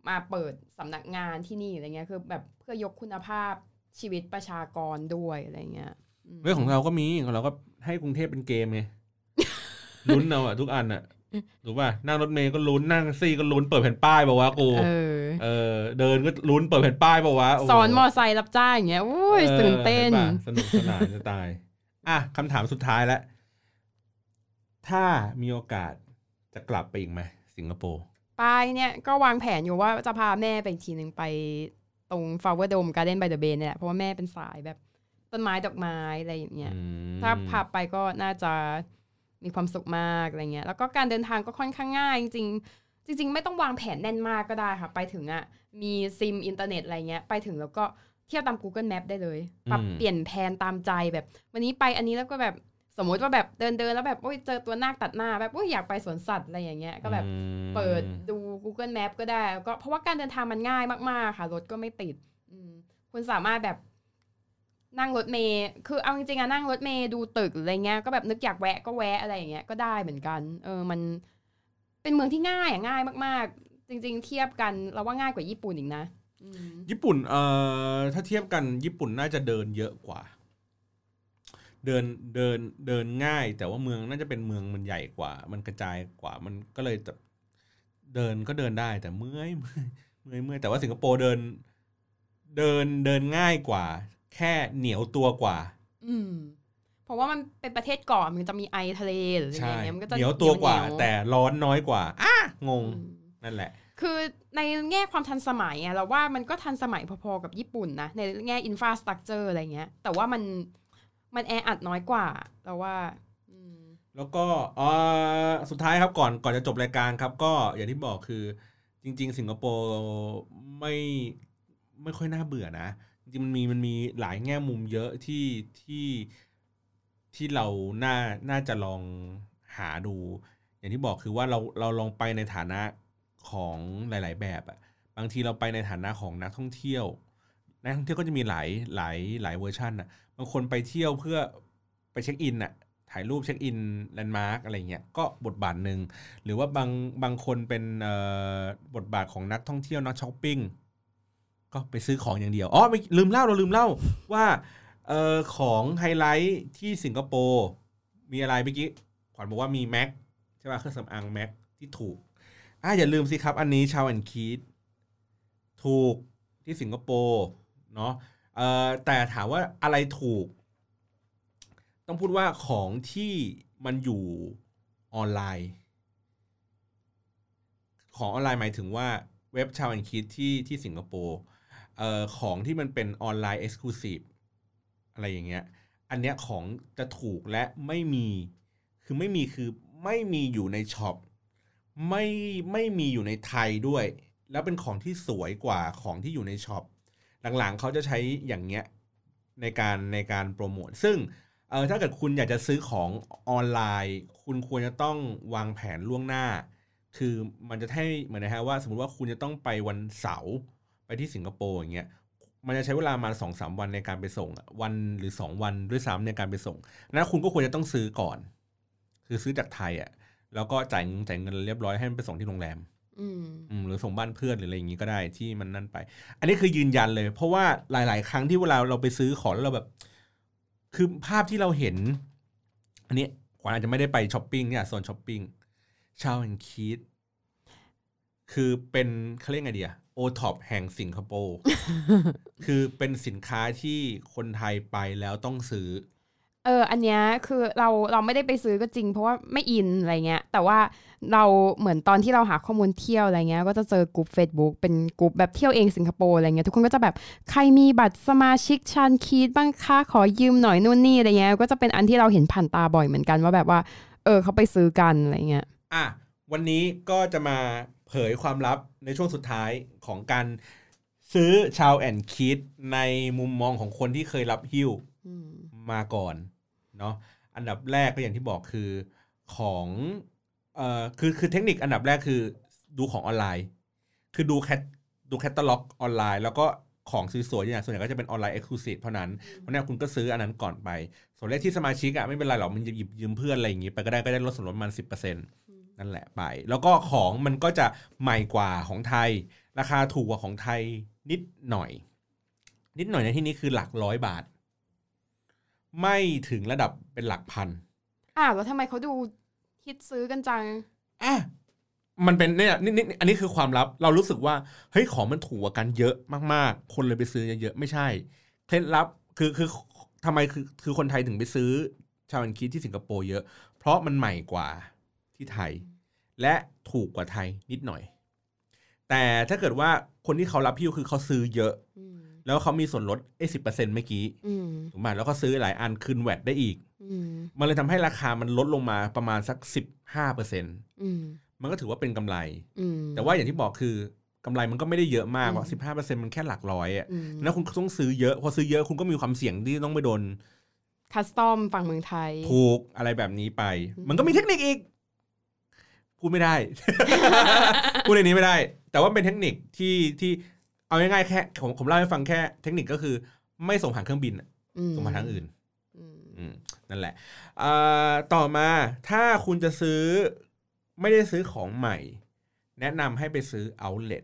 มาเปิดสำนักงานที่นี่อะไรเงี้ยคือแบบเพื่อยกคุณภาพชีวิตประชากรด้วยอะไรเงี้ยเรื่องของเราก็มีของเราก็ให้กรุงเทพเป็นเกมไง ลุ้นเอาอะทุกอันอะถูกป่ะนั่งรถเมล์ก็ลุ้นนั่งแท็กซี่ก็ลุ้นเปิดแผ่นป้ายบอกว่ากูเออเออเดินก็ลุ้นเปิดแผ่นป้ายบอกว่าสอนมอไซค์รับจ้างอย่างเงี้ยโอ้ยตื่นเต้นสนุกสนานจะตายอ่ะคำถามสุดท้ายแล้วถ้ามีโอกาสจะกลับไปอีกไหมสิงคโปร์ไปเนี่ยก็วางแผนอยู่ว่าจะพาแม่ไปอีกทีนึงไปตรง Flower Dome Garden by the Bay เนี่ยเพราะว่าแม่เป็นสายแบบต้นไม้ดอกไม้อะไรอย่างเงี้ยถ้าพาไปก็น่าจะมีความสุขมากอะไรเงี้ยแล้วก็การเดินทางก็ค่อนข้างง่ายจริงๆจริงๆไม่ต้องวางแผนแน่นมากก็ได้ค่ะไปถึงอ่ะมีซิมอินเทอร์เน็ตอะไรเงี้ยไปถึงแล้วก็เที่ยวตาม Google Map ได้เลยปรับเปลี่ยนแผนตามใจแบบวันนี้ไปอันนี้แล้วก็แบบสมมติว่าแบบเดินเดินแล้วแบบโอ้ยเจอตัวนาคตัดหน้าแบบโอ้ยอยากไปสวนสัตว์อะไรอย่างเงี้ยก็แบบเปิดดู Google Map ก็ได้ก็เพราะว่าการเดินทางมันง่ายมากๆค่ะรถก็ไม่ติดคุณสามารถแบบนั่งรถเมล์คือเอาจริงๆอะนั่งรถเมล์ดูตึกอะไรเงี้ยก็แบบนึกอยากแวะก็แวะอะไรอย่างเงี้ยก็ได้เหมือนกันเออมันเป็นเมืองที่ง่ายอะง่ายมากๆจริงๆเทียบกันเราว่าง่ายกว่าญี่ปุ่นอีกนะญี่ปุ่นเอ่อถ้าเทียบกันญี่ปุ่นน่าจะเดินเยอะกว่าเดินเดินเดินง่ายแต่ว่าเมืองน่าจะเป็นเมืองมันใหญ่กว่ามันกระจายกว่ามันก็เลยแบบเดินก็เดินได้แต่เมื่อยเมื่อยเมื่อยเมื่อยแต่ว่าสิงคโปร์เดินเดินเดินง่ายกว่าแค่เหนียวตัวกว่าอืมเพราะว่ามันเป็นประเทศเกาะมันจะมีไอทะเลหรืออะไรเงี้ยมันก็จะเหนียวตัวกว่าแต่ร้อนน้อยกว่าอ่ะงงนั่นแหละคือในแง่ความทันสมัยอะเราว่ามันก็ทันสมัยพอๆกับญี่ปุ่นนะในแง่อินฟราสตรัคเจอร์อะไรเงี้ยแต่ว่ามันมันแออัดน้อยกว่าแต่ว่าแล้วก็อ่าสุดท้ายครับก่อนก่อนจะจบรายการครับก็อย่างที่บอกคือจริงๆสิงคโปร์ไม่ไม่ค่อยน่าเบื่อนะจริงๆมันมีมันมีหลายแง่มุมเยอะที่ที่ที่เราน่าน่าจะลองหาดูอย่างที่บอกคือว่าเราเราลองไปในฐานะของหลายๆแบบอ่ะบางทีเราไปในฐานะของนักท่องเที่ยวนักท่องเที่ยวก็จะมีหลายหลายหลายเวอร์ชันอ่ะบางคนไปเที่ยวเพื่อไปเช็คอินอ่ะถ่ายรูปเช็คอินแลนด์มาร์กอะไรเงี้ยก็บทบาทนึงหรือว่าบางบางคนเป็นเอ่อบทบาทของนักท่องเที่ยวนักช้อปปิ้งก็ไปซื้อของอย่างเดียวอ๋อไม่ลืมเล่าเราลืมเล่าว่าเอ่อของไฮไลท์ที่สิงคโปร์มีอะไรเมื่อกี้ขวัญบอกว่ามีแม็กใช่ป่ะเครื่องสำอางแม็กที่ถูกอ่ะอย่าลืมสิครับอันนี้ชาวแอนคีดถูกที่สิงคโปร์เนาะเอ่อแต่ถามว่าอะไรถูกต้องพูดว่าของที่มันอยู่ออนไลน์ของออนไลน์หมายถึงว่าเว็บชาวแอนคีดที่ที่สิงคโปร์เอ่อของที่มันเป็นออนไลน์เอ็กซ์คลูซีฟอะไรอย่างเงี้ยอันเนี้ยของจะถูกและไม่มีคือไม่มีคือไม่มีอยู่ในช็อปไม่ไม่มีอยู่ในไทยด้วยแล้วเป็นของที่สวยกว่าของที่อยู่ในช็อปหลังๆเขาจะใช้อย่างเงี้ยในการในการโปรโมทซึ่งเออถ้าเกิดคุณอยากจะซื้อของออนไลน์คุณควรจะต้องวางแผนล่วงหน้าคือมันจะให้เหมือนนะฮะว่าสมมติว่าคุณจะต้องไปวันเสาร์ไปที่สิงคโปร์อย่างเงี้ยมันจะใช้เวลามา สองถึงสาม วันในการไปส่งวันหรือสองวันด้วยซ้ำในการไปส่งนะคุณก็ควรจะต้องซื้อก่อนคือซื้อจากไทยอ่ะแล้วก็จ่ายเงินจ่ายเงินเรียบร้อยให้มันไปส่งที่โรงแรมอืมอืมหรือส่งบ้านเพื่อนหรืออะไรอย่างงี้ก็ได้ที่มันนั่นไปอันนี้คือยืนยันเลยเพราะว่าหลายๆครั้งที่เวลาเราไปซื้อของแล้วเราแบบคือภาพที่เราเห็นอันนี้ขวัญอาจจะไม่ได้ไปช้อปปิ้งเนี่ยโซนช้อปปิ้งชาวแอนคีดคือเป็นเขาเรียกไงดีอะโอท็อปแห่งสิงคโปร์ คือเป็นสินค้าที่คนไทยไปแล้วต้องซื้อเอออันเนี้ยคือเราเราไม่ได้ไปซื้อก็จริงเพราะว่าไม่อินอะไรเงี้ยแต่ว่าเราเหมือนตอนที่เราหาข้อมูลเที่ยวอะไรเงี้ยก็จะเจอกลุ่ม Facebook เป็นกลุ่มแบบเที่ยวเองสิงคโปร์อะไรเงี้ยทุกคนก็จะแบบใครมีบัตรสมาชิกชันคีดบ้างคะขอยืมหน่อยนู่นนี่อะไรเงี้ยก็จะเป็นอันที่เราเห็นผ่านตาบ่อยเหมือนกันว่าแบบว่าเออเขาไปซื้อกันอะไรเงี้ยอ่ะวันนี้ก็จะมาเผยความลับในช่วงสุดท้ายของการซื้อชาวแอนคีดในมุมมองของคนที่เคยรับหิ้วมาก่อนเนาะอันดับแรกก็อย่างที่บอกคือของเอ่อคือคือเทคนิคอันดับแรกคือดูของออนไลน์คือดูแคทดูแคตตาล็อกออนไลน์แล้วก็ของสวยๆอย่างส่วนใหญ่ก็จะเป็นออนไลน์เอ็กซ์คลูซีฟเท่านั้นเพราะนั้นคุณก็ซื้ออันนั้นก่อนไปส่วนเลขที่สมาชิกอ่ะไม่เป็นไรหรอกมันหยิบยืมเพื่อนอะไรอย่างงี้ไปก็ได้ก็ได้ลดส่วนลดประมาณ สิบเปอร์เซ็นต์นั่นแหละไปแล้วก็ของมันก็จะใหม่กว่าของไทยราคาถูกกว่าของไทยนิดหน่อยนิดหน่อยในที่นี้คือหลักร้อยบาทไม่ถึงระดับเป็นหลักพันอ้าวแล้วทำไมเขาดูฮิตซื้อกันจังอ่ะมันเป็นเนี่ยนี่อันนี้คือความลับเรารู้สึกว่าเฮ้ยของมันถูกกว่ากันเยอะมากๆคนเลยไปซื้อเยอะๆไม่ใช่เคล็ดลับคือคือทำไมคือคือคนไทยถึงไปซื้อชาวันคิดที่สิงคโปร์เยอะเพราะมันใหม่กว่าที่ไทยและถูกกว่าไทยนิดหน่อยแต่ถ้าเกิดว่าคนที่เขารับพิ้วคือเขาซื้อเยอะแล้วเขามีส่วนลดเอ้สิบเปอร์เซ็นต์เมื่อกี้ถูกไหมแล้วก็ซื้อหลายอันคืนแวตได้อีกมันเลยทำให้ราคามันลดลงมาประมาณสัก สิบห้าเปอร์เซ็นต์ มันก็ถือว่าเป็นกำไรแต่ว่าอย่างที่บอกคือกำไรมันก็ไม่ได้เยอะมากว่า สิบห้าเปอร์เซ็นต์ มันแค่หลักร้อยอ่ะแล้วคุณต้องซื้อเยอะพอซื้อเยอะคุณก็มีความเสี่ยงที่ต้องไปโดนคัสตอมฝั่งเมืองไทยถูกอะไรแบบนี้ไปมันก็มีเทคนิคอีกพูดไม่ได้ พูดในนี้ไม่ได้แต่ว่าเป็นเทคนิคที่ที่เอาง่ายๆแค่ผมผมเล่าให้ฟังแค่เทคนิคก็คือไม่ส่งผ่านเครื่องบินส่งผ่านทางอื่นนั่นแหละต่อมาถ้าคุณจะซื้อไม่ได้ซื้อของใหม่แนะนำให้ไปซื้อ outlet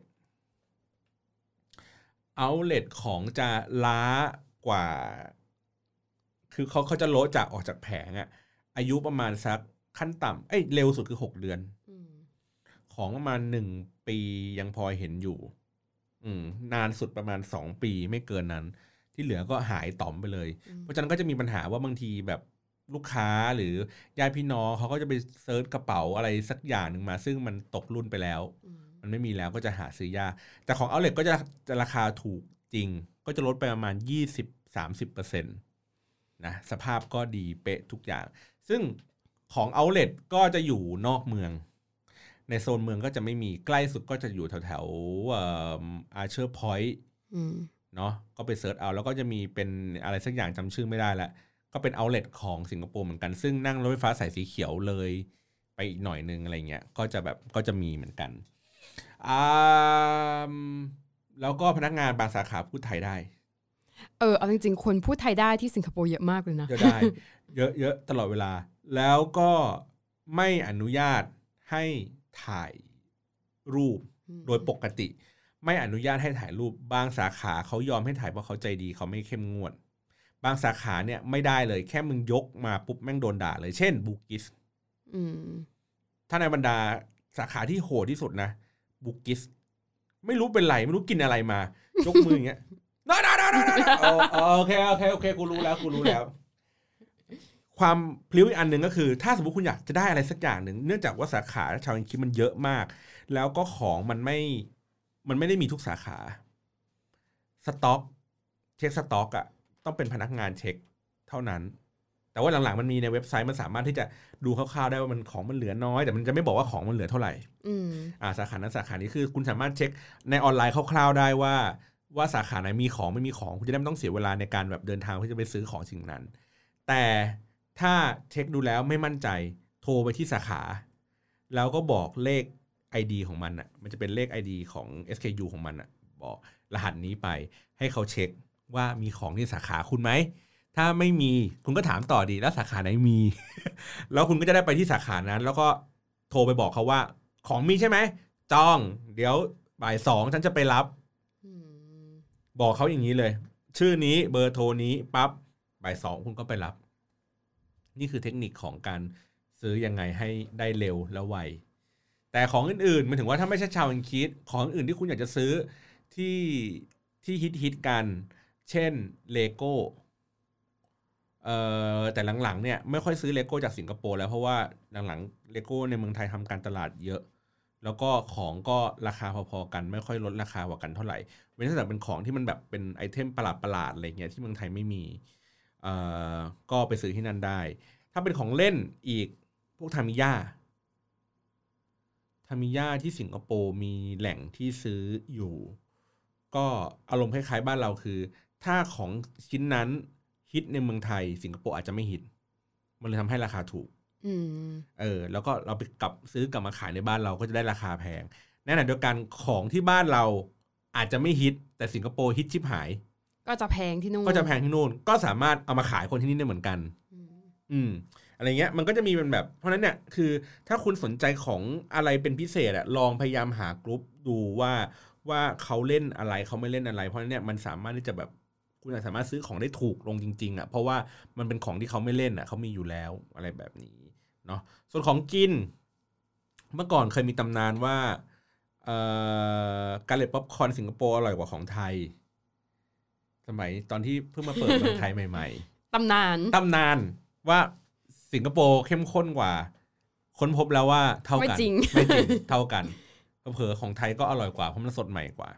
outlet ของจะล้ากว่าคือเขาเขาจะโละจากออกจากแผงอะอายุประมาณสักขั้นต่ำเอ้ยเร็วสุดคือหกเดือนของประมาณหนึ่งปียังพอเห็นอยู่อืมนานสุดประมาณสองปีไม่เกินนั้นที่เหลือก็หายต่อมไปเลยเพราะฉะนั้นก็จะมีปัญหาว่าบางทีแบบลูกค้าหรือญาติพี่น้องเขาก็จะไปเซิร์ชกระเป๋าอะไรสักอย่างหนึ่งมาซึ่งมันตกรุ่นไปแล้วมันไม่มีแล้วก็จะหาซื้อยากแต่ของ outlet ก็จะจะราคาถูกจริงก็จะลดไปประมาณ ยี่สิบถึงสามสิบเปอร์เซ็นต์ นะสภาพก็ดีเป๊ะทุกอย่างซึ่งของ outlet ก็จะอยู่นอกเมืองในโซนเมืองก็จะไม่มีใกล้สุดก็จะอยู่แถวๆเอ่อ Archer Point เนาะก็ไปเสิร์ชเอาแล้วก็จะมีเป็นอะไรสักอย่างจำชื่อไม่ได้แล้วก็เป็น outlet ของสิงคโปร์เหมือนกันซึ่งนั่งรถไฟฟ้าสายสีเขียวเลยไปอีกหน่อยนึงอะไรเงี้ยก็จะแบบก็จะมีเหมือนกันอ่าแล้วก็พนักงานบางสาขาพูดไทยได้เออเอาจริงๆคนพูดไทยได้ที่สิงคโปร์เยอะมากเลยนะเยอะได้เยอะเยอะตลอดเวลาแล้วก็ไม่อนุญาตให้ถ่ายรูปโดยปกติไม่อนุญาตให้ถ่ายรูปบางสาขาเขายอมให้ถ่ายเพราะเขาใจดีเขาไม่เข้มงวดบางสาขาเนี่ยไม่ได้เลยแค่มึงยกมาปุ๊บแม่งโดนด่าเลยเช่นบูกิสถ้าในบรรดาสาขาที่โหดที่สุดนะบูกิสไม่รู้เป็นไรไม่รู้กินอะไรมายกมืออย่างเงี้ยน้าน้าน้าน้าโอเคโอเคโอเคกูรู้แล้วกูรู้แล้วความพลิ้วอีกอันหนึ่งก็คือถ้าสมมติคุณอยากจะได้อะไรสักอย่างหนึ่งเนื่องจากว่าสาขาชาวอังกฤษมันเยอะมากแล้วก็ของมันไม่มันไม่ได้มีทุกสาขาสต็อกเช็คสต็อกอ่ะต้องเป็นพนักงานเช็คเท่านั้นแต่ว่าหลังๆมันมีในเว็บไซต์มันสามารถที่จะดูคร่าวๆได้ว่ามันของมันเหลือน้อยแต่มันจะไม่บอกว่าของมันเหลือเท่าไหร่อ่าสาขานั้นสาขานี้คือคุณสามารถเช็คในออนไลน์คร่าวๆได้ว่าว่าสาขาไหนมีของไม่มีของคุณจะได้ไม่ต้องเสียเวลาในการแบบเดินทางเพื่อจะไปซื้อของสิ่งนั้นแต่ถ้าเช็คดูแล้วไม่มั่นใจโทรไปที่สาขาแล้วก็บอกเลข ไอ ดี ของมันอ่ะมันจะเป็นเลข ไอ ดี ของ เอส เค ยู ของมันอ่ะบอกรหัสนี้ไปให้เขาเช็คว่ามีของที่สาขาคุณไหมถ้าไม่มีคุณก็ถามต่อดีแล้วสาขาไหนมี แล้วคุณก็จะได้ไปที่สาขานั้นแล้วก็โทรไปบอกเขาว่าของมีใช่ไหมจองเดี๋ยวบ่ายสองฉันจะไปรับบอกเขาอย่างนี้เลยชื่อนี้เบอร์โทรนี้ปั๊บบ่ายสองคุณก็ไปรับนี่คือเทคนิคของการซื้อยังไงให้ได้เร็วและไวแต่ของอื่นๆมันถึงว่าถ้าไม่ใช่ชาวอังกฤษของอื่นที่คุณอยากจะซื้อที่ที่ฮิตๆกันเช่นเลโก้เอ่อแต่หลังๆเนี่ยไม่ค่อยซื้อเลโก้จากสิงคโปร์แล้วเพราะว่าหลังๆเลโก้ในเมืองไทยทำการตลาดเยอะแล้วก็ของก็ราคาพอๆกันไม่ค่อยลดราคากว่ากันเท่าไหร่เว้นแต่เป็นของที่มันแบบเป็นไอเทมประหลาดๆอะไรเงี้ยที่เมืองไทยไม่มีเอ่อก็ไปซื้อที่นั่นได้ถ้าเป็นของเล่นอีกพวกทามิยาทามิยาที่สิงคโปร์มีแหล่งที่ซื้ออยู่ก็อารมณ์คล้ายๆบ้านเราคือถ้าของชิ้นนั้นฮิตในเมืองไทยสิงคโปร์อาจจะไม่ฮิตมันเลยทำให้ราคาถูกเออแล้วก็เราไปกลับซื้อกลับมาขายในบ้านเราก็จะได้ราคาแพงแน่นอนเดียวกันของที่บ้านเราอาจจะไม่ฮิตแต่สิงคโปร์ฮิตชิบหายก็จะแพงที่นู่นก็จะแพงที่นู่นก็สามารถเอามาขายคนที่นี่ได้เหมือนกันอืมอะไรเงี้ยมันก็จะมีเป็นแบบเพราะนั้นเนี่ยคือถ้าคุณสนใจของอะไรเป็นพิเศษอะลองพยายามหากลุ่มดูว่าว่าเขาเล่นอะไรเขาไม่เล่นอะไรเพราะนั้นเนี่ยมันสามารถที่จะแบบคุณสามารถซื้อของได้ถูกลงจริงๆอ่ะเพราะว่ามันเป็นของที่เขาไม่เล่นอ่ะเขามีอยู่แล้วอะไรแบบนี้เนาะส่วนของกินเมื่อก่อนเคยมีตำนานว่าเอ่อการเล็ตป๊อปคอร์นสิงคโปร์อร่อยกว่าของไทยสมัยตอนที่เพิ่งมาเปิดเมืองไทยใหม่ๆตำนานตำนานว่าสิงคโปร์เข้มข้นกว่าค้นพบแล้วว่าเท่ากันไม่จริงไม่จริงเท่ากันเผลอของไทยก็อร่อยกว่าเพราะมันสดใหม่กว่า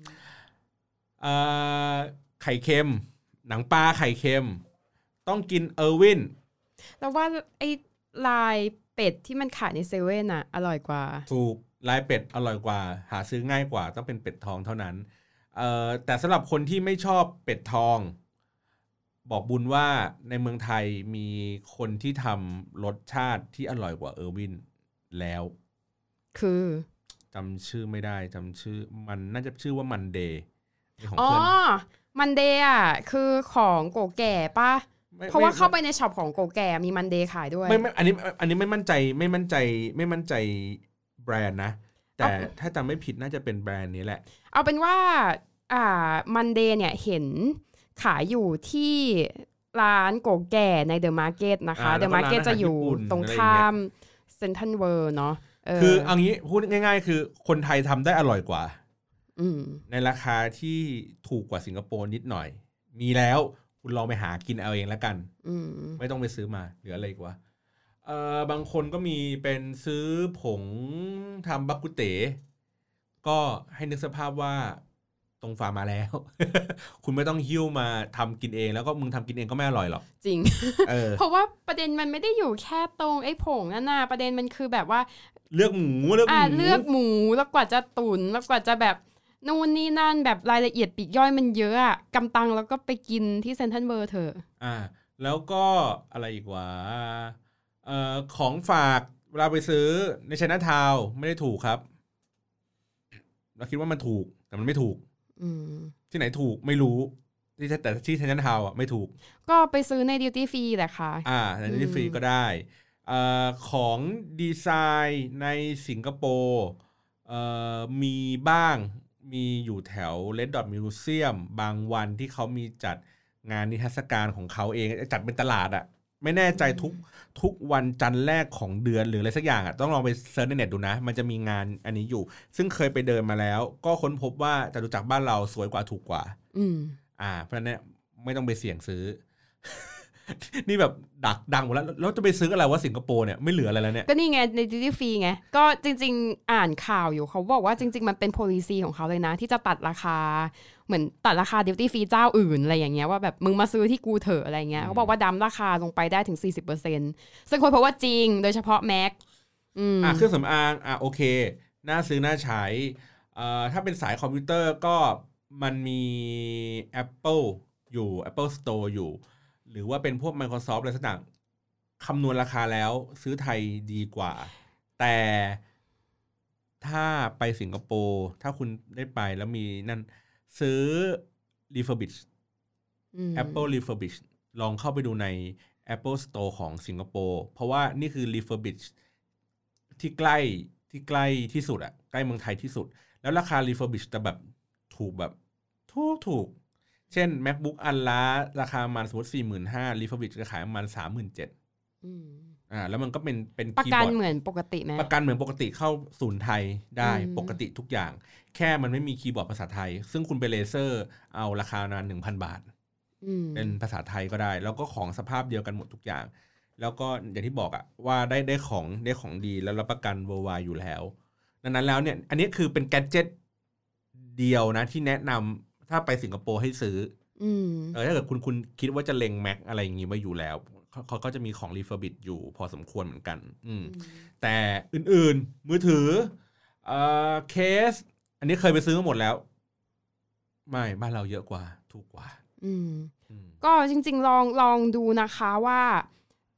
ไข่เค็มหนังปลาไข่เค็มต้องกินเออร์วินแล้วว่าไอ้ลายเป็ดที่มันขายในเซเว่นอ่ะอร่อยกว่าถูกลายเป็ดอร่อยกว่าหาซื้อง่ายกว่าต้องเป็นเป็ดทองเท่านั้นเอ่อแต่สำหรับคนที่ไม่ชอบเป็ดทองบอกบุญว่าในเมืองไทยมีคนที่ทำรสชาติที่อร่อยกว่าเออร์วินแล้วคือจำชื่อไม่ได้จำชื่อมันน่าจะชื่อว่ามันเดย์ของอ๋อเพื่อนมันเดย์อ่ะคือของโกแก่ป่ะเพราะว่าเข้าไปในช็อปของโกแก่มีมันเดย์ขายด้วยไม่ไม่อันนี้อันนี้ไม่มั่นใจไม่มั่นใจไม่มั่นใจแบรนด์นะแต่ถ้าจำไม่ผิดน่าจะเป็นแบรนด์นี้แหละเอาเป็นว่าอ่ามันเดย์เนี่ยเห็นขายอยู่ที่ร้านโกแก่ในเดอะมาร์เก็ตนะคะเดอะมาร์เก็ตจะอยู่ตรงข้ามเซ็นทรัลเวิลด์เนาะคือเอางี้พูดง่ายๆคือคนไทยทำได้อร่อยกว่าในราคาที่ถูกกว่าสิงคโปร์นิดหน่อยมีแล้วคุณลองไปหากินเอาเองแล้วกันไม่ต้องไปซื้อมาหรืออะไรกว่าเอ่อบางคนก็มีเป็นซื้อผงทำบักกุเต๋ก็ให้นึกสภาพว่าตรงฟาร์มมาแล้ว คุณไม่ต้องหิ้วมาทำกินเองแล้วก็มึงทำกินเองก็ไม่อร่อยหรอกจริง เออ เพราะว่าประเด็นมันไม่ได้อยู่แค่ตรงไอ้ผงนั่นน่ะประเด็นมันคือแบบว่าเลือกหมูเลือกหมูเลือกหมูแล้วกว่าจะตุ๋นแล้วกว่าจะแบบนู่นนี่นั่นแบบรายละเอียดปลีกย่อยมันเยอะอะกำตังแล้วก็ไปกินที่เซ็นทรัลเวิลด์เถอะอ่าแล้วก็อะไรอีกวะเอ่อของฝากเวลาไปซื้อในไชน่าทาวน์ไม่ได้ถูกครับเราคิดว่ามันถูกแต่มันไม่ถูกที่ไหนถูกไม่รู้ที่แต่ที่ไชน่าทาวน์อ่ะไม่ถูกก็ไปซื้อในดิวตี้ฟรีแหละค่ะอ่าในดิวตี้ฟรีก็ได้เอ่อของดีไซน์ในสิงคโปร์เอ่อมีบ้างมีอยู่แถว Red Dot Museum บางวันที่เขามีจัดงานนิทรรศการของเขาเองจัดเป็นตลาดอ่ะไม่แน่ใจทุกทุกวันจันทร์แรกของเดือนหรืออะไรสักอย่างอ่ะต้องลองไปเซิร์ชในเน็ตดูนะมันจะมีงานอันนี้อยู่ซึ่งเคยไปเดินมาแล้วก็ค้นพบว่าจตุจักรบ้านเราสวยกว่าถูกกว่าอืมอ่าเพราะฉะนั้นไม่ต้องไปเสี่ยงซื้อ นี่แบบดักดังหมดแล้วแล้วจะไปซื้ออะไรว่าสิงคโปร์เนี่ยไม่เหลืออะไรแล้วเนี่ยก็นี่ไงในดิวตี้ฟรีไงก็จริงๆอ่านข่าวอยู่เขาบอกว่าจริงๆมันเป็น policy ของเขาเลยนะที่จะตัดราคาเหมือนตัดราคาดิวตี้ฟรีเจ้าอื่นอะไรอย่างเงี้ยว่าแบบมึงมาซื้อที่กูเถอะอะไรเงี้ยเขาบอกว่าดั้มราคาลงไปได้ถึง สี่สิบเปอร์เซ็นต์ ซึ่งคนพบว่าจริงโดยเฉพาะแม็กอืมอ่ะเครื่องสำอางอ่ะโอเคน่าซื้อน่าใช้อ่าถ้าเป็นสายคอมพิวเตอร์ก็มันมี Apple อยู่ Apple Store อยู่หรือว่าเป็นพวก Microsoft อะไรสักอย่างคำนวณราคาแล้วซื้อไทยดีกว่าแต่ถ้าไปสิงคโปร์ถ้าคุณได้ไปแล้วมีนั่นซื้อ refurbish Apple refurbish ลองเข้าไปดูใน Apple Store ของสิงคโปร์เพราะว่านี่คือ refurbish ที่ใกล้ที่ใกล้ที่สุดอะใกล้เมืองไทยที่สุดแล้วราคา refurbish จะแบบถูกแบบถูกถูกเช่น MacBook อันละราคาประมาณสมมติ สี่หมื่นห้าพัน refurbish จะขายประมาณ สามหมื่นเจ็ดพัน อืมอ่าแล้วมันก็เป็นเป็นประกันเหมือนปกติมั้ยประกันเหมือนปกติเข้าศูนย์ไทยได้ปกติทุกอย่างแค่มันไม่มีคีย์บอร์ดภาษาไทยซึ่งคุณไปเลเซอร์เอาราคานาน หนึ่งพัน บาทเป็นภาษาไทยก็ได้แล้วก็ของสภาพเดียวกันหมดทุกอย่างแล้วก็อย่างที่บอกอะว่าได้ได้ของได้ของดีแล้วรับประกัน worldwide อยู่แล้วดังนั้นแล้วเนี่ยอันนี้คือเป็นแกดเจ็ตเดียวนะที่แนะนำถ้าไปสิงคโปร์ให้ซื้อเออถ้าเกิดคุณคุณคิดว่าจะเล็ง Mac อะไรอย่างงี้ไว้อยู่แล้วเขาก็จะมีของ refurbish อยู่พอสมควรเหมือนกันอืมแต่อื่นๆมือถือเอ่อเคสอันนี้เคยไปซื้อมาหมดแล้วไม่บ้านเราเยอะกว่าถูกกว่าอืมก็จริงๆลองลองดูนะคะว่า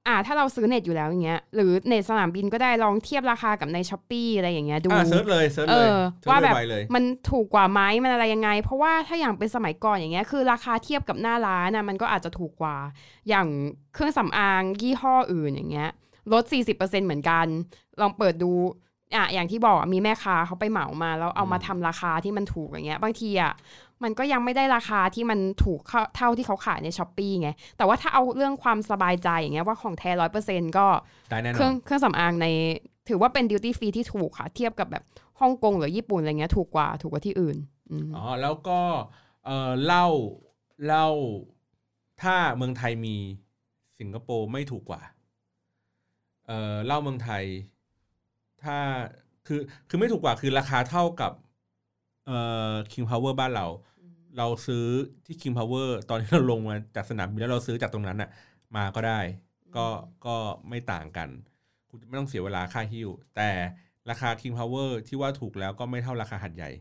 อ่าถ้าเราซื้อเน็ตอยู่แล้วอย่างเงี้ยหรือเน็ตสนามบินก็ได้ลองเทียบราคากับใน Shopee อะไรอย่างเงี้ยดูอ่าเซิร์ชเลยเซิร์ชเลยว่าแบบมันถูกกว่าไหมมันอะไรยังไงเพราะว่าถ้าอย่างเป็นสมัยก่อนอย่างเงี้ยคือราคาเทียบกับหน้าร้านนะมันก็อาจจะถูกกว่าอย่างเครื่องสำอางยี่ห้ออื่นอย่างเงี้ยลด สี่สิบเปอร์เซ็นต์ เหมือนกันลองเปิดดูอ่ะอย่างที่บอกมีแม่ค้าเขาไปเหมามาแล้วเอามาทำราคาที่มันถูกอย่างเงี้ยบางทีอ่ะมันก็ยังไม่ได้ราคาที่มันถูกเท่าที่เขาขายใน Shopee ไงแต่ว่าถ้าเอาเรื่องความสบายใจอย่างเงี้ยว่าของแท้ ร้อยเปอร์เซ็นต์ ก็เครื่องเครื่องสำอางในถือว่าเป็น duty free ที่ถูกค่ะเทียบกับแบบฮ่องกงหรือญี่ปุ่นอะไรเงี้ยถูกกว่าถูกกว่าที่อื่นอ๋อแล้วก็เอ่อเหล้าเหล้าถ้าเมืองไทยมีสิงคโปร์ไม่ถูกกว่าเอ่อเหล้าเมืองไทยถ้าคือคือไม่ถูกกว่าคือราคาเท่ากับเอ่อ King Power บ้านเราเราซื้อที่ King Power ตอนที่เราลงมาจากสนามบินแล้วเราซื้อจากตรงนั้นน่ะมาก็ได้ก็ก็ไม่ต่างกันคุณไม่ต้องเสียเวลาค่าหิ้วแต่ราคา King Power ที่ว่าถูกแล้วก็ไม่เท่าราคาหัดใหญ่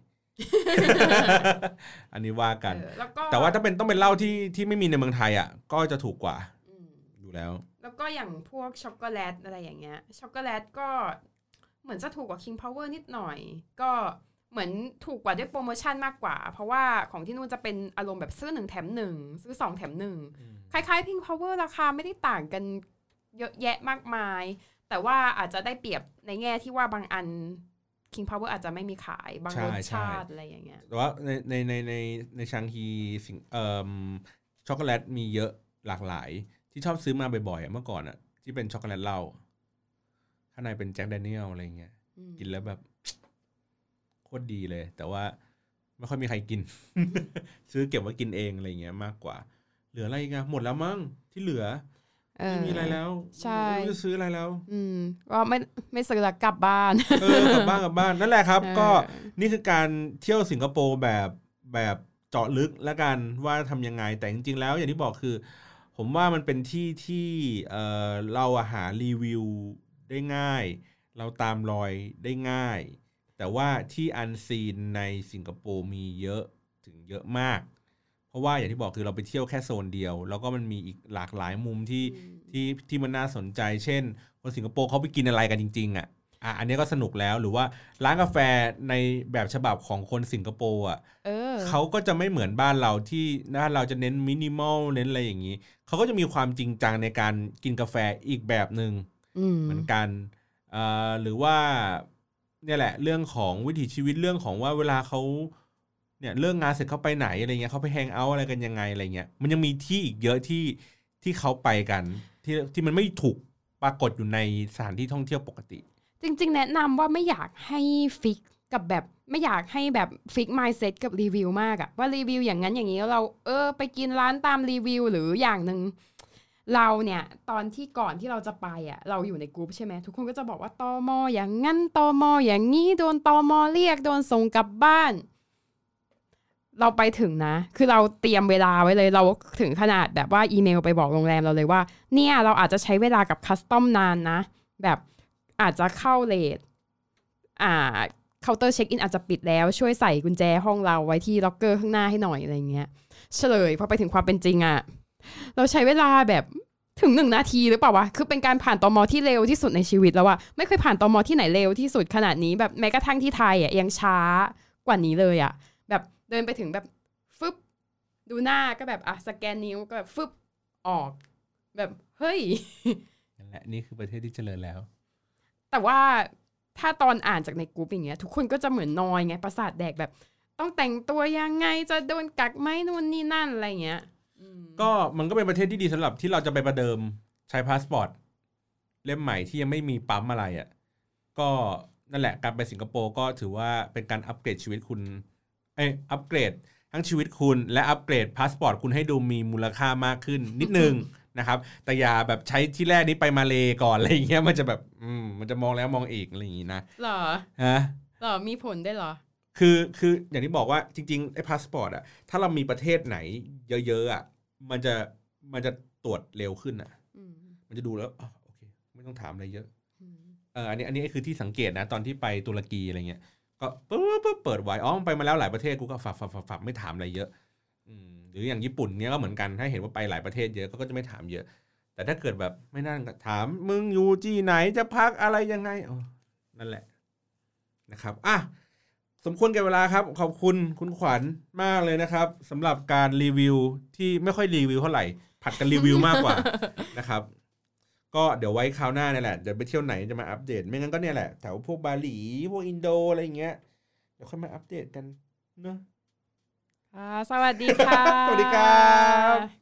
อันนี้ว่ากันแต่ว่าถ้าเป็นต้องเป็นเหล้าที่ที่ไม่มีในเมืองไทยอ่ะก็จะถูกกว่าอยู่แล้วแล้วก็อย่างพวกช็อกโกแลตอะไรอย่างเงี้ยช็อกโกแลตก็เหมือนจะถูกกว่า King Power นิดหน่อยก็เหมือนถูกกว่าด้วยโปรโมชั่นมากกว่าเพราะว่าของที่นู่นจะเป็นอารมณ์แบบซื้อหนึ่งแถมหนึ่งซื้อสองแถมหนึ่งคล้ายๆ King Power ราคาไม่ได้ต่างกันเยอะแยะมากมายแต่ว่าอาจจะได้เปรียบในแง่ที่ว่าบางอัน King Power อาจจะไม่มีขายบางรสชาติอะไรอย่างเงี้ยแต่ว่าในในในในในชางฮีสิ่งเอ่อช็อกโกแลตมีเยอะหลากหลายที่ชอบซื้อมาบ่อยๆเมื่อก่อนอ่ะที่เป็นช็อกโกแลตเหล้าข้างในเป็นแจ็คแดเนียลอะไรเงี้ยกินแล้วแบบโคตรดีเลยแต่ว่าไม่ค่อยมีใครกิน ซื้อเก็บไว้กินเองอะไรเงี้ยมากกว่าเหลืออะไรอีกอะหมดแล้วมั้งที่เหลือไม่มีอะไรแล้วใช่ไม่รู้จะซื้ออะไรแล้วอืมก็ไม่ไม่ซื้อละกลับบ้านเออกลับบ้านกลับบ้านนั่นแหละครับก็นี่คือการเที่ยวสิงคโปร์แบบแบบเจาะลึกแล้วกันว่าทำยังไงแต่จริงๆแล้วอย่างที่บอกคือผมว่ามันเป็นที่ที่เอ่อเราหารีวิวได้ง่ายเราตามรอยได้ง่ายแต่ว่าที่อันซีนในสิงคโปร์มีเยอะถึงเยอะมากเพราะว่าอย่างที่บอกคือเราไปเที่ยวแค่โซนเดียวแล้วก็มันมีอีกหลากหลายมุมที่ที่ที่มันน่าสนใจเช่นคนสิงคโปร์เขาไปกินอะไรกันจริงๆอ่ะอ่ะอันนี้ก็สนุกแล้วหรือว่าร้านกาแฟในแบบฉบับของคนสิงคโปร์อ่ะ เออ เขาก็จะไม่เหมือนบ้านเราที่บ้านเราจะเน้นมินิมอลเน้นอะไรอย่างนี้เขาก็จะมีความจริงจังในการกินกาแฟอีกแบบนึงเหมือนกันอ่าหรือว่าเนี่ยแหละเรื่องของวิถีชีวิตเรื่องของว่าเวลาเขาเนี่ยเลิกงานเสร็จเขาไปไหนอะไรเงี้ยเขาไปแฮงเอาท์อะไรกันยังไงอะไรเงี้ยมันยังมีที่อีกเยอะที่ที่เขาไปกันที่ที่มันไม่ถูกปรากฏอยู่ในสถานที่ท่องเที่ยวปกติจริงๆแนะนำว่าไม่อยากให้ฟิกกับแบบไม่อยากให้แบบฟิก mindset กับรีวิวมากอะว่ารีวิวอย่างนั้นอย่างนี้แล้วเราเออไปกินร้านตามรีวิวหรืออย่างนึงเราเนี่ยตอนที่ก่อนที่เราจะไปอ่ะเราอยู่ในกลุ่มใช่ไหมทุกคนก็จะบอกว่าตม.อย่างงั้นตม.อย่างงี้โดนตม.เรียกโดนส่งกลับบ้านเราไปถึงนะคือเราเตรียมเวลาไว้เลยเราถึงขนาดแบบว่าอีเมลไปบอกโรงแรมเราเลยว่าเนี่ยเราอาจจะใช้เวลากับคัสตอมนานนะแบบอาจจะเข้าเลทอ่าเคาน์เตอร์เช็คอินอาจจะปิดแล้วช่วยใส่กุญแจห้องเราไว้ที่ล็อกเกอร์ข้างหน้าให้หน่อยอะไรเงี้ยเฉลยพอไปถึงความเป็นจริงอ่ะเราใช้เวลาแบบถึงหนึ่งนาทีหรือเปล่าวะคือเป็นการผ่านตม.ที่เร็วที่สุดในชีวิตแล้วอะไม่เคยผ่านตม.ที่ไหนเร็วที่สุดขนาดนี้แบบแม้กระทั่งที่ไทยอะยังช้ากว่านี้เลยอะแบบเดินไปถึงแบบฟึบดูหน้าก็แบบอ่ะสแกนนิ้วก็แบบฟึบออกแบบเฮ้ยนั่นแหละนี่คือประเทศที่เจริญแล้วแต่ว่าถ้าตอนอ่านจากในกลุ่มอย่างเงี้ยทุกคนก็จะเหมือนนอยไงประสาทแดกแบบต้องแต่งตัวยังไงจะโดนกักไหมนู่นนี่นั่นอะไรเงี้ยก็มันก็เป็นประเทศที่ดีสำหรับที่เราจะไปประเดิมใช้พาสปอร์ตเล่มใหม่ที่ยังไม่มีปั๊มอะไรอ่ะก็นั่นแหละการไปสิงคโปร์ก็ถือว่าเป็นการอัปเกรดชีวิตคุณเอ้ยอัปเกรดทั้งชีวิตคุณและอัปเกรดพาสปอร์ตคุณให้ดูมีมูลค่ามากขึ้นนิดนึง นะครับแต่อย่าแบบใช้ที่แรกนี้ไปมาเลก่อนอะไรอย่างเงี้ยมันจะแบบอืมมันจะมองแล้วมองอีกอะไรอย่างงี้นะหรอฮะหรอมีผลได้หรอคือคืออย่างที่บอกว่าจริงๆไอ้พาสปอร์ตอ่ะถ้าเรามีประเทศไหนเยอะๆอ่ะมันจะมันจะตรวจเร็วขึ้นอ่ะมันจะดูแล้วอ๋อโอเคไม่ต้องถามอะไรเยอะเอออันนี้อันนี้คือที่สังเกตนะตอนที่ไปตุรกีอะไรเงี้ยก็ปุ๊บปุ๊บเปิดไว้อ๋อไปมาแล้วหลายประเทศกูก็ฝับฝับฝับไม่ถามอะไรเยอะหรืออย่างญี่ปุ่นเนี้ยก็เหมือนกันถ้าเห็นว่าไปหลายประเทศเยอะก็จะไม่ถามเยอะแต่ถ้าเกิดแบบไม่นั่นก็ถามมึงอยู่ที่ไหนจะพักอะไรยังไงอ๋อนั่นแหละนะครับอ่ะสมควรแก่เวลาครับขอบคุณคุณขวัญมากเลยนะครับสำหรับการรีวิวที่ไม่ค่อยรีวิวเท่าไหร่ผัดกันรีวิวมากกว่า นะครับก็เดี๋ยวไว้คราวหน้าเนี่ยแหละเดี๋ยวไปเที่ยวไหนจะมาอัปเดตไม่งั้นก็เนี่ยแหละแถวพวกบาหลีพวกอินโดอะไรอย่างเงี้ยเดี๋ยวค่อยมาอัปเดตกันเนอะสวัสดีค่ะสวัสดีครับ